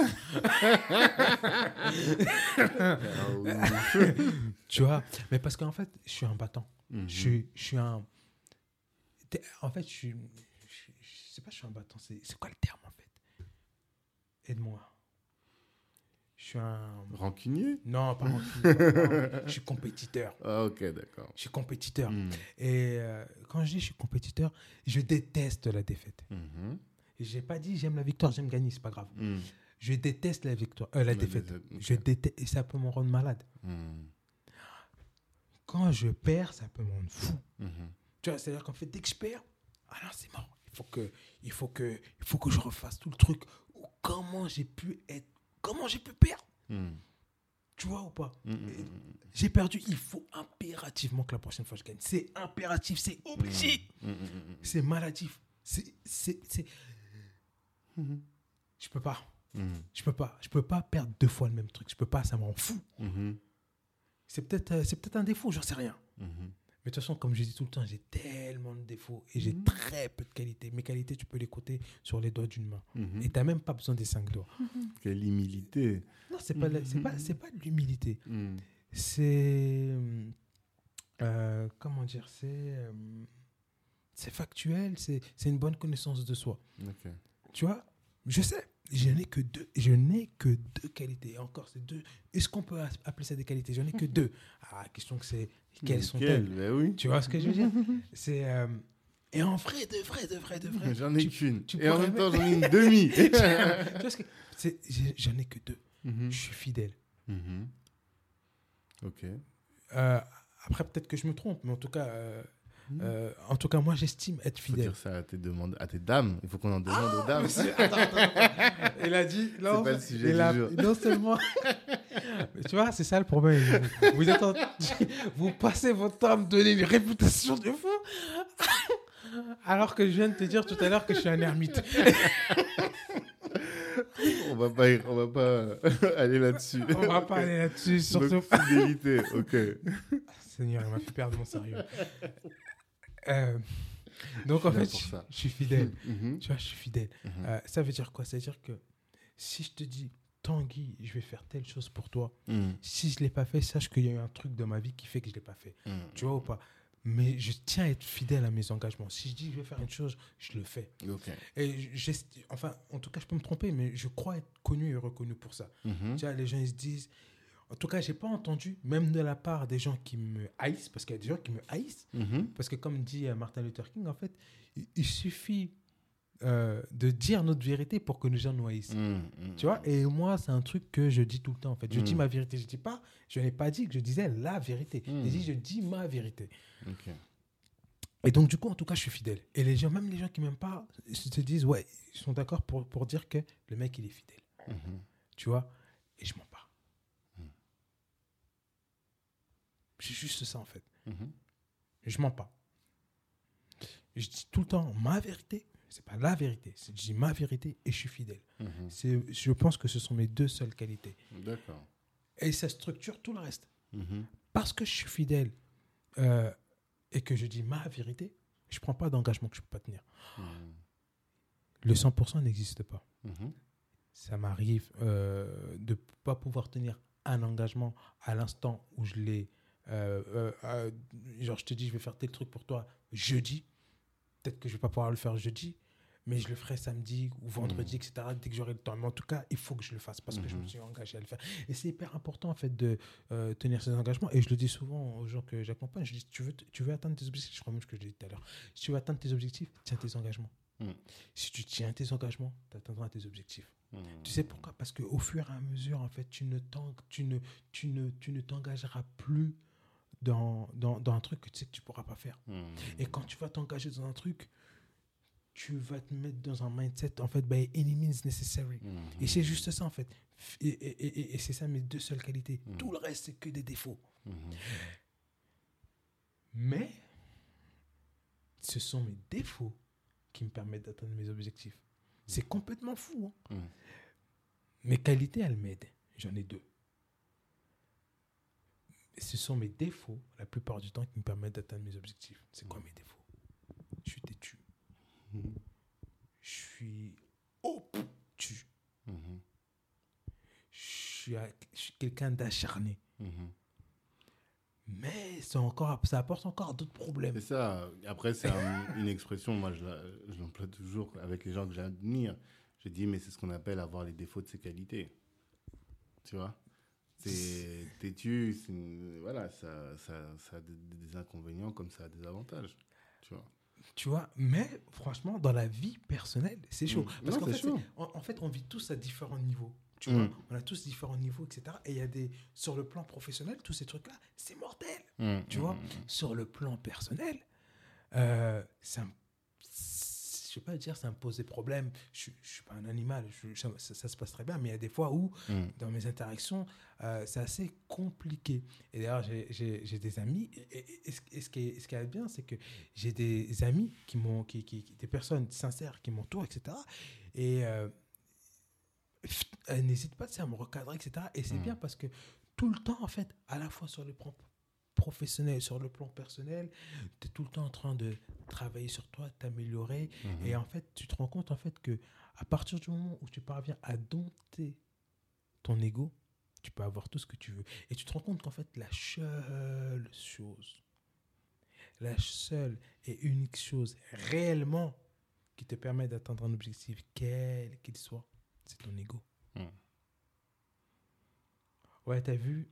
B: Tu vois, mais parce qu'en fait, je suis un battant. Je suis un... En fait, je sais pas, je suis un battant. C'est quoi le terme, en fait? Aide-moi. Je suis un...
A: Rancunier?
B: Non, pas rancunier. Je suis compétiteur.
A: Ah, ok, d'accord.
B: Je suis compétiteur. Et quand je dis je suis compétiteur, je déteste la défaite. Je n'ai pas dit j'aime la victoire, j'aime gagner, c'est pas grave. Je déteste la défaite. Okay. Je déteste, et ça peut me rendre malade. Quand je perds, ça peut me rendre fou. Tu vois, c'est-à-dire qu'en fait, dès que je perds, alors c'est mort. Il faut que je refasse tout le truc. Comment j'ai pu perdre? Tu vois ou pas? J'ai perdu. Il faut impérativement que la prochaine fois je gagne. C'est impératif, c'est obligé. C'est maladif. Je peux pas. Je peux pas perdre 2 fois le même truc. Je peux pas, ça me rend fou. C'est peut-être un défaut, j'en sais rien. Mais de toute façon, comme je dis tout le temps, j'ai tellement de défauts et j'ai très peu de qualités. Mes qualités, tu peux les compter sur les doigts d'une main. Et tu n'as même pas besoin des 5 doigts.
A: Quelle humilité.
B: Non, c'est pas de l'humilité. C'est... comment dire? C'est factuel, c'est une bonne connaissance de soi.
A: Okay.
B: Tu vois, je sais, je n'ai que deux qualités. Et encore, c'est 2. Est-ce qu'on peut appeler ça des qualités? Je n'ai que 2. La question que c'est, quelles sont-elles?
A: Ben oui.
B: Tu vois ce que je veux dire? C'est... et en vrai, de vrai.
A: J'en ai qu'une. Et en même temps, j'en ai une demi.
B: Tu vois ce que j'en ai que 2. Je suis fidèle.
A: Ok.
B: Après, peut-être que je me trompe, mais en tout cas, En tout cas, moi, j'estime être fidèle.
A: Il faut dire ça à tes dames. Il faut qu'on en demande aux dames.
B: Attends. Il a dit...
A: Non, c'est pas le sujet du jour.
B: Non seulement... Tu vois, c'est ça le problème. Vous passez votre temps à me donner une réputation de fou, alors que je viens de te dire tout à l'heure que je suis un ermite.
A: On va pas aller là-dessus.
B: On va pas aller là-dessus, surtout.
A: Donc, fidélité, ok.
B: Seigneur, il m'a fait perdre mon sérieux. Donc, en fait, je suis fidèle. Tu vois, je suis fidèle. Ça veut dire quoi? Ça veut dire que si je te dis, Tanguy, je vais faire telle chose pour toi, si je ne l'ai pas fait, sache qu'il y a eu un truc dans ma vie qui fait que je ne l'ai pas fait. Tu vois ou pas? Mais je tiens à être fidèle à mes engagements. Si je dis que je vais faire une chose, je le fais.
A: Okay.
B: Et enfin, en tout cas, je peux me tromper, mais je crois être connu et reconnu pour ça. Tu vois, les gens, ils se disent... En tout cas, je n'ai pas entendu, même de la part des gens qui me haïssent, parce qu'il y a des gens qui me haïssent, parce que comme dit Martin Luther King, en fait, il suffit de dire notre vérité pour que les gens nous haïssent. Tu vois? Et moi, c'est un truc que je dis tout le temps, en fait. Je dis ma vérité. Je n'ai pas dit que je disais la vérité. J'ai dit, je dis ma vérité.
A: Okay.
B: Et donc, du coup, en tout cas, je suis fidèle. Et les gens, même les gens qui ne m'aiment pas, se disent, ouais, ils sont d'accord pour dire que le mec, il est fidèle. Tu vois? Et je mens pas. C'est juste ça, en fait. Je mens pas. Je dis tout le temps ma vérité. C'est pas la vérité. Je dis ma vérité et je suis fidèle. Je pense que ce sont mes deux seules qualités.
A: D'accord.
B: Et ça structure tout le reste. Parce que je suis fidèle et que je dis ma vérité, je prends pas d'engagement que je peux pas tenir. Le 100% n'existe pas. Ça m'arrive de pas pouvoir tenir un engagement à l'instant où je l'ai... genre, je te dis, je vais faire tel truc pour toi jeudi. Peut-être que je vais pas pouvoir le faire jeudi, mais je le ferai samedi ou vendredi, etc. Dès que j'aurai le temps. Mais en tout cas, il faut que je le fasse parce que je me suis engagé à le faire. Et c'est hyper important, en fait, de tenir ses engagements. Et je le dis souvent aux gens que j'accompagne. Je dis, tu veux atteindre tes objectifs. Je crois même ce que je l'ai dit tout à l'heure. Si tu veux atteindre tes objectifs, tiens tes engagements. Si tu tiens tes engagements, tu atteindras tes objectifs. Tu sais pourquoi? Parce qu'au fur et à mesure, en fait, tu ne t'engageras plus dans un truc que tu sais que tu ne pourras pas faire. Et quand tu vas t'engager dans un truc, tu vas te mettre dans un mindset, en fait, by any means necessary. Et c'est juste ça, en fait. Et c'est ça mes deux seules qualités. Tout le reste, c'est que des défauts. Mais ce sont mes défauts qui me permettent d'atteindre mes objectifs. C'est complètement fou. Mes qualités, elles m'aident. J'en ai deux. Ce sont mes défauts, la plupart du temps, qui me permettent d'atteindre mes objectifs. C'est quoi mes défauts? Je suis têtu. Je suis obtus. Je suis quelqu'un d'acharné. Mais ça apporte encore d'autres problèmes.
A: C'est ça. Après, c'est une expression, moi, je l'emploie toujours avec les gens que j'admire. Je dis, mais c'est ce qu'on appelle avoir les défauts de ses qualités. Tu vois? C'est têtu, voilà, ça a des inconvénients comme ça a des avantages, tu vois,
B: mais franchement, dans la vie personnelle, c'est chaud. Parce qu'en fait, on vit tous à différents niveaux. Tu vois, on a tous différents niveaux, etc. Et il y a sur le plan professionnel, tous ces trucs-là, c'est mortel. Tu vois, sur le plan personnel, je ne vais pas dire ça me pose des problèmes. Je ne suis pas un animal, ça se passe très bien, mais il y a des fois où, dans mes interactions, c'est assez compliqué. Et d'ailleurs, j'ai des amis, et ce qui est bien, c'est que j'ai des amis, des personnes sincères qui m'entourent, etc. Et elles n'hésitent pas à me recadrer, etc. Et c'est bien parce que tout le temps, en fait, à la fois sur le plan professionnel, sur le plan personnel, tu es tout le temps en train de travailler sur toi, t'améliorer. Et en fait, tu te rends compte en fait que à partir du moment où tu parviens à dompter ton ego, tu peux avoir tout ce que tu veux. Et tu te rends compte qu'en fait, la seule et unique chose réellement qui te permet d'atteindre un objectif, quel qu'il soit, c'est ton ego. Ouais, t'as vu,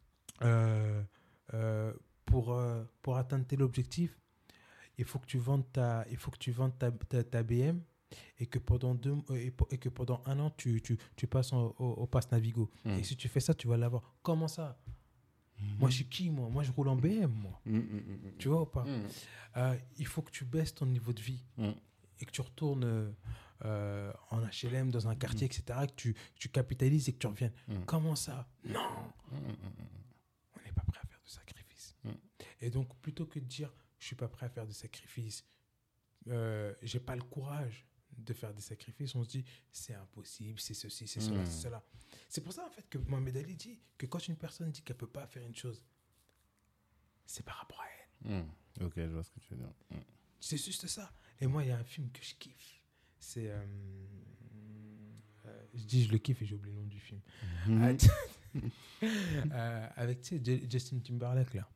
B: pour atteindre tel objectif, il faut que tu vendes ta BM et que pendant un an, tu passes au pass Navigo. Et si tu fais ça, tu vas l'avoir. Comment ça? Moi, je suis qui, moi ? Moi, je roule en BM, moi. Tu vois ou pas ? Il faut que tu baisses ton niveau de vie et que tu retournes en HLM, dans un quartier, etc., que tu capitalises et que tu reviennes. Comment ça ? Non. On n'est pas prêt à faire de sacrifices. Et donc, plutôt que de dire, je ne suis pas prêt à faire de sacrifices, je n'ai pas le courage de faire des sacrifices, on se dit, c'est impossible, c'est ceci, c'est cela, c'est cela. C'est pour ça, en fait, que Mohamed Ali dit que quand une personne dit qu'elle ne peut pas faire une chose, c'est par rapport à elle.
A: Ok, je vois ce que tu veux dire.
B: C'est juste ça. Et moi, il y a un film que je kiffe. C'est... je le kiffe et j'ai oublié le nom du film. Avec, tu sais, Justin Timberlake, là.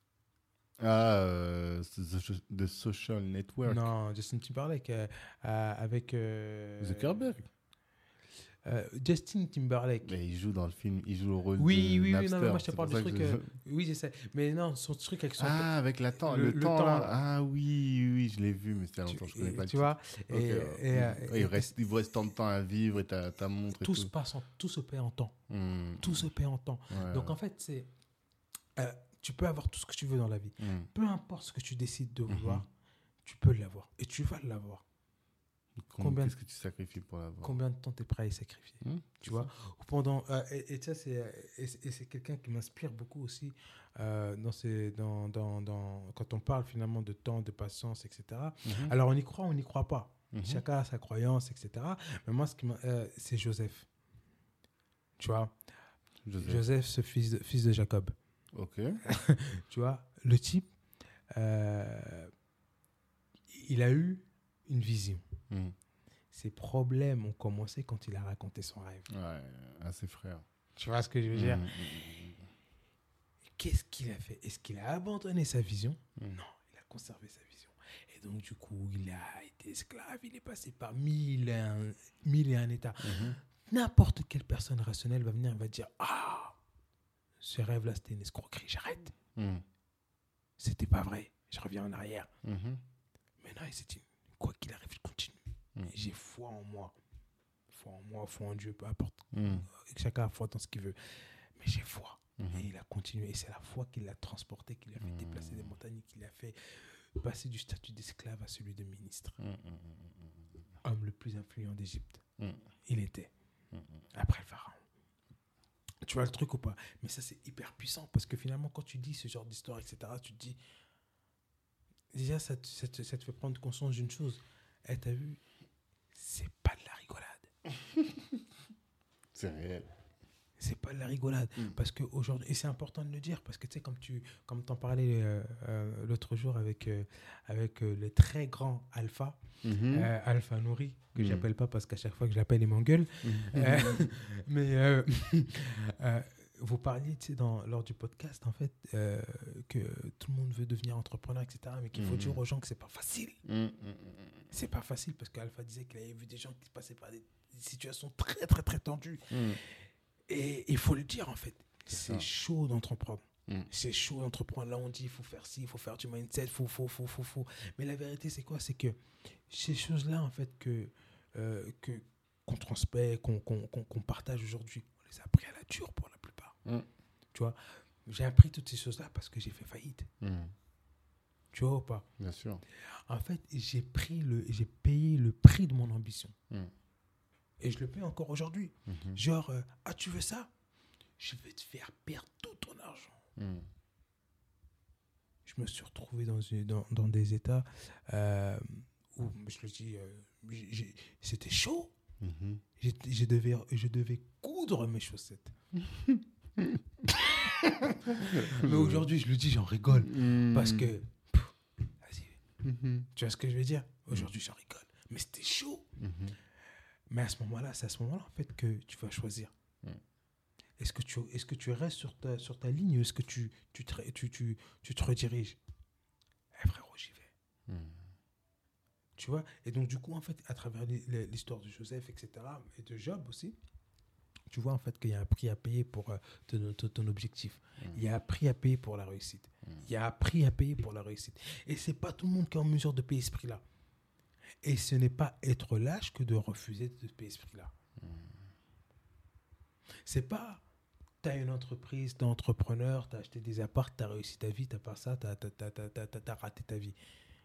A: The Social Network.
B: Non, Justin Timberlake avec...
A: Zuckerberg.
B: Justin Timberlake.
A: Mais il joue dans le film, il joue le rôle de
B: Oui,
A: Napster.
B: non, mais moi je te parle du truc. Oui, j'essaie. Mais non, son truc avec son.
A: Avec le temps là. Ah oui, je l'ai vu, mais c'était longtemps, je connais pas le
B: tu vois.
A: Il vous reste tant de temps à vivre et ta montre.
B: Tout se paie en temps. Tout se paie en temps. Donc en fait, c'est. Tu peux avoir tout ce que tu veux dans la vie. Peu importe ce que tu décides de vouloir, tu peux l'avoir. Et tu vas l'avoir.
A: Qu'est-ce que tu sacrifies pour l'avoir ?
B: Combien de temps tu es prêt à y sacrifier tu vois pendant et ça c'est quelqu'un qui m'inspire beaucoup aussi quand on parle finalement de temps, de patience, etc. Alors on y croit, on n'y croit pas. Chacun a sa croyance, etc. Mais moi c'est Joseph. Tu vois, Joseph, ce fils de Jacob.
A: Ok.
B: Tu vois, le type il a eu une vision. Ses problèmes ont commencé quand il a raconté son rêve.
A: Ouais, à ses frères.
B: Tu vois ce que je veux dire ? Qu'est-ce qu'il a fait ? Est-ce qu'il a abandonné sa vision ? Non, il a conservé sa vision. Et donc, du coup, il a été esclave, il est passé par mille et un états. N'importe quelle personne rationnelle va venir et va dire « Ah, ce rêve-là, c'était une escroquerie, j'arrête. C'était pas vrai, je reviens en arrière. Maintenant, il s'est dit « Quoi qu'il arrive, je continue. J'ai foi en moi. Foi en Dieu, peu importe. Chacun a foi dans ce qu'il veut. Mais j'ai foi. » Et il a continué. Et c'est la foi qui l'a transporté, qui l'a fait déplacer des montagnes, qui l'a fait passer du statut d'esclave à celui de ministre. Homme le plus influent d'Égypte. Il était. Après le pharaon. Tu vois le truc ou pas ? Mais ça, c'est hyper puissant parce que finalement, quand tu dis ce genre d'histoire, etc., tu te dis... Déjà, ça te fait prendre conscience d'une chose. T'as vu ? C'est pas de la rigolade.
A: C'est réel.
B: C'est pas de la rigolade. Parce qu'aujourd'hui, et c'est important de le dire, parce que tu sais, comme t'en parlais l'autre jour avec le très grand Alpha, Alpha Nouri, que j'appelle pas parce qu'à chaque fois que je l'appelle, il m'engueule. Mais vous parliez, tu sais, lors du podcast, en fait, que tout le monde veut devenir entrepreneur, etc., mais qu'il faut dire aux gens que c'est pas facile. C'est pas facile parce qu'Alpha disait qu'il avait vu des gens qui passaient par des situations très, très, très tendues. Et il faut le dire, en fait. C'est chaud d'entreprendre. C'est chaud d'entreprendre. Là, on dit, il faut faire ci, il faut faire du mindset, il faut. Mais la vérité, c'est quoi ? C'est que ces choses-là, en fait, qu'on transmet, qu'on partage aujourd'hui, on les a appris à la dure pour la plupart. Tu vois, j'ai appris toutes ces choses-là parce que j'ai fait faillite. Tu vois ou pas ?
A: Bien sûr.
B: En fait, j'ai payé le prix de mon ambition. Et je le paye encore aujourd'hui. Genre, tu veux ça ? Je vais te faire perdre tout ton argent. Je me suis retrouvé dans des états où, je le dis, c'était chaud. Je devais coudre mes chaussettes. Mais aujourd'hui, je le dis, j'en rigole. Parce que, vas-y, tu vois ce que je veux dire ? Aujourd'hui, j'en rigole. Mais c'était chaud. Mais à ce moment-là, c'est à ce moment-là, en fait, que tu vas choisir. Est-ce que tu restes sur ta ligne ou est-ce que tu te rediriges ? Frérot, j'y vais. Tu vois ? Et donc, du coup, en fait, à travers l'histoire de Joseph, etc., et de Job aussi, tu vois, en fait, qu'il y a un prix à payer pour ton objectif. Il y a un prix à payer pour la réussite. Il y a un prix à payer pour la réussite. Et c'est pas tout le monde qui est en mesure de payer ce prix-là. Et ce n'est pas être lâche que de refuser de payer ce prix-là. C'est pas tu as une entreprise, tu es entrepreneur, tu as acheté des apparts, tu as réussi ta vie, tu n'as pas ça, tu as raté ta vie.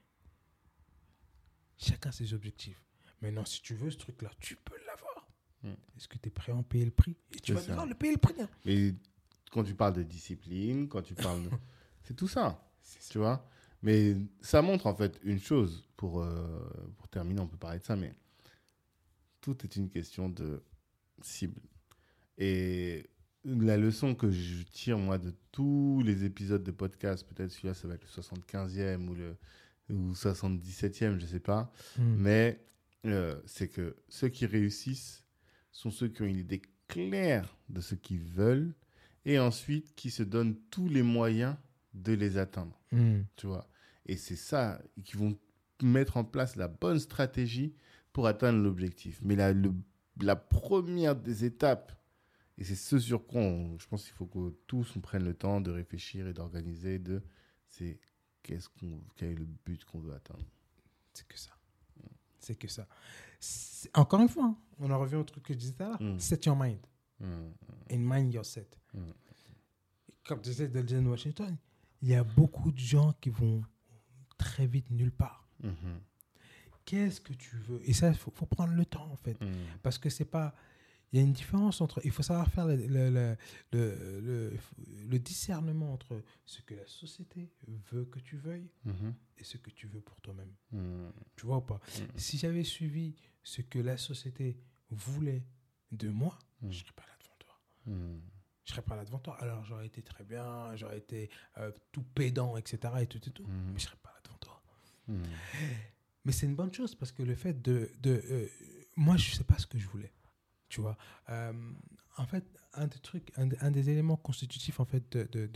B: Chacun ses objectifs. Maintenant, si tu veux ce truc-là, tu peux l'avoir. Est-ce que tu es prêt à en payer le prix? Et tu vas devoir le payer le prix. Hein.
A: Mais quand tu parles de discipline, quand tu parles c'est tout ça, tu vois. Mais ça montre en fait une chose, pour terminer, on peut parler de ça, mais tout est une question de cible. Et la leçon que je tire, moi, de tous les épisodes de podcast, peut-être celui-là, ça va être le 75e ou 77e, je ne sais pas, mais c'est que ceux qui réussissent sont ceux qui ont une idée claire de ce qu'ils veulent et ensuite qui se donnent tous les moyens de les atteindre, tu vois. Et c'est ça, qui vont mettre en place la bonne stratégie pour atteindre l'objectif. Mais la première des étapes, et c'est ce sur quoi je pense qu'il faut que tous on prenne le temps de réfléchir et d'organiser, c'est quel est le but qu'on veut atteindre.
B: C'est que ça. C'est que ça. Encore une fois, on en revient au truc que je disais tout à l'heure. Set your mind. And mind your set. Comme tu disais de Washington, il y a beaucoup de gens qui vont très vite nulle part. Qu'est-ce que tu veux? Et ça, il faut prendre le temps, en fait. Parce que c'est pas... Il y a une différence entre... Il faut savoir faire le discernement entre ce que la société veut que tu veuilles et ce que tu veux pour toi-même. Tu vois ou pas? Si j'avais suivi ce que la société voulait de moi, je ne serais pas là devant toi. Je serais pas là devant toi. Alors, j'aurais été très bien, j'aurais été tout pédant, etc. Et tout. Mais je serais pas là devant toi. Mais c'est une bonne chose parce que le fait moi, je sais pas ce que je voulais. Tu vois, en fait, un des éléments constitutifs en fait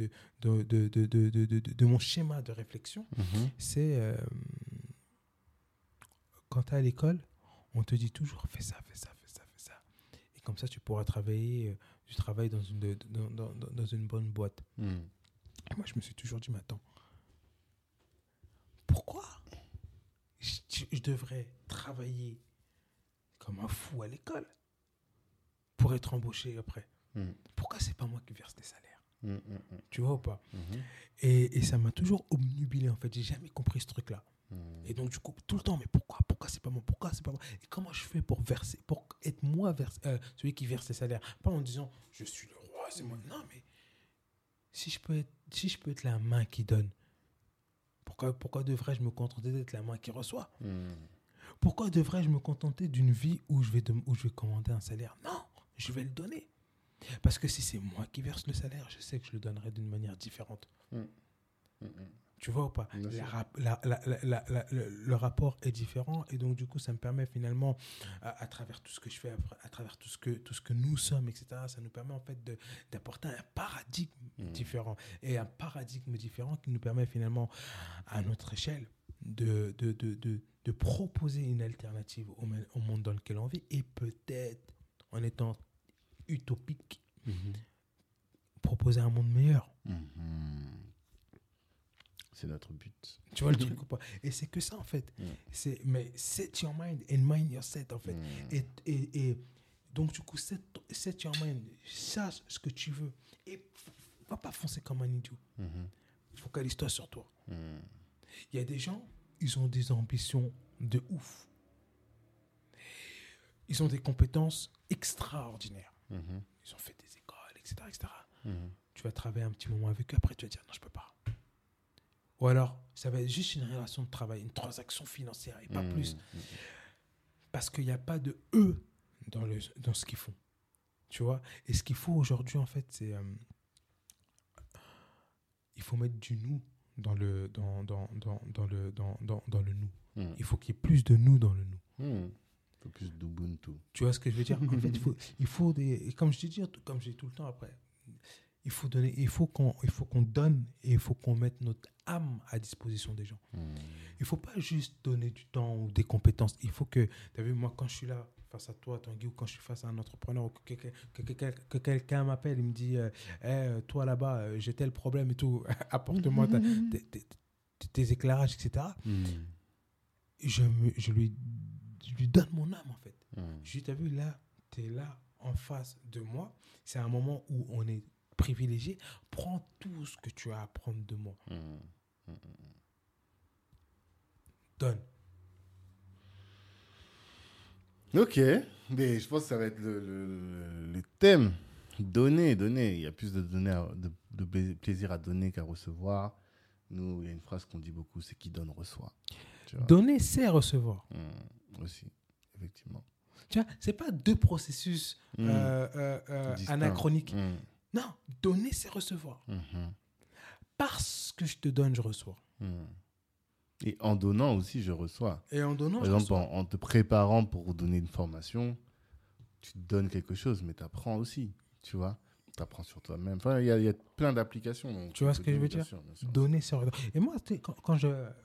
B: de mon schéma de réflexion, c'est quand tu es à l'école, on te dit toujours fais ça. Et comme ça, tu pourras travailler dans une bonne boîte. Et moi, je me suis toujours dit, mais attends, pourquoi je devrais travailler comme un fou à l'école pour être embauché après? Pourquoi c'est pas moi qui verse les salaires? Tu vois ou pas? Et ça m'a toujours obnubilé, en fait. J'ai jamais compris ce truc-là. Et donc, du coup, tout le temps, mais pourquoi c'est pas moi? Pourquoi c'est pas moi? Et comment je fais pour être moi celui qui verse les salaires? Pas en disant, je suis le roi, c'est moi. Non, mais si je peux être la main qui donne, pourquoi devrais-je me contenter d'être la main qui reçoit? Pourquoi devrais-je me contenter d'une vie où je vais commander un salaire? Non, je vais le donner. Parce que si c'est moi qui verse le salaire, je sais que je le donnerai d'une manière différente. Tu vois ou pas? Le rapport est différent et donc du coup ça me permet finalement à travers tout ce que je fais, à travers tout ce que nous sommes, etc., ça nous permet en fait d'apporter un paradigme différent, et un paradigme différent qui nous permet finalement à notre échelle de proposer une alternative au monde dans lequel on vit, et peut-être en étant utopique proposer un monde meilleur.
A: C'est notre but.
B: Tu vois le truc ou pas? Et c'est que ça, en fait. Mais set your mind and mind your set, en fait. Et donc, du coup, set your mind. Sache ce que tu veux. Et va pas foncer comme un idiot. Focalise-toi sur toi. Il y a des gens, ils ont des ambitions de ouf. Ils ont des compétences extraordinaires. Ils ont fait des écoles, etc. Tu vas travailler un petit moment avec eux, après tu vas dire non, je peux pas. Ou alors, ça va être juste une relation de travail, une transaction financière et pas plus. Parce qu'il n'y a pas de eux dans ce qu'ils font. Tu vois? Et ce qu'il faut aujourd'hui, en fait, c'est... il faut mettre du nous dans le nous. Il faut qu'il y ait plus de nous dans le nous.
A: Il faut plus d'Ubuntu.
B: Tu vois ce que je veux dire? En fait, il faut des... Comme je te dis, comme je dis tout le temps après, il faut qu'on donne et il faut qu'on mette notre âme à disposition des gens. Il ne faut pas juste donner du temps ou des compétences. Il faut que, tu as vu, moi, quand je suis là face à toi, Tanguy, ou quand je suis face à un entrepreneur, ou que quelqu'un m'appelle, il me dit toi là-bas, j'ai tel problème et tout, apporte-moi tes éclairages, etc. Je lui donne mon âme, en fait. Je lui dis, tu as vu, là, tu es là en face de moi. C'est un moment où on est privilégié, prends tout ce que tu as à prendre de moi. Donne.
A: Ok, mais je pense que ça va être le thème. Donner. Il y a plus de plaisir à donner qu'à recevoir. Nous, il y a une phrase qu'on dit beaucoup, c'est qui donne reçoit.
B: Donner, c'est recevoir.
A: Aussi, effectivement.
B: Tu vois, c'est pas deux processus anachroniques. Non, donner, c'est recevoir. Parce que je te donne, je reçois.
A: Et en donnant aussi, je reçois.
B: Et en donnant,
A: par exemple, en te préparant pour donner une formation, tu te donnes quelque chose, mais tu apprends aussi, tu vois. Tu apprends sur toi-même. Enfin, il y a plein d'applications. Donc,
B: tu vois ce que je veux dire? Bien sûr. Donner, c'est recevoir. Et moi, quand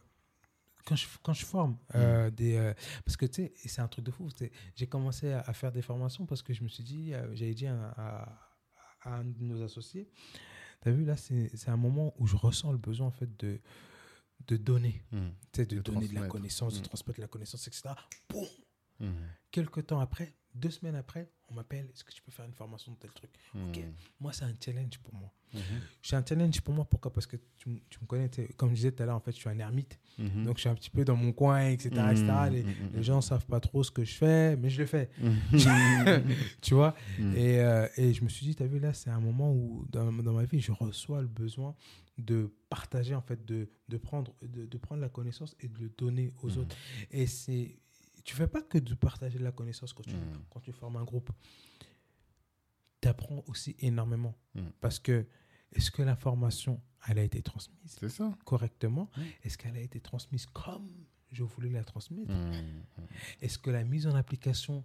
B: je forme parce que tu sais, c'est un truc de fou. J'ai commencé à faire des formations parce que je me suis dit, j'avais dit à un de nos associés, t'as vu là, c'est un moment où je ressens le besoin en fait de donner, de donner de la connaissance, de transmettre de la connaissance, etc. Boum. Quelques temps après, 2 semaines après, on m'appelle, est-ce que tu peux faire une formation de tel truc? Ok, moi c'est un challenge pour moi. C'est un challenge pour moi, pourquoi? Parce que tu me connais, comme je disais tout à l'heure, en fait je suis un ermite, donc je suis un petit peu dans mon coin, etc. Les gens ne savent pas trop ce que je fais, mais je le fais. Tu vois. Et je me suis dit, tu as vu là, c'est un moment où dans ma vie, je reçois le besoin de partager, en fait, de prendre la connaissance et de le donner aux autres. Et tu ne fais pas que de partager la connaissance quand tu formes un groupe. Tu apprends aussi énormément. Parce que, est-ce que l'information, elle a été transmise correctement? Est-ce qu'elle a été transmise comme je voulais la transmettre? Est-ce que la mise en application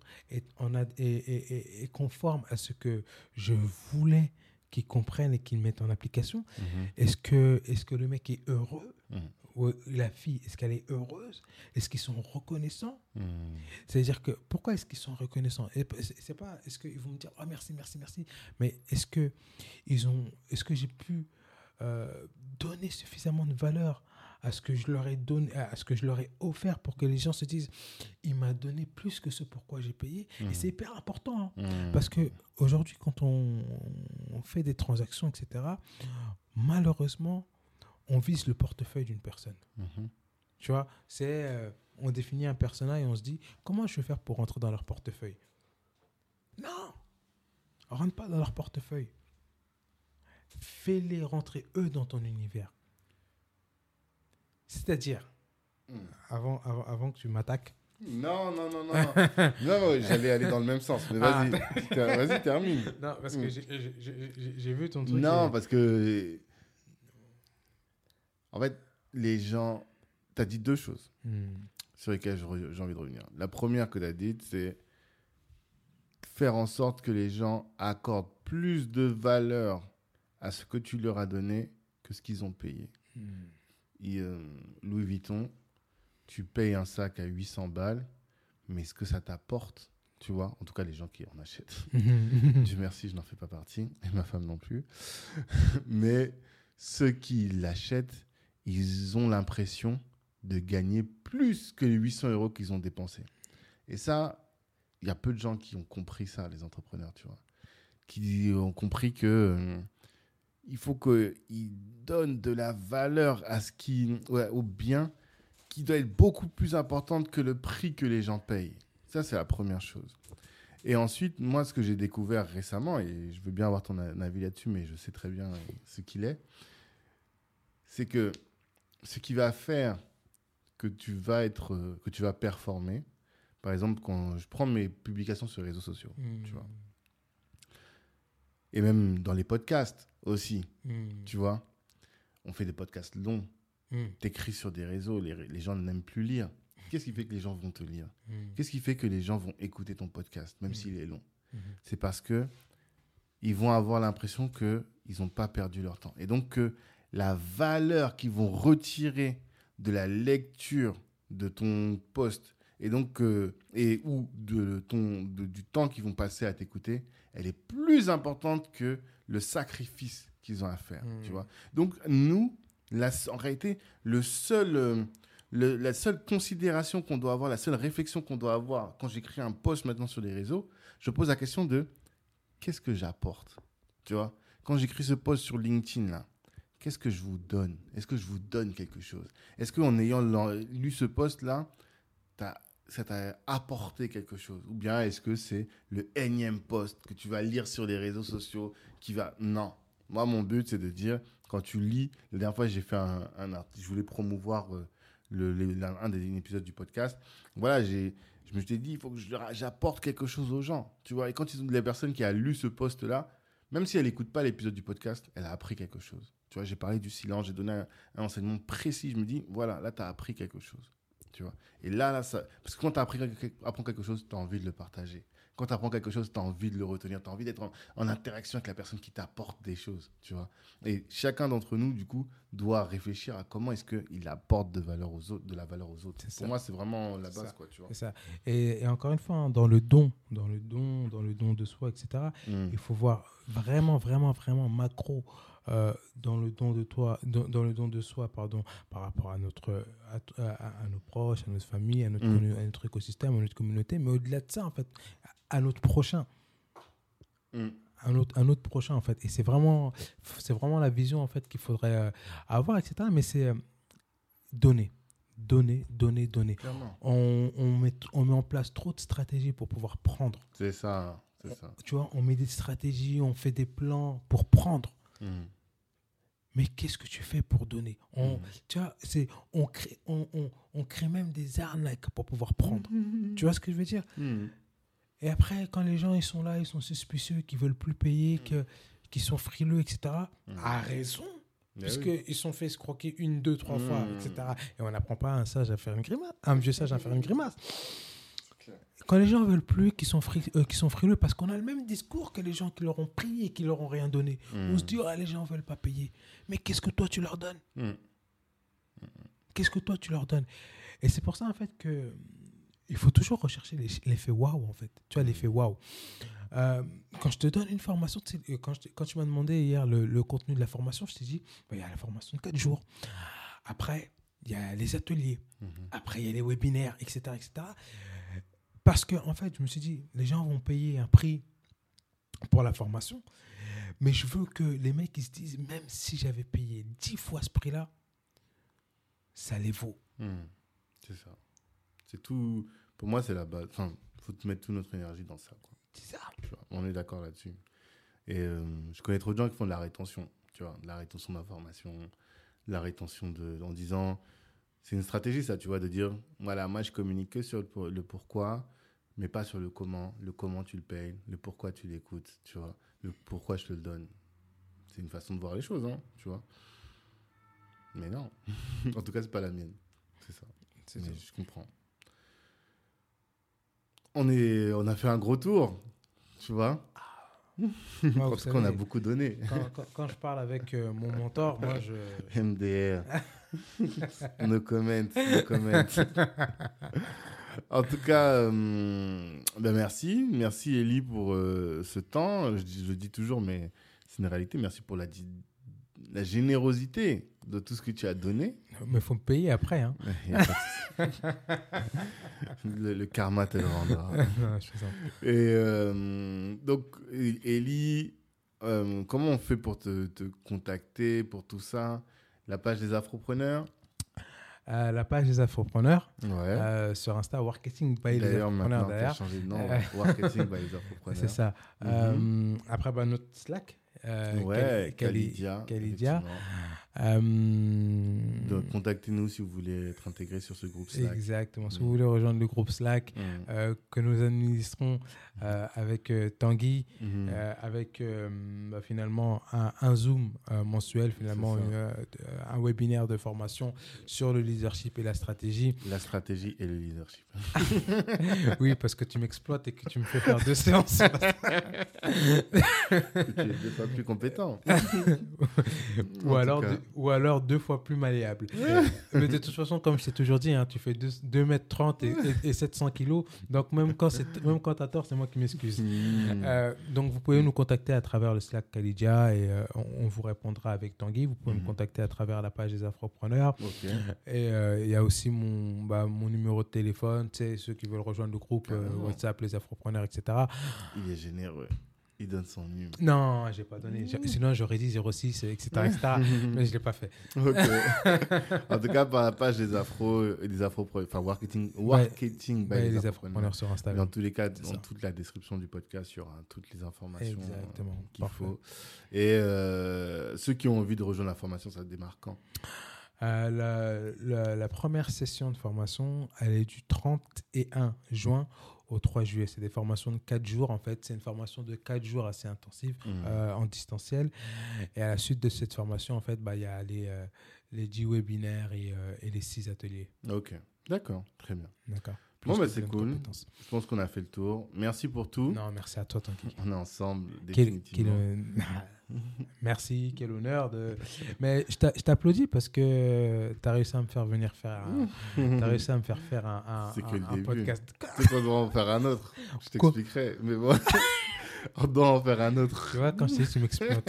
B: est conforme à ce que je voulais qu'ils comprennent et qu'ils mettent en application? Est-ce que le mec est heureux? Ou la fille, est-ce qu'elle est heureuse? Est-ce qu'ils sont reconnaissants? C'est-à-dire que, pourquoi est-ce qu'ils sont reconnaissants? C'est pas, est-ce qu'ils vont me dire, oh merci, mais est-ce que j'ai pu donner suffisamment de valeur à ce que je leur ai donné, à ce que je leur ai offert, pour que les gens se disent, il m'a donné plus que ce pourquoi j'ai payé. Et c'est hyper important, parce que aujourd'hui, quand on fait des transactions, etc., malheureusement, on vise le portefeuille d'une personne. Tu vois, on définit un persona et on se dit, comment je vais faire pour rentrer dans leur portefeuille? Non, rentre pas dans leur portefeuille. Fais-les rentrer eux dans ton univers. C'est-à-dire, avant que tu m'attaques.
A: Non, j'allais aller dans le même sens. Mais vas-y, termine.
B: Non, parce que j'ai vu ton truc.
A: Non, parce que en fait, les gens, tu as dit 2 choses sur lesquelles j'ai envie de revenir. La première que tu as dite, c'est faire en sorte que les gens accordent plus de valeur à ce que tu leur as donné que ce qu'ils ont payé. Louis Vuitton, tu payes un sac à 800 balles, mais ce que ça t'apporte, tu vois, en tout cas les gens qui en achètent, Dieu merci, je n'en fais pas partie, et ma femme non plus, mais ceux qui l'achètent, ils ont l'impression de gagner plus que les 800 € qu'ils ont dépensés. Et ça, il y a peu de gens qui ont compris ça, les entrepreneurs, tu vois, qui ont compris que il faut qu'ils donnent de la valeur à au bien qui doit être beaucoup plus importante que le prix que les gens payent. Ça, c'est la première chose. Et ensuite, moi, ce que j'ai découvert récemment, et je veux bien avoir ton avis là-dessus, mais je sais très bien ce qu'il est, c'est que ce qui va faire que tu vas performer, par exemple, quand je prends mes publications sur les réseaux sociaux, tu vois, et même dans les podcasts aussi, tu vois, on fait des podcasts longs, t'écris sur des réseaux, les gens n'aiment plus lire. Qu'est-ce qui fait que les gens vont te lire? Qu'est-ce qui fait que les gens vont écouter ton podcast, même s'il est long? C'est parce que ils vont avoir l'impression qu'ils n'ont pas perdu leur temps. Et donc, que la valeur qu'ils vont retirer de la lecture de ton post et donc, ou du temps qu'ils vont passer à t'écouter, elle est plus importante que le sacrifice qu'ils ont à faire. Tu vois? Donc, nous, en réalité, la seule considération qu'on doit avoir, la seule réflexion qu'on doit avoir quand j'écris un post maintenant sur les réseaux, je pose la question de qu'est-ce que j'apporte? Tu vois? quand j'écris ce post sur LinkedIn, là, qu'est-ce que je vous donne? Est-ce que je vous donne quelque chose? Est-ce qu'en ayant lu ce post-là, ça t'a apporté quelque chose? Ou bien est-ce que c'est le énième post que tu vas lire sur les réseaux sociaux qui va... Non. Moi, mon but, c'est de dire, quand tu lis... La dernière fois, j'ai fait un article. Je voulais promouvoir un des épisodes du podcast. Voilà, je me suis dit, il faut que j'apporte quelque chose aux gens. Tu vois, et quand les personnes qui ont lu ce post-là, même si elle n'écoute pas l'épisode du podcast, elle a appris quelque chose. Tu vois, j'ai parlé du silence, j'ai donné un enseignement précis. Je me dis, voilà, là, tu as appris quelque chose. Tu vois. Et là, ça... Parce que quand tu apprends quelque chose, tu as envie de le partager. Quand tu apprends quelque chose, tu as envie de le retenir. Tu as envie d'être en interaction avec la personne qui t'apporte des choses. Tu vois. Et chacun d'entre nous, du coup, doit réfléchir à comment est-ce qu'il apporte de la valeur aux autres. Pour moi, c'est vraiment la base. Quoi, tu vois.
B: C'est ça. Et encore une fois, hein, dans le don de soi, etc., il faut voir vraiment, vraiment, vraiment macro dans le don de soi, par rapport à nos proches, à notre famille, à notre écosystème, à notre communauté, mais au-delà de ça, en fait, à notre prochain. Un autre prochain, en fait. Et c'est vraiment la vision, en fait, qu'il faudrait avoir, etc. Mais c'est donner. On met en place trop de stratégies pour pouvoir prendre.
A: C'est ça.
B: Tu vois, on met des stratégies, on fait des plans pour prendre. Mais qu'est-ce que tu fais pour donner? Tu vois, on crée même des arnaques pour pouvoir prendre. Tu vois ce que je veux dire? Et après, quand les gens ils sont là, ils sont suspicieux, qu'ils ne veulent plus payer, qu'ils sont frileux, etc., à raison. Parce qu'ils sont fait escroquer 1, 2, 3 fois, etc. Et on n'apprend pas un sage à faire une grimace, un vieux sage à faire une grimace. Quand les gens ne veulent plus, qu'ils sont frileux, parce qu'on a le même discours que les gens qui leur ont pris et qui leur ont rien donné. On se dit, les gens ne veulent pas payer. Mais qu'est-ce que toi, tu leur donnes? Qu'est-ce que toi, tu leur donnes? Et c'est pour ça, en fait, que il faut toujours rechercher l'effet waouh, en fait. Tu vois, l'effet waouh. Quand je te donne une formation, quand tu m'as demandé hier le contenu de la formation, je t'ai dit, il y a la formation de 4 jours. Après, il y a les ateliers. Après, il y a les webinaires, etc., etc. Parce que, en fait, je me suis dit, les gens vont payer un prix pour la formation, mais je veux que les mecs ils se disent, même si j'avais payé 10 fois ce prix-là, ça les vaut.
A: C'est ça. C'est tout. Pour moi, c'est la base. Enfin, il faut mettre toute notre énergie dans ça, quoi.
B: C'est ça.
A: Tu vois, on est d'accord là-dessus. Et je connais trop de gens qui font de la rétention. Tu vois, de la rétention d'informations, de la rétention en disant... C'est une stratégie, ça, tu vois, de dire, voilà, moi, je communique que sur le pourquoi, mais pas sur le comment. Le comment tu le payes, le pourquoi tu l'écoutes, tu vois. Le pourquoi je te le donne. C'est une façon de voir les choses, hein, tu vois. Mais non. En tout cas, c'est pas la mienne. C'est ça. Je comprends. On a fait un gros tour, tu vois. Parce qu'on a beaucoup donné.
B: Quand je parle avec mon mentor, moi, je...
A: MDR. No comment. En tout cas, merci. Merci, Elie, pour ce temps. Je le dis toujours, mais c'est une réalité. Merci pour la générosité de tout ce que tu as donné.
B: Mais il faut me payer après. Hein.
A: le karma te le rendra.
B: Non, je fais ça.
A: Et donc, Elie, comment on fait pour te contacter, pour tout ça? La page des Afropreneurs?
B: La page des Afropreneurs.
A: Ouais.
B: Sur Insta, Marketing by les Afropreneurs.
A: D'ailleurs, tu as changé de nom. Marketing by les Afropreneurs.
B: C'est ça. Après, notre Slack.
A: Kalidia. Donc, contactez-nous si vous voulez être intégré sur ce groupe Slack.
B: Exactement. Si vous voulez rejoindre le groupe Slack que nous administrons avec Tanguy, avec finalement un Zoom mensuel, finalement un webinaire de formation sur le leadership et la stratégie.
A: La stratégie et le leadership.
B: Oui, parce que tu m'exploites et que tu me fais faire 2 séances.
A: Tu es 2 fois plus compétent.
B: Ou alors 2 fois plus malléable. Mais de toute façon, comme je t'ai toujours dit, hein, tu fais 2,30 m et 700 kilos. Donc, même quand tu as tort, c'est moi qui m'excuse. Donc, vous pouvez nous contacter à travers le Slack Kalidia et on vous répondra avec Tanguy. Vous pouvez me contacter à travers la page des Afropreneurs.
A: Okay.
B: Et il y a aussi mon numéro de téléphone, tu sais, ceux qui veulent rejoindre le groupe WhatsApp, les Afropreneurs, etc.
A: Il est généreux. Il donne son numéro.
B: Non, je n'ai pas donné. Sinon, j'aurais dit 06, etc. Mais je ne l'ai pas fait.
A: Ok. En tout cas, par la page des afros, enfin, marketing by les afropreneurs
B: sur Instagram.
A: Dans tous les cas, dans toute la description du podcast, il y aura toutes les informations qu'il
B: Parfait.
A: faut. Et ceux qui ont envie de rejoindre la formation, ça se démarre quand?
B: La première session de formation, elle est du 31 juin au 3 juillet. C'est des formations de 4 jours. En fait, c'est une formation de 4 jours assez intensive en distanciel. Et à la suite de cette formation, en fait, il y a les 10 webinaires et les 6 ateliers.
A: Ok, d'accord, très bien.
B: D'accord.
A: Bon, c'est cool. Je pense qu'on a fait le tour. Merci pour tout.
B: Non, merci à toi, Tanguy.
A: On est ensemble, définitivement.
B: Merci, quel honneur. Mais je t'applaudis parce que tu as réussi à me faire venir faire t'as réussi à me faire faire un podcast.
A: C'est qu'on doit en faire un autre. Je t'expliquerai. Mais bon, on doit en faire un autre.
B: Tu vois, quand je te dis, tu m'exploites.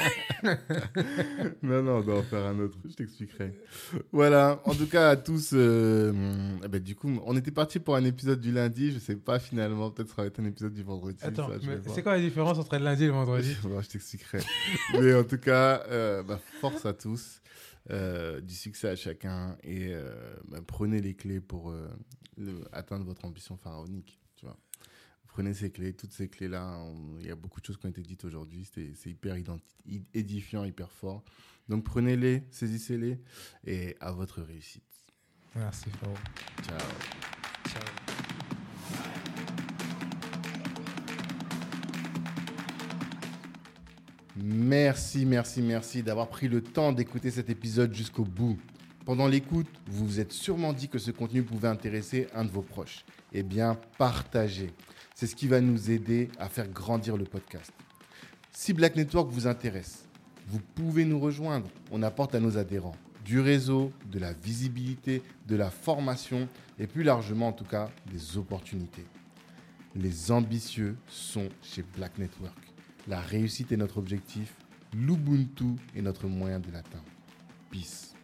A: Non, on doit en faire un autre. Je t'expliquerai. Voilà. En tout cas, à tous, du coup, on était parti pour un épisode du lundi. Je sais pas finalement. Peut-être ça va être un épisode du vendredi.
B: Attends, mais c'est quoi la différence entre le lundi et le vendredi?
A: Je t'expliquerai. Mais en tout cas, force à tous. Du succès à chacun. Et prenez les clés pour atteindre votre ambition pharaonique. Tu vois. Prenez ces clés, toutes ces clés-là. Il y a beaucoup de choses qui ont été dites aujourd'hui. C'est hyper édifiant, hyper fort. Donc prenez-les, saisissez-les et à votre réussite.
B: Merci, frérot.
A: Ciao. Merci d'avoir pris le temps d'écouter cet épisode jusqu'au bout. Pendant l'écoute, vous vous êtes sûrement dit que ce contenu pouvait intéresser un de vos proches. Eh bien, partagez. C'est ce qui va nous aider à faire grandir le podcast. Si Black Network vous intéresse, vous pouvez nous rejoindre. On apporte à nos adhérents du réseau, de la visibilité, de la formation et plus largement en tout cas des opportunités. Les ambitieux sont chez Black Network. La réussite est notre objectif, l'Ubuntu est notre moyen de l'atteindre. Peace.